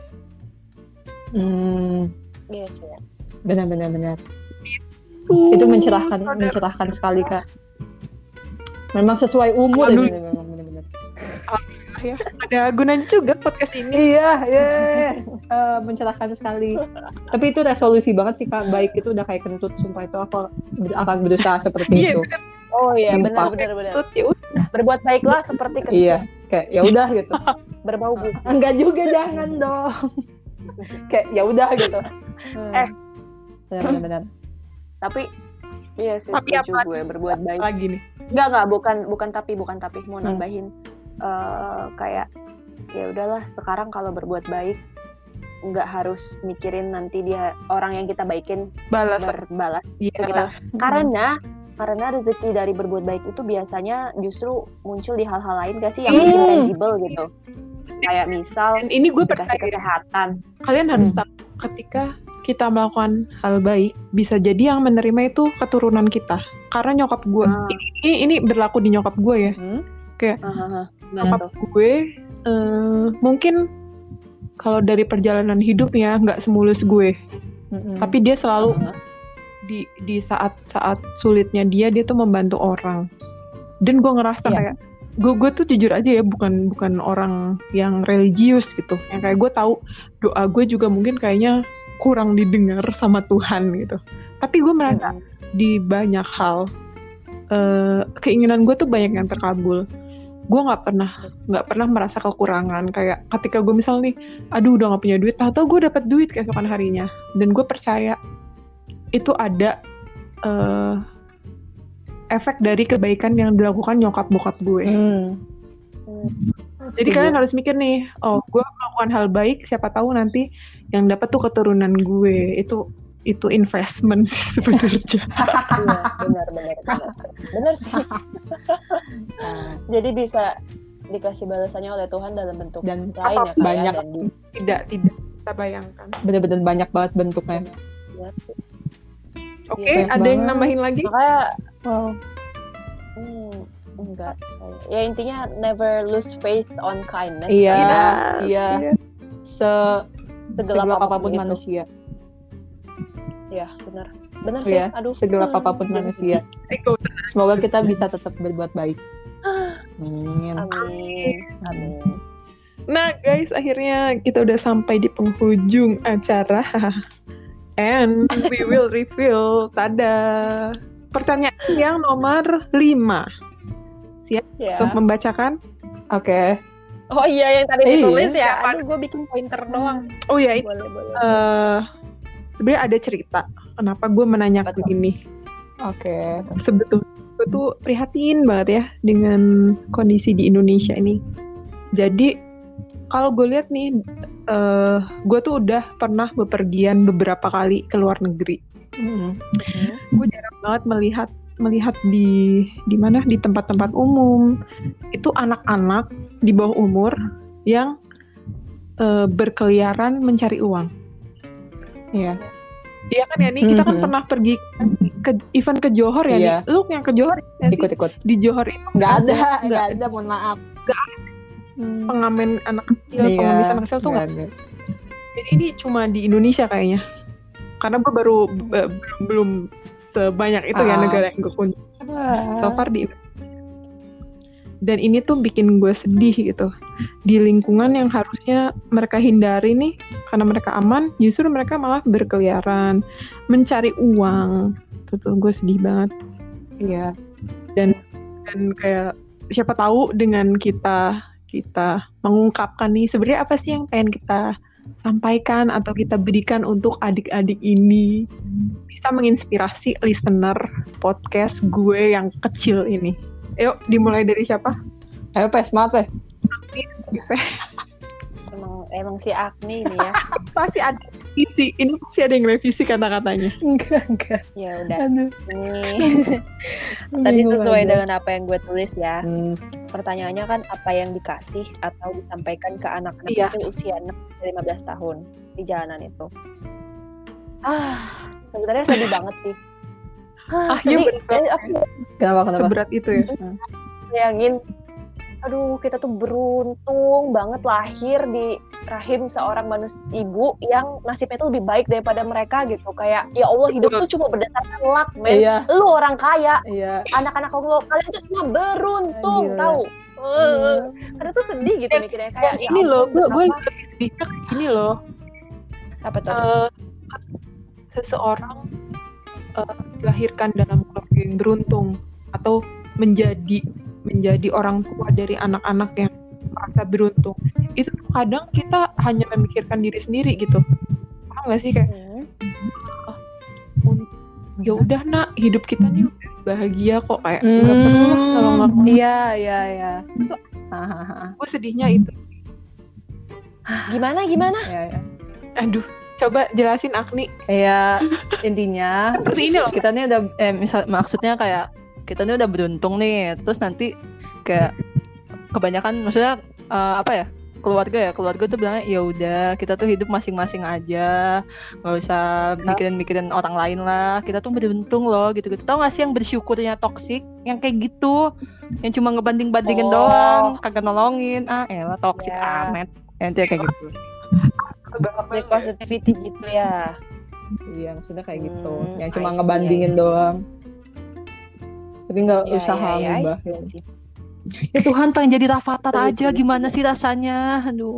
Hmm. Iya sih. Ya. Benar-benar benar. Uh, Itu mencerahkan, saudara. mencerahkan sekali Kak. Memang sesuai umur Aduh. ini memang benar-benar. Ya, ada gunanya juga podcast ini. Iya, iya, uh, mencerahkan sekali. Tapi itu resolusi banget sih Kak. Baik itu udah kayak kentut, sumpah itu aku akan berusaha seperti Iya, itu. Oh iya, Sumpah. benar-benar. Tuh, ya udah. Berbuat baiklah seperti kentut Iya, kayak ya udah gitu. berbau buku. Enggak juga, jangan dong. Kayak ya udah gitu. Eh. Benar-benar. Tapi iya sih, Tapi setuju apa? gue berbuat baik. Lagi nih. Enggak enggak, bukan bukan tapi bukan tapi mau Hmm. nambahin eh, kayak ya udahlah, sekarang kalau berbuat baik nggak harus mikirin nanti dia orang yang kita baikin Balas. berbalas Iya. ke kita. Karena karena rezeki dari berbuat baik itu biasanya justru muncul di hal-hal lain gak sih yang Hmm. intangible gitu. Kayak misal Dan ini gue dikasih percaya, kesehatan. kalian harus Hmm. tahu, ketika kita melakukan hal baik, bisa jadi yang menerima itu keturunan kita. Karena nyokap gue, Ah. ini, ini berlaku di nyokap gue ya. Hmm? Hahaha. Gimana Nyokap tuh? gue eh, mungkin kalau dari perjalanan hidupnya nggak semulus gue, Mm-mm. tapi dia selalu Aha. di di saat-saat sulitnya dia dia tuh membantu orang. Dan gue ngerasa Iya. kayak gue gue tuh jujur aja ya, bukan bukan orang yang religius gitu, yang kayak gue tahu doa gue juga mungkin kayaknya kurang didengar sama Tuhan gitu. Tapi gue merasa Mm-mm. di banyak hal eh, keinginan gue tuh banyak yang terkabul. Gue nggak pernah nggak pernah merasa kekurangan. Kayak ketika gue misal nih, aduh udah nggak punya duit, tahu-tahu gue dapat duit keesokan harinya. Dan gue percaya itu ada eh, efek dari kebaikan yang dilakukan nyokap bokap gue. Hmm. Jadi kalian harus mikir nih, oh gue melakukan hal baik, siapa tahu nanti yang dapat tuh keturunan gue. Itu itu investment sih sebenarnya. Iya, benar benar benar. Benar sih. Jadi bisa dikasih balasannya oleh Tuhan dalam bentuk Dan lain ya, kayak banyak. dan di tidak tidak kita bayangkan. Bener-bener banyak banget bentuknya. ya. Oke, Iya, ada yang nambahin lagi? Makanya Wow. hmm, enggak. Ya intinya never lose faith on kindness. Iya, Yes, iya. yes. Se Segelap segelap apapun apapun itu. manusia. Iya, benar. Benar sih. Iya, Aduh. segelap Hmm, apapun jadi- manusia. Ego. Semoga kita bisa tetap berbuat baik. Amin. Amin. Amin. Nah guys, akhirnya kita udah sampai di penghujung acara. And we will reveal, tada, pertanyaan yang nomor lima. Siap Ya. untuk membacakan? Oke. Oh iya yang tadi Eh, ditulis iya. ya. Aduh, gue bikin pointer doang. Oh ya, ini Boleh, boleh. eh, sebenarnya ada cerita. Kenapa gue menanyakan Betul. ini? Oke. Sebetulnya gue tuh prihatin banget ya dengan kondisi di Indonesia ini. Jadi kalau gue lihat nih, eh gue tuh udah pernah bepergian beberapa kali ke luar negeri. Hmm. Gue jarang banget melihat melihat di di mana di tempat-tempat umum itu anak-anak di bawah umur yang eh, berkeliaran mencari uang. Iya. Iya kan ya nih, kita kan Mhm. pernah pergi ke event ke Johor ya Iya. nih. Lu yang ke Johor ya sih? Ikut-ikut. Di Johor itu Nggak ada, nggak nggak ada. Mohon maaf. Hmm. pengamen anak kecil, Iya, pengemis anak kecil tuh nggak. nggak ada. Jadi ini cuma di Indonesia kayaknya. Karena gue baru be- belum belum sebanyak itu ya Ah. negara yang gue kunjungi. So far di dan ini tuh bikin gue sedih gitu. Di lingkungan yang harusnya mereka hindari nih, karena mereka aman, justru mereka malah berkeliaran, mencari uang. Tuh, tuh gue sedih banget. Iya. Dan kayak siapa tahu dengan kita kita mengungkapkan nih sebenarnya apa sih yang pengen kita sampaikan atau kita berikan untuk adik-adik ini bisa menginspirasi listener podcast gue yang kecil ini. Yuk dimulai dari siapa? Ayo Pes, semangat Pes. Emang emang si Agni ini ya. Pasti ada revisi, ini pasti ada yang revisi kata-katanya. Enggak, enggak. Ya udah. Aduh. Ini tadi Bingung sesuai aja. dengan apa yang gue tulis ya. Hmm. Pertanyaannya kan apa yang dikasih atau disampaikan ke anak-anak Iya. kecil usia enam sampai lima belas tahun di jalanan itu. Ah, sebenarnya sedih banget sih. Ah, Ah, iya sedih. bener banget. Eh, aku Kenapa, kenapa? Seberat itu ya. bayangin, aduh kita tuh beruntung banget lahir di rahim seorang manusia ibu yang nasibnya tuh lebih baik daripada mereka gitu. Kayak ya Allah hidup tuh cuma berdasarkan luck, men. Iya, Lu orang kaya, iya. anak-anak lo kalian tuh cuma beruntung, Gila. tahu? Iya. Eh, Karena tuh sedih gitu mikirnya kayak ya Ini loh, ampun, gue gue betapa- lebih sedihnya kayak gini loh. apa tuh? Eh, seseorang eh, dilahirkan dalam keluarga yang beruntung atau menjadi menjadi orang tua dari anak-anak yang merasa beruntung, itu kadang kita hanya memikirkan diri sendiri gitu. Paham nggak sih kayak Hmm. un- ya udah nak, hidup kita nih udah bahagia kok, kayak nggak perlu lah nolong orang. Iya, iya, iya. Hahaha. Gue sedihnya itu. Gimana gimana? Iya, iya. Aduh, coba jelasin Agni. Kayak intinya Seperti ini loh. kita nih udah eh, misal maksudnya kayak kita nih udah beruntung nih, terus nanti kayak kebanyakan maksudnya eh, apa ya, keluarga ya keluarga tuh bilangnya ya udah kita tuh hidup masing-masing aja, nggak usah mikirin-mikirin orang lain lah, kita tuh beruntung loh gitu-gitu. Tau gak sih yang bersyukurnya toksik yang kayak gitu, yang cuma ngebanding-bandingin Oh. doang, kagak nolongin, ah elah toksik Ya. amat, yang kayak gitu. Toxic positivity gitu ya. Iya, maksudnya kayak gitu. Hmm, Yang I cuma see, ngebandingin I see. doang. Tapi nggak Ya, usaha ya, ya, I ngubahin. see. Ya Tuhan, pengen jadi Rafathar Betul, aja. betul. Gimana sih rasanya? Aduh.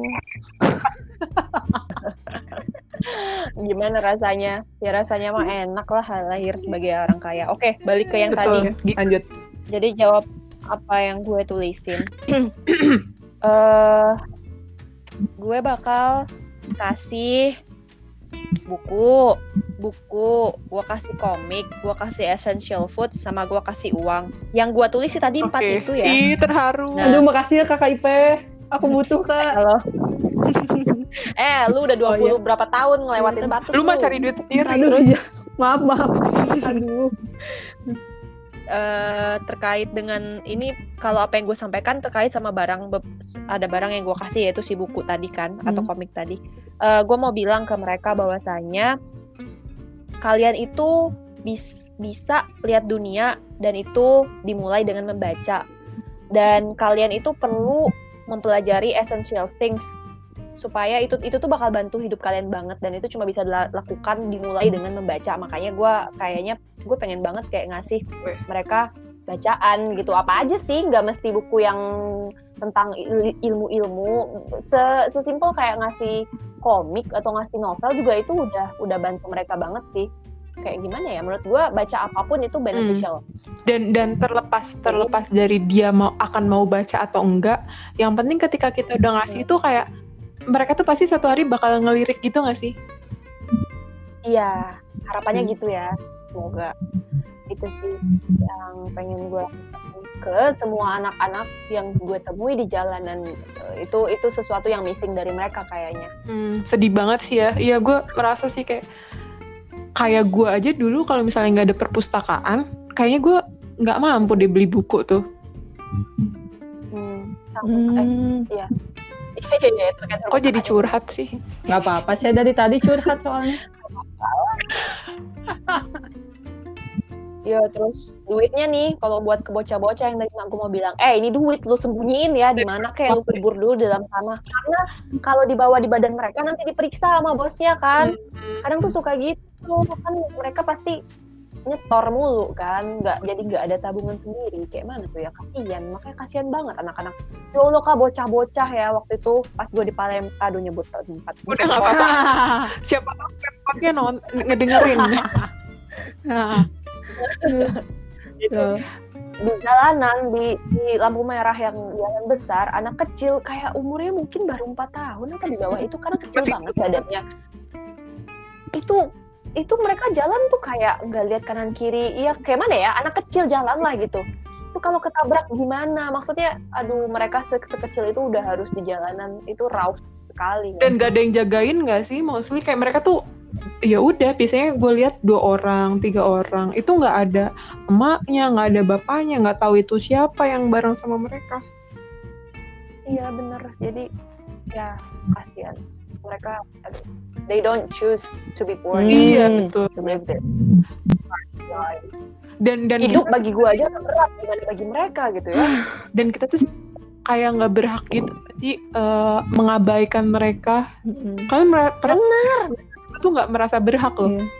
Gimana rasanya? Ya rasanya mah enak lah lahir sebagai orang kaya. Oke, balik ke yang tadi. Betul. Lanjut. Jadi jawab apa yang gue tulisin. Eh, gue bakal kasih buku, buku, gue kasih komik, gue kasih essential food, sama gue kasih uang. Yang gue tulis sih tadi empat Oke. itu ya. Ih, terharu. Nah. Aduh, makasih ya Kakak Ipe. Aku butuh, Kak. Halo. eh, lu udah dua puluh Oh, iya. berapa tahun ngelewatin batas Lu mah cari duit sendiri. Aduh, iya. Maaf, maaf. Aduh. Eh, terkait dengan ini, kalau apa yang gue sampaikan terkait sama barang, be- ada barang yang gue kasih yaitu si buku tadi kan, atau Hmm. komik tadi. Eh, gue mau bilang ke mereka bahwasanya kalian itu bis, bisa lihat dunia, dan itu dimulai dengan membaca. Dan kalian itu perlu mempelajari essential things supaya itu itu tuh bakal bantu hidup kalian banget, dan itu cuma bisa dilakukan dimulai dengan membaca. Makanya gue kayaknya gue pengen banget kayak ngasih mereka bacaan gitu, apa aja sih, nggak mesti buku yang tentang ilmu-ilmu, sesimpel kayak ngasih komik atau ngasih novel juga itu udah udah bantu mereka banget sih. Kayak gimana ya, menurut gue baca apapun itu beneficial. Hmm. Dan dan terlepas terlepas dari dia mau akan mau baca atau enggak, yang penting ketika kita udah ngasih hmm. itu kayak mereka tuh pasti satu hari bakal ngelirik gitu nggak sih? Iya, harapannya hmm. gitu ya. Semoga itu sih yang pengen gue ke semua anak-anak yang gue temui di jalanan. Itu itu sesuatu yang missing dari mereka kayaknya. Hmm, sedih banget sih ya. Iya, gue merasa sih kayak kayak gue aja dulu kalau misalnya nggak ada perpustakaan, kayaknya gue nggak mampu deh beli buku tuh. Hmm, hmm. Eh, iya. Iya, iya, iya. Kok jadi curhat sih? Nggak apa-apa, saya dari tadi curhat soalnya. Ya terus duitnya nih, kalau buat ke bocah-bocah yang tadi aku mau bilang, eh ini duit lu sembunyiin ya di mana, kayak lu kubur dulu dalam tanah, karena kalau dibawa di badan mereka nanti diperiksa sama bosnya kan. Kadang tuh suka gitu kan, mereka pasti nyetor mulu kan, nggak jadi nggak ada tabungan sendiri, kayak mana tuh ya, kasihan. Makanya kasihan banget anak-anak. Ya Allah kak, bocah-bocah ya waktu itu pas gue di Palembang, aduh nyebut tempat. Udah nggak apa-apa. Siapa tahu pepotnya non ngedengerin. Gitu. Di jalanan di, di lampu merah yang jalan besar, anak kecil kayak umurnya mungkin baru empat tahun apa di bawah itu, karena kecil banget badannya. Itu itu mereka jalan tuh kayak nggak lihat kanan kiri, iya kayak mana ya, anak kecil jalan lah gitu. Itu kalau ketabrak gimana? Maksudnya, aduh mereka se- sekecil itu udah harus di jalanan, itu rauf sekali. Dan nggak ada yang jagain nggak sih? Maksudnya kayak mereka tuh ya udah, biasanya gue lihat dua orang, tiga orang, itu nggak ada emaknya, nggak ada bapaknya, nggak tahu itu siapa yang bareng sama mereka. Iya bener, jadi ya kasihan mereka. They don't choose to be born. Iya hmm. betul. To live this. Dan dan hidup bagi gue aja berat, gimana bagi mereka gitu ya. Dan kita tuh kayak nggak berhak gitu sih uh, mengabaikan mereka. Mm-hmm. Kalian mer- benar. Tuh nggak merasa berhak loh. Iya.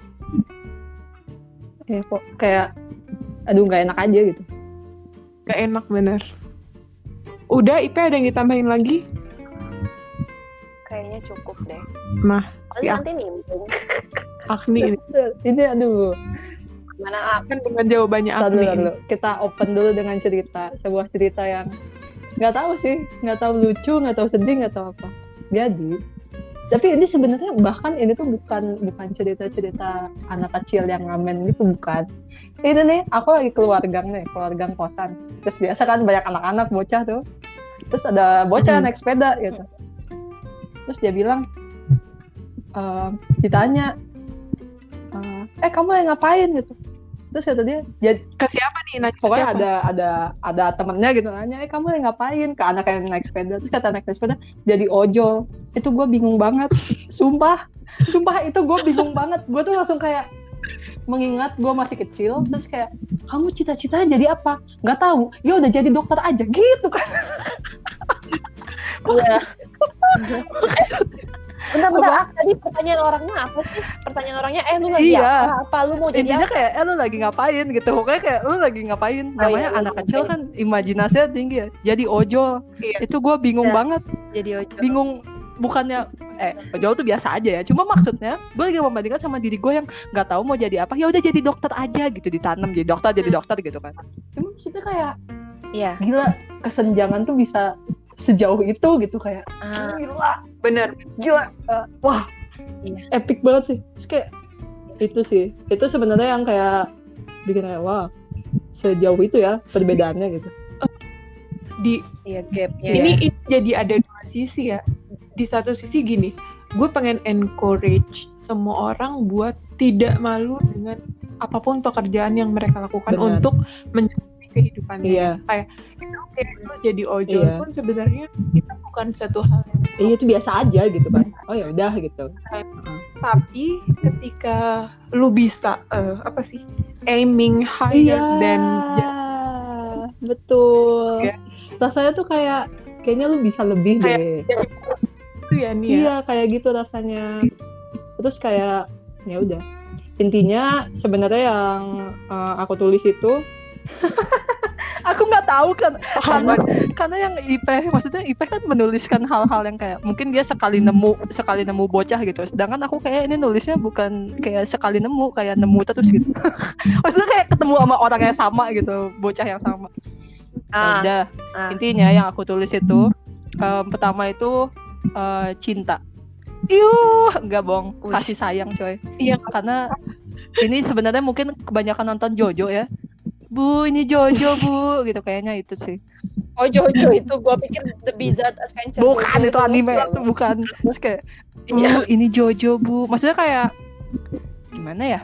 Ya kok kayak aduh nggak enak aja gitu. Nggak enak bener. Udah, I P ada yang ditambahin lagi? Kayaknya cukup deh. Nah, si nanti nimbrung. Agni ini. Ini aduh. Mana kan dengan jawabannya Agni. Lalu, lalu. Kita open dulu dengan cerita, sebuah cerita yang nggak tahu sih, nggak tahu lucu, nggak tahu sedih, nggak tahu apa. Jadi, tapi ini sebenarnya bahkan ini tuh bukan bukan cerita-cerita anak kecil yang ngamen gitu, bukan. Ini nih, aku lagi keluar gang nih, keluar gang kosan. Terus biasa kan banyak anak-anak bocah tuh. Terus ada bocah hmm. naik sepeda gitu. Terus dia bilang, uh, ditanya, uh, eh kamu yang ngapain gitu. Terus kata dia, ya, ke siapa nih? Nanya pokoknya siapa? ada ada ada temennya gitu nanya, eh kamu yang ngapain? Ke anak yang naik sepeda. Terus kata naik sepeda, jadi ojol. Itu gue bingung banget, sumpah, sumpah itu gue bingung banget. Gue tuh langsung kayak mengingat gue masih kecil, terus kayak kamu cita-citanya jadi apa? Nggak tahu. Ya udah jadi dokter aja, gitu kan? Iya. Bentar-bentar, ah, tadi pertanyaan orangnya apa sih? Pertanyaan orangnya, eh lu lagi iya. apa? Apa lu mau jadi intinya apa? kayak, eh lu lagi ngapain gitu. Pokoknya kayak, lu lagi ngapain? Oh, Namanya iya, anak iya, kecil iya. kan imajinasinya tinggi ya. Jadi ojol. Iya. Itu gue bingung Ya. banget. Jadi ojol. Bingung, bukannya, eh ojol tuh biasa aja ya. Cuma maksudnya, gue lagi membandingkan sama diri gue yang nggak tahu mau jadi apa. Ya udah jadi dokter aja gitu, ditanam jadi dokter, jadi dokter gitu kan. Cuma maksudnya kayak, Iya. gila, kesenjangan tuh bisa sejauh itu gitu, kayak Ah. gila, Bener. gila, uh, wah, Iya. epic banget sih. Terus kayak itu sih, itu sebenarnya yang kayak bikin kayak wah, sejauh itu ya perbedaannya gitu. Di Iya, gapnya. ini, ya. ini jadi ada dua sisi ya. Di satu sisi gini, gue pengen encourage semua orang buat tidak malu dengan apapun pekerjaan yang mereka lakukan. Benar. Untuk menjalani kehidupannya. Iya. Kayak itu kayak lu jadi ojol Iya. pun sebenarnya itu bukan suatu hal yang Iya, itu biasa aja gitu kan. Oh ya udah gitu. Tapi ketika lu bisa uh, apa sih aiming higher Iya, than betul. Ya. Rasanya tuh kayak kayaknya lu bisa lebih deh. kayak itu ya nih ya. Iya, kayak gitu rasanya. Terus kayak ya udah. Intinya sebenarnya yang uh, aku tulis itu aku nggak tahu kan karena, karena yang I P maksudnya I P kan menuliskan hal-hal yang kayak mungkin dia sekali nemu sekali nemu bocah gitu, sedangkan aku kayak ini nulisnya bukan kayak sekali nemu, kayak nemu terus gitu. Maksudnya kayak ketemu sama orang yang sama gitu, bocah yang sama. Ah, Udah ah. intinya yang aku tulis itu um, pertama itu uh, cinta. Yuh, enggak bohong, kasih sayang coy. Iya. Karena ini sebenarnya mungkin kebanyakan nonton Jojo ya. Bu, ini Jojo bu, gitu kayaknya itu sih. Oh Jojo itu, gue pikir The Bizarre Adventure. Bukan Jojo itu anime itu bukan. Terus kayak, bu, ini Jojo bu. Maksudnya kayak gimana ya?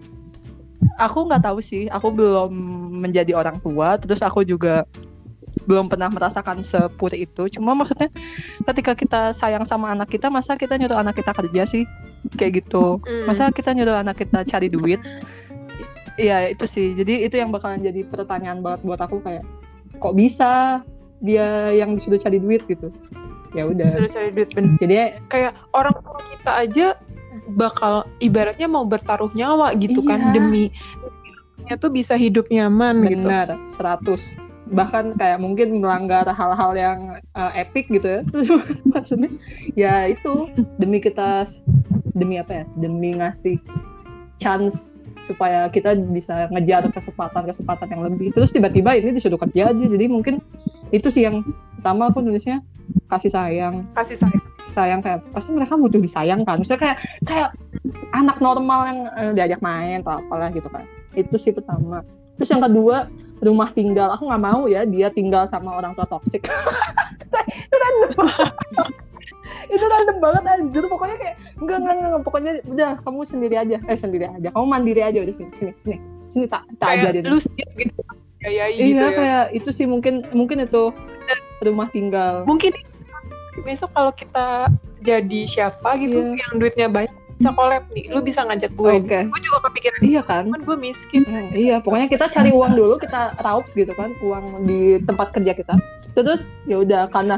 Aku nggak tahu sih. Aku belum menjadi orang tua. Terus aku juga belum pernah merasakan sepuri itu. Cuma maksudnya ketika kita sayang sama anak kita, masa kita nyuruh anak kita kerja sih? Kayak gitu. Masa kita nyuruh anak kita cari duit? Iya itu sih. Jadi itu yang bakalan jadi pertanyaan banget buat aku, kayak kok bisa dia yang disuruh cari duit gitu. Ya udah. Disuruh cari duit bener. Jadi kayak orang tua kita aja bakal ibaratnya mau bertaruh nyawa gitu iya. kan demi nya tuh bisa hidup nyaman gitu. Benar, seratus. Bahkan kayak mungkin melanggar hal-hal yang uh, epic gitu ya. Terus maksudnya ya itu demi kita, demi apa ya? Demi ngasih chance supaya kita bisa ngejar kesempatan-kesempatan yang lebih. Terus tiba-tiba ini disuruh kerja aja. Jadi mungkin itu sih yang pertama aku nulisnya, kasih sayang. Kasih sayang. Sayang kayak pasti mereka butuh disayang kan. Misalnya kayak kayak anak normal yang eh, diajak main atau apalah gitu kan. Itu sih pertama. Terus yang kedua, rumah tinggal. Aku nggak mau ya dia tinggal sama orang tua toksik. Itu random banget. Itu random banget anjir. Pokoknya kayak enggak, enggak, enggak. Pokoknya udah kamu sendiri aja. Eh sendiri aja. Kamu mandiri aja udah sini, sini, sini. Sini tak tak ajarin. Kayak lu sendiri gitu. Kayak iya, gitu ya. kayak itu sih mungkin mungkin itu rumah tinggal. Mungkin besok kalau kita jadi siapa gitu Iya. yang duitnya banyak bisa collab nih, lu bisa ngajak gue. Oke. Gue juga kepikiran. Iya kan? Kan gue miskin. Eh, iya, pokoknya kita cari uang dulu, kita raup gitu kan, uang di tempat kerja kita. Terus ya udah karena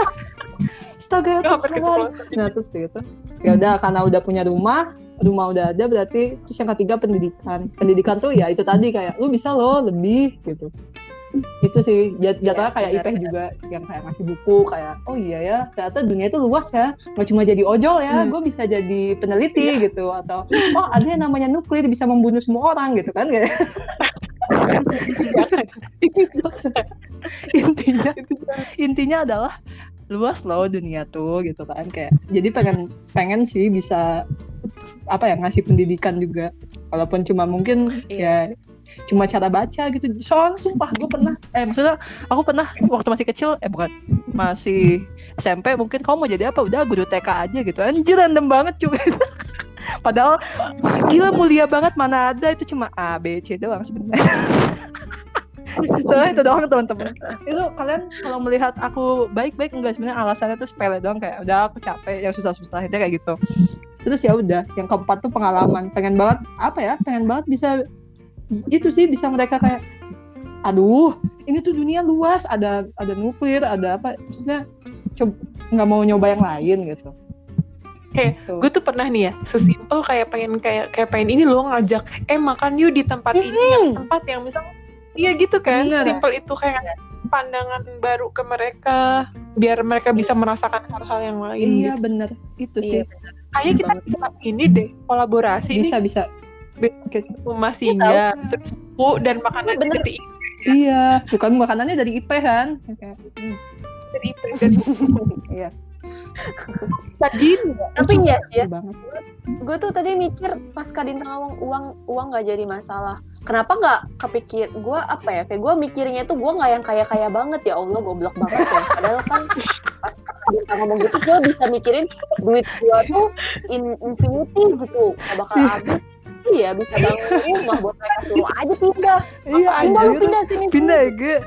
astaga, Gak hampir Tuhan. keceplosan. Nah terus gitu. Ya udah karena udah punya rumah, rumah udah ada berarti. Terus yang ketiga pendidikan. Pendidikan tuh ya itu tadi kayak lu bisa loh lebih gitu. Itu sih jat- jatuhnya kayak I P juga yang kayak ngasih buku kayak oh iya ya ternyata dunia itu luas ya, nggak cuma jadi ojol ya, Hmm. gue bisa jadi peneliti gitu, atau oh ada yang namanya nuklir bisa membunuh semua orang gitu kan kayak. intinya intinya adalah luas loh dunia tuh gitu kan, kayak jadi pengen pengen sih bisa apa ya ngasih pendidikan juga walaupun cuma mungkin Iya. ya cuma cara baca gitu. Soalnya sumpah gue pernah eh maksudnya aku pernah waktu masih kecil eh bukan masih S M P mungkin kamu mau jadi apa, udah guru T K aja gitu, anjir random banget juga. Padahal gila mulia banget, mana ada itu cuma A B C doang sebenarnya. Soalnya itu doang teman-teman. Itu kalian kalau melihat aku baik-baik enggak, sebenarnya alasannya tuh sepele doang, kayak udah aku capek yang susah-susah itu kayak gitu. Terus ya udah yang keempat tuh pengalaman, pengen banget apa ya pengen banget bisa itu sih bisa mereka kayak aduh ini tuh dunia luas, ada ada nuklir ada apa, maksudnya coba nggak mau nyoba yang lain gitu. Kayak Gitu. gue tuh pernah nih ya, sesimpel kayak pengen kayak kayak pengen ini lo ngajak eh makan yuk di tempat ini, yang tempat yang misalnya iya gitu kan, Bener. simpel itu kayak pandangan baru ke mereka biar mereka bisa merasakan hal-hal yang lain. Iya gitu. bener itu Iya, sih. benar. Kayaknya kita banget. bisa ini deh kolaborasi Bisa nih bisa Oke. rumah singgah terus bu dan makanan Bener. dari Iya tuh kan makanannya dari I P kan kayak hmm, dari dan iya tadi Tapi iya sih ya, banget. gue tuh tadi mikir pas Kadinta ngomong uang uang nggak jadi masalah. Kenapa nggak kepikir? Gue apa ya? Kayak gue mikirnya tuh gue nggak yang kaya kaya banget ya Allah, goblok banget ya. Padahal kan pas Kadinta ngomong gitu gue bisa mikirin duit gue tuh in, infinity gitu, nggak bakal habis. Iya bisa bangun rumah buat mereka suruh aja pindah. Iya Pindah lu anjir pindah sini. pindah sini. ya Ge.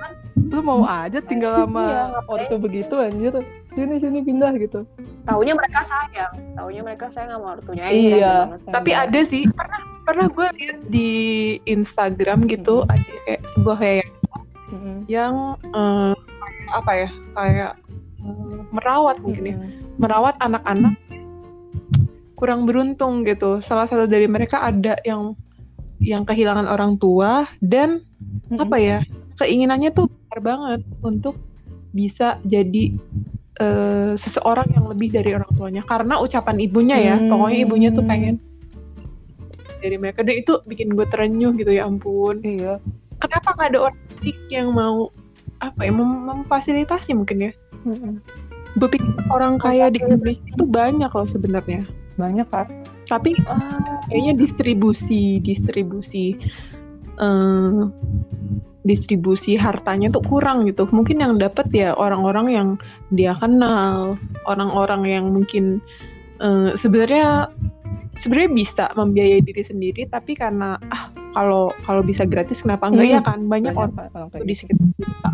Lu mau aja tinggal sama Iya, orang tuh begitu anjir. Sini sini pindah gitu. Taunya mereka sayang, taunya mereka sayang sama ortunya. Iya. Tapi ada sih, pernah pernah gue lihat di Instagram gitu, Mm-hmm. ada kayak sebuah kayak Mm-hmm. yang eh, apa ya, kayak eh, merawat mungkin ya, merawat anak-anak kurang beruntung gitu. Salah satu dari mereka ada yang yang kehilangan orang tua dan Mm-hmm. apa ya, keinginannya tuh besar banget untuk bisa jadi uh, seseorang yang lebih dari orang tuanya karena ucapan ibunya ya. Hmm. Pokoknya ibunya tuh pengen dari mereka, dan itu bikin gue terenyuh gitu, ya ampun. Iya. Kenapa nggak ada orang yang mau apa ya, mem- memfasilitasi mungkin ya. Mm-mm. Gue pikir orang kaya di Indonesia itu banyak loh sebenarnya, Banyak kan? tapi kayaknya distribusi distribusi eh, distribusi hartanya tuh kurang gitu. Mungkin yang dapat ya orang-orang yang dia kenal, orang-orang yang mungkin eh, sebenarnya sebenarnya bisa membiayai diri sendiri, tapi karena ah kalau kalau bisa gratis kenapa enggak, Hmm. ya kan banyak, Banyak, orang Pak, orang kayak di gitu. sekitar kita.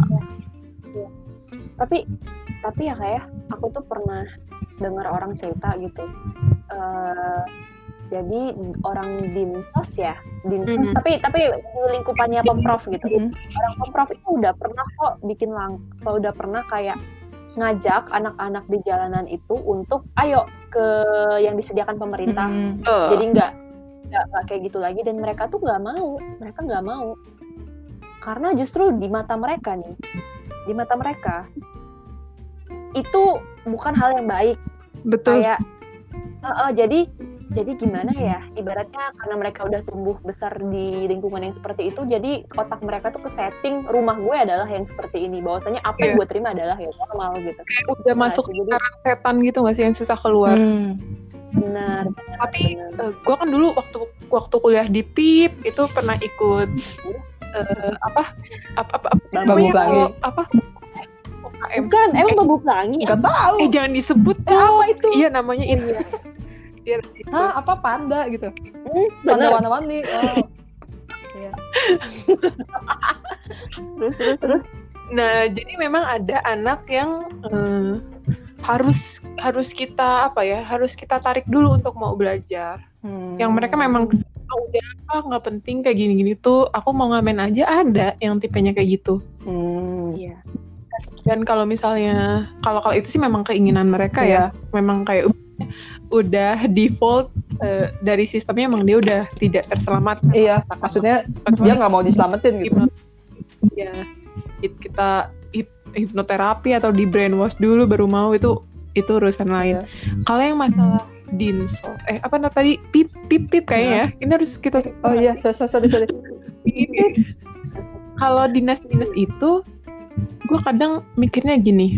Tapi tapi ya kayak aku tuh pernah dengar orang cerita gitu. Eh, jadi orang dinsos ya, dinsos. Mhm. Tapi tapi di lingkupannya pemprov gitu. Mm-mm. Orang pemprov itu udah pernah kok bikin lang, udah pernah kayak ngajak anak-anak di jalanan itu untuk ayo ke yang disediakan pemerintah. Mm-mm. Eh, Jadi nggak nggak nggak kayak gitu lagi, dan mereka tuh nggak mau, mereka nggak mau karena justru di mata mereka nih, di mata mereka itu bukan hal yang baik. betul. Kayak uh, uh, jadi jadi gimana ya, ibaratnya karena mereka udah tumbuh besar di lingkungan yang seperti itu, jadi otak mereka tuh kesetting rumah gue adalah yang seperti ini, bahwasanya apa yang Iya. gue terima adalah yang normal gitu. Kayak udah Nah, masuk sih, jadi- lingkaran setan gitu nggak sih, yang susah keluar. Hmm. Benar, benar, Tapi benar. gue kan dulu waktu waktu kuliah di P I P itu pernah ikut eh, apa apa apa, apa Bambu namanya Pelangi. kalau apa U K M. Bukan, emang bambu pelangi. Nggak tahu. Eh jangan disebut Eh, apa itu? Iya namanya itu. Iya, itu. Hah, apa panda gitu? Hmm, Panda benar. warna-warni. Oh. Iya. Terus terus terus. Nah jadi memang ada anak yang eh, harus harus kita apa ya harus kita tarik dulu untuk mau belajar. Hmm. Yang mereka memang oh, udah ah, nggak penting kayak gini-gini tuh, aku mau ngamen aja, ada yang tipenya kayak gitu. Hmm. Iya. Dan kalau misalnya kalau kalau itu sih memang keinginan mereka Iya. ya, memang kayak udah default eh, dari sistemnya, emang dia udah tidak terselamatkan. Iya, maksudnya dia nggak mau diselamatin gitu. Ya, hip- kita hip- hipnoterapi atau di brainwash dulu baru mau, itu itu urusan lain. Iya. Kalau yang masalah dinso, eh apa nah, tadi pip pip pip kayaknya ya, ini harus kita Oh iya, sorry, sorry, sorry. kalau dinas-dinas itu, gue kadang mikirnya gini,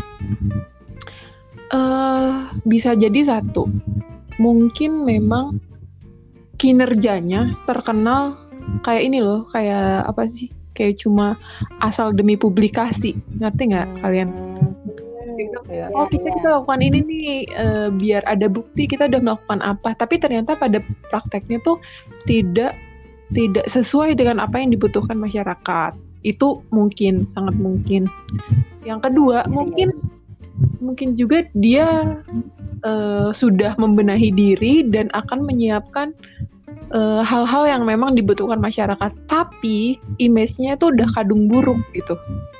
eh bisa jadi satu, mungkin memang kinerjanya terkenal kayak ini loh, kayak apa sih, kayak cuma asal demi publikasi, ngerti nggak kalian? Iya. Oh kita kita lakukan ini nih eh, biar ada bukti kita udah melakukan apa, tapi ternyata pada prakteknya tuh tidak tidak sesuai dengan apa yang dibutuhkan masyarakat. Itu mungkin, sangat mungkin. Yang kedua, mungkin mungkin juga dia eh, sudah membenahi diri dan akan menyiapkan eh, hal-hal yang memang dibutuhkan masyarakat, tapi image-nya tuh udah kadung buruk gitu.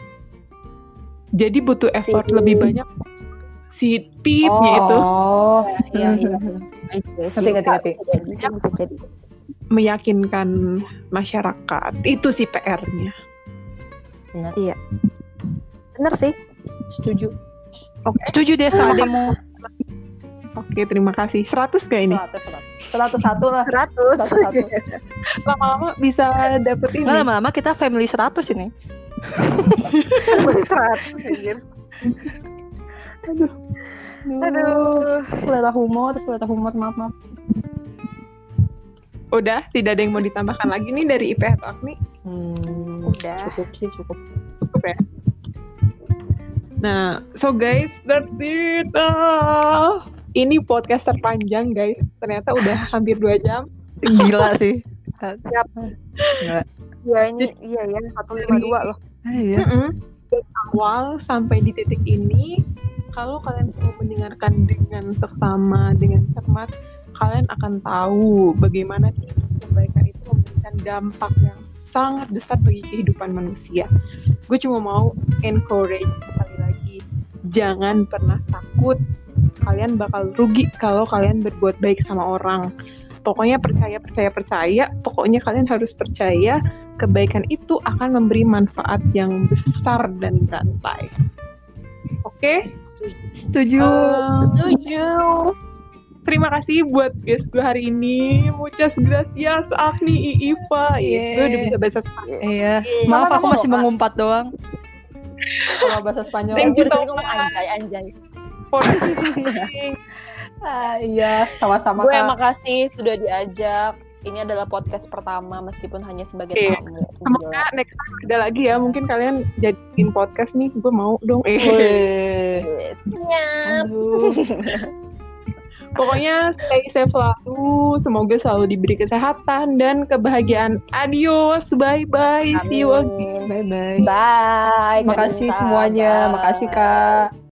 Jadi butuh effort Si- lebih banyak si pipnya itu Oh, Iya, iya. Ngerti, ngerti, ngerti. Bisa jadi, bisa, bisa jadi. meyakinkan masyarakat. Itu sih P R-nya. benar. Bener sih. Setuju. Setuju deh, ada yang mau. Oke, terima kasih. seratus kayak ini. Seratus, seratus. Seratus satu lah. Seratus. Seratus satu. Lama-lama bisa dapet ini. Nggak, lama-lama kita family seratus ini. Seratus. Anjir. Aduh. Aduh. Selera humor, selera humor, maaf, maaf. Udah, tidak ada yang mau ditambahkan lagi nih dari I P H atau Agni? Hmm, Udah. Cukup sih, cukup. Cukup ya. Nah, so guys, that's it. Ah, ini podcast terpanjang guys. Ternyata udah hampir dua jam. Gila sih. Siap. Nggak. Iya ini, iya ya, seratus lima puluh dua loh. Ah, iya. Mm-mm. dari awal sampai di titik ini, kalau kalian semua mendengarkan dengan seksama, dengan cermat, kalian akan tahu bagaimana sih kebaikan itu memberikan dampak yang sangat besar bagi kehidupan manusia. Gue cuma mau encourage sekali lagi, jangan pernah takut. Kalian bakal rugi kalau kalian berbuat baik sama orang. Pokoknya percaya, percaya, percaya. Pokoknya kalian harus percaya kebaikan itu akan memberi manfaat yang besar dan berantai. Oke? Setuju. Uh, Setuju. Terima kasih buat guest gue hari ini. Muchas gracias, Agni, Iva. Yeah. Gue udah bisa bahasa Spanyol. Iya. Iya, Maaf sama-sama aku masih loh, Kak. mengumpat doang. Kalau bahasa Spanyol. Thank you so Jadi ngomong much. anjay anjay. For listening. Ah, iya, sama-sama Gue Kak. makasih sudah diajak. Ini adalah podcast pertama meskipun hanya sebagai Iya. tamu. Semoga next time ada lagi ya. Mungkin kalian jadiin podcast nih. Gue mau dong. Eh. Wih. Yes. Nyap. Aduh. Pokoknya stay safe selalu. Semoga selalu diberi kesehatan dan kebahagiaan. Adios. Bye-bye. See you again. Amin. Bye-bye. Bye. Makasih Kadinta. semuanya. Bye. Makasih Kak.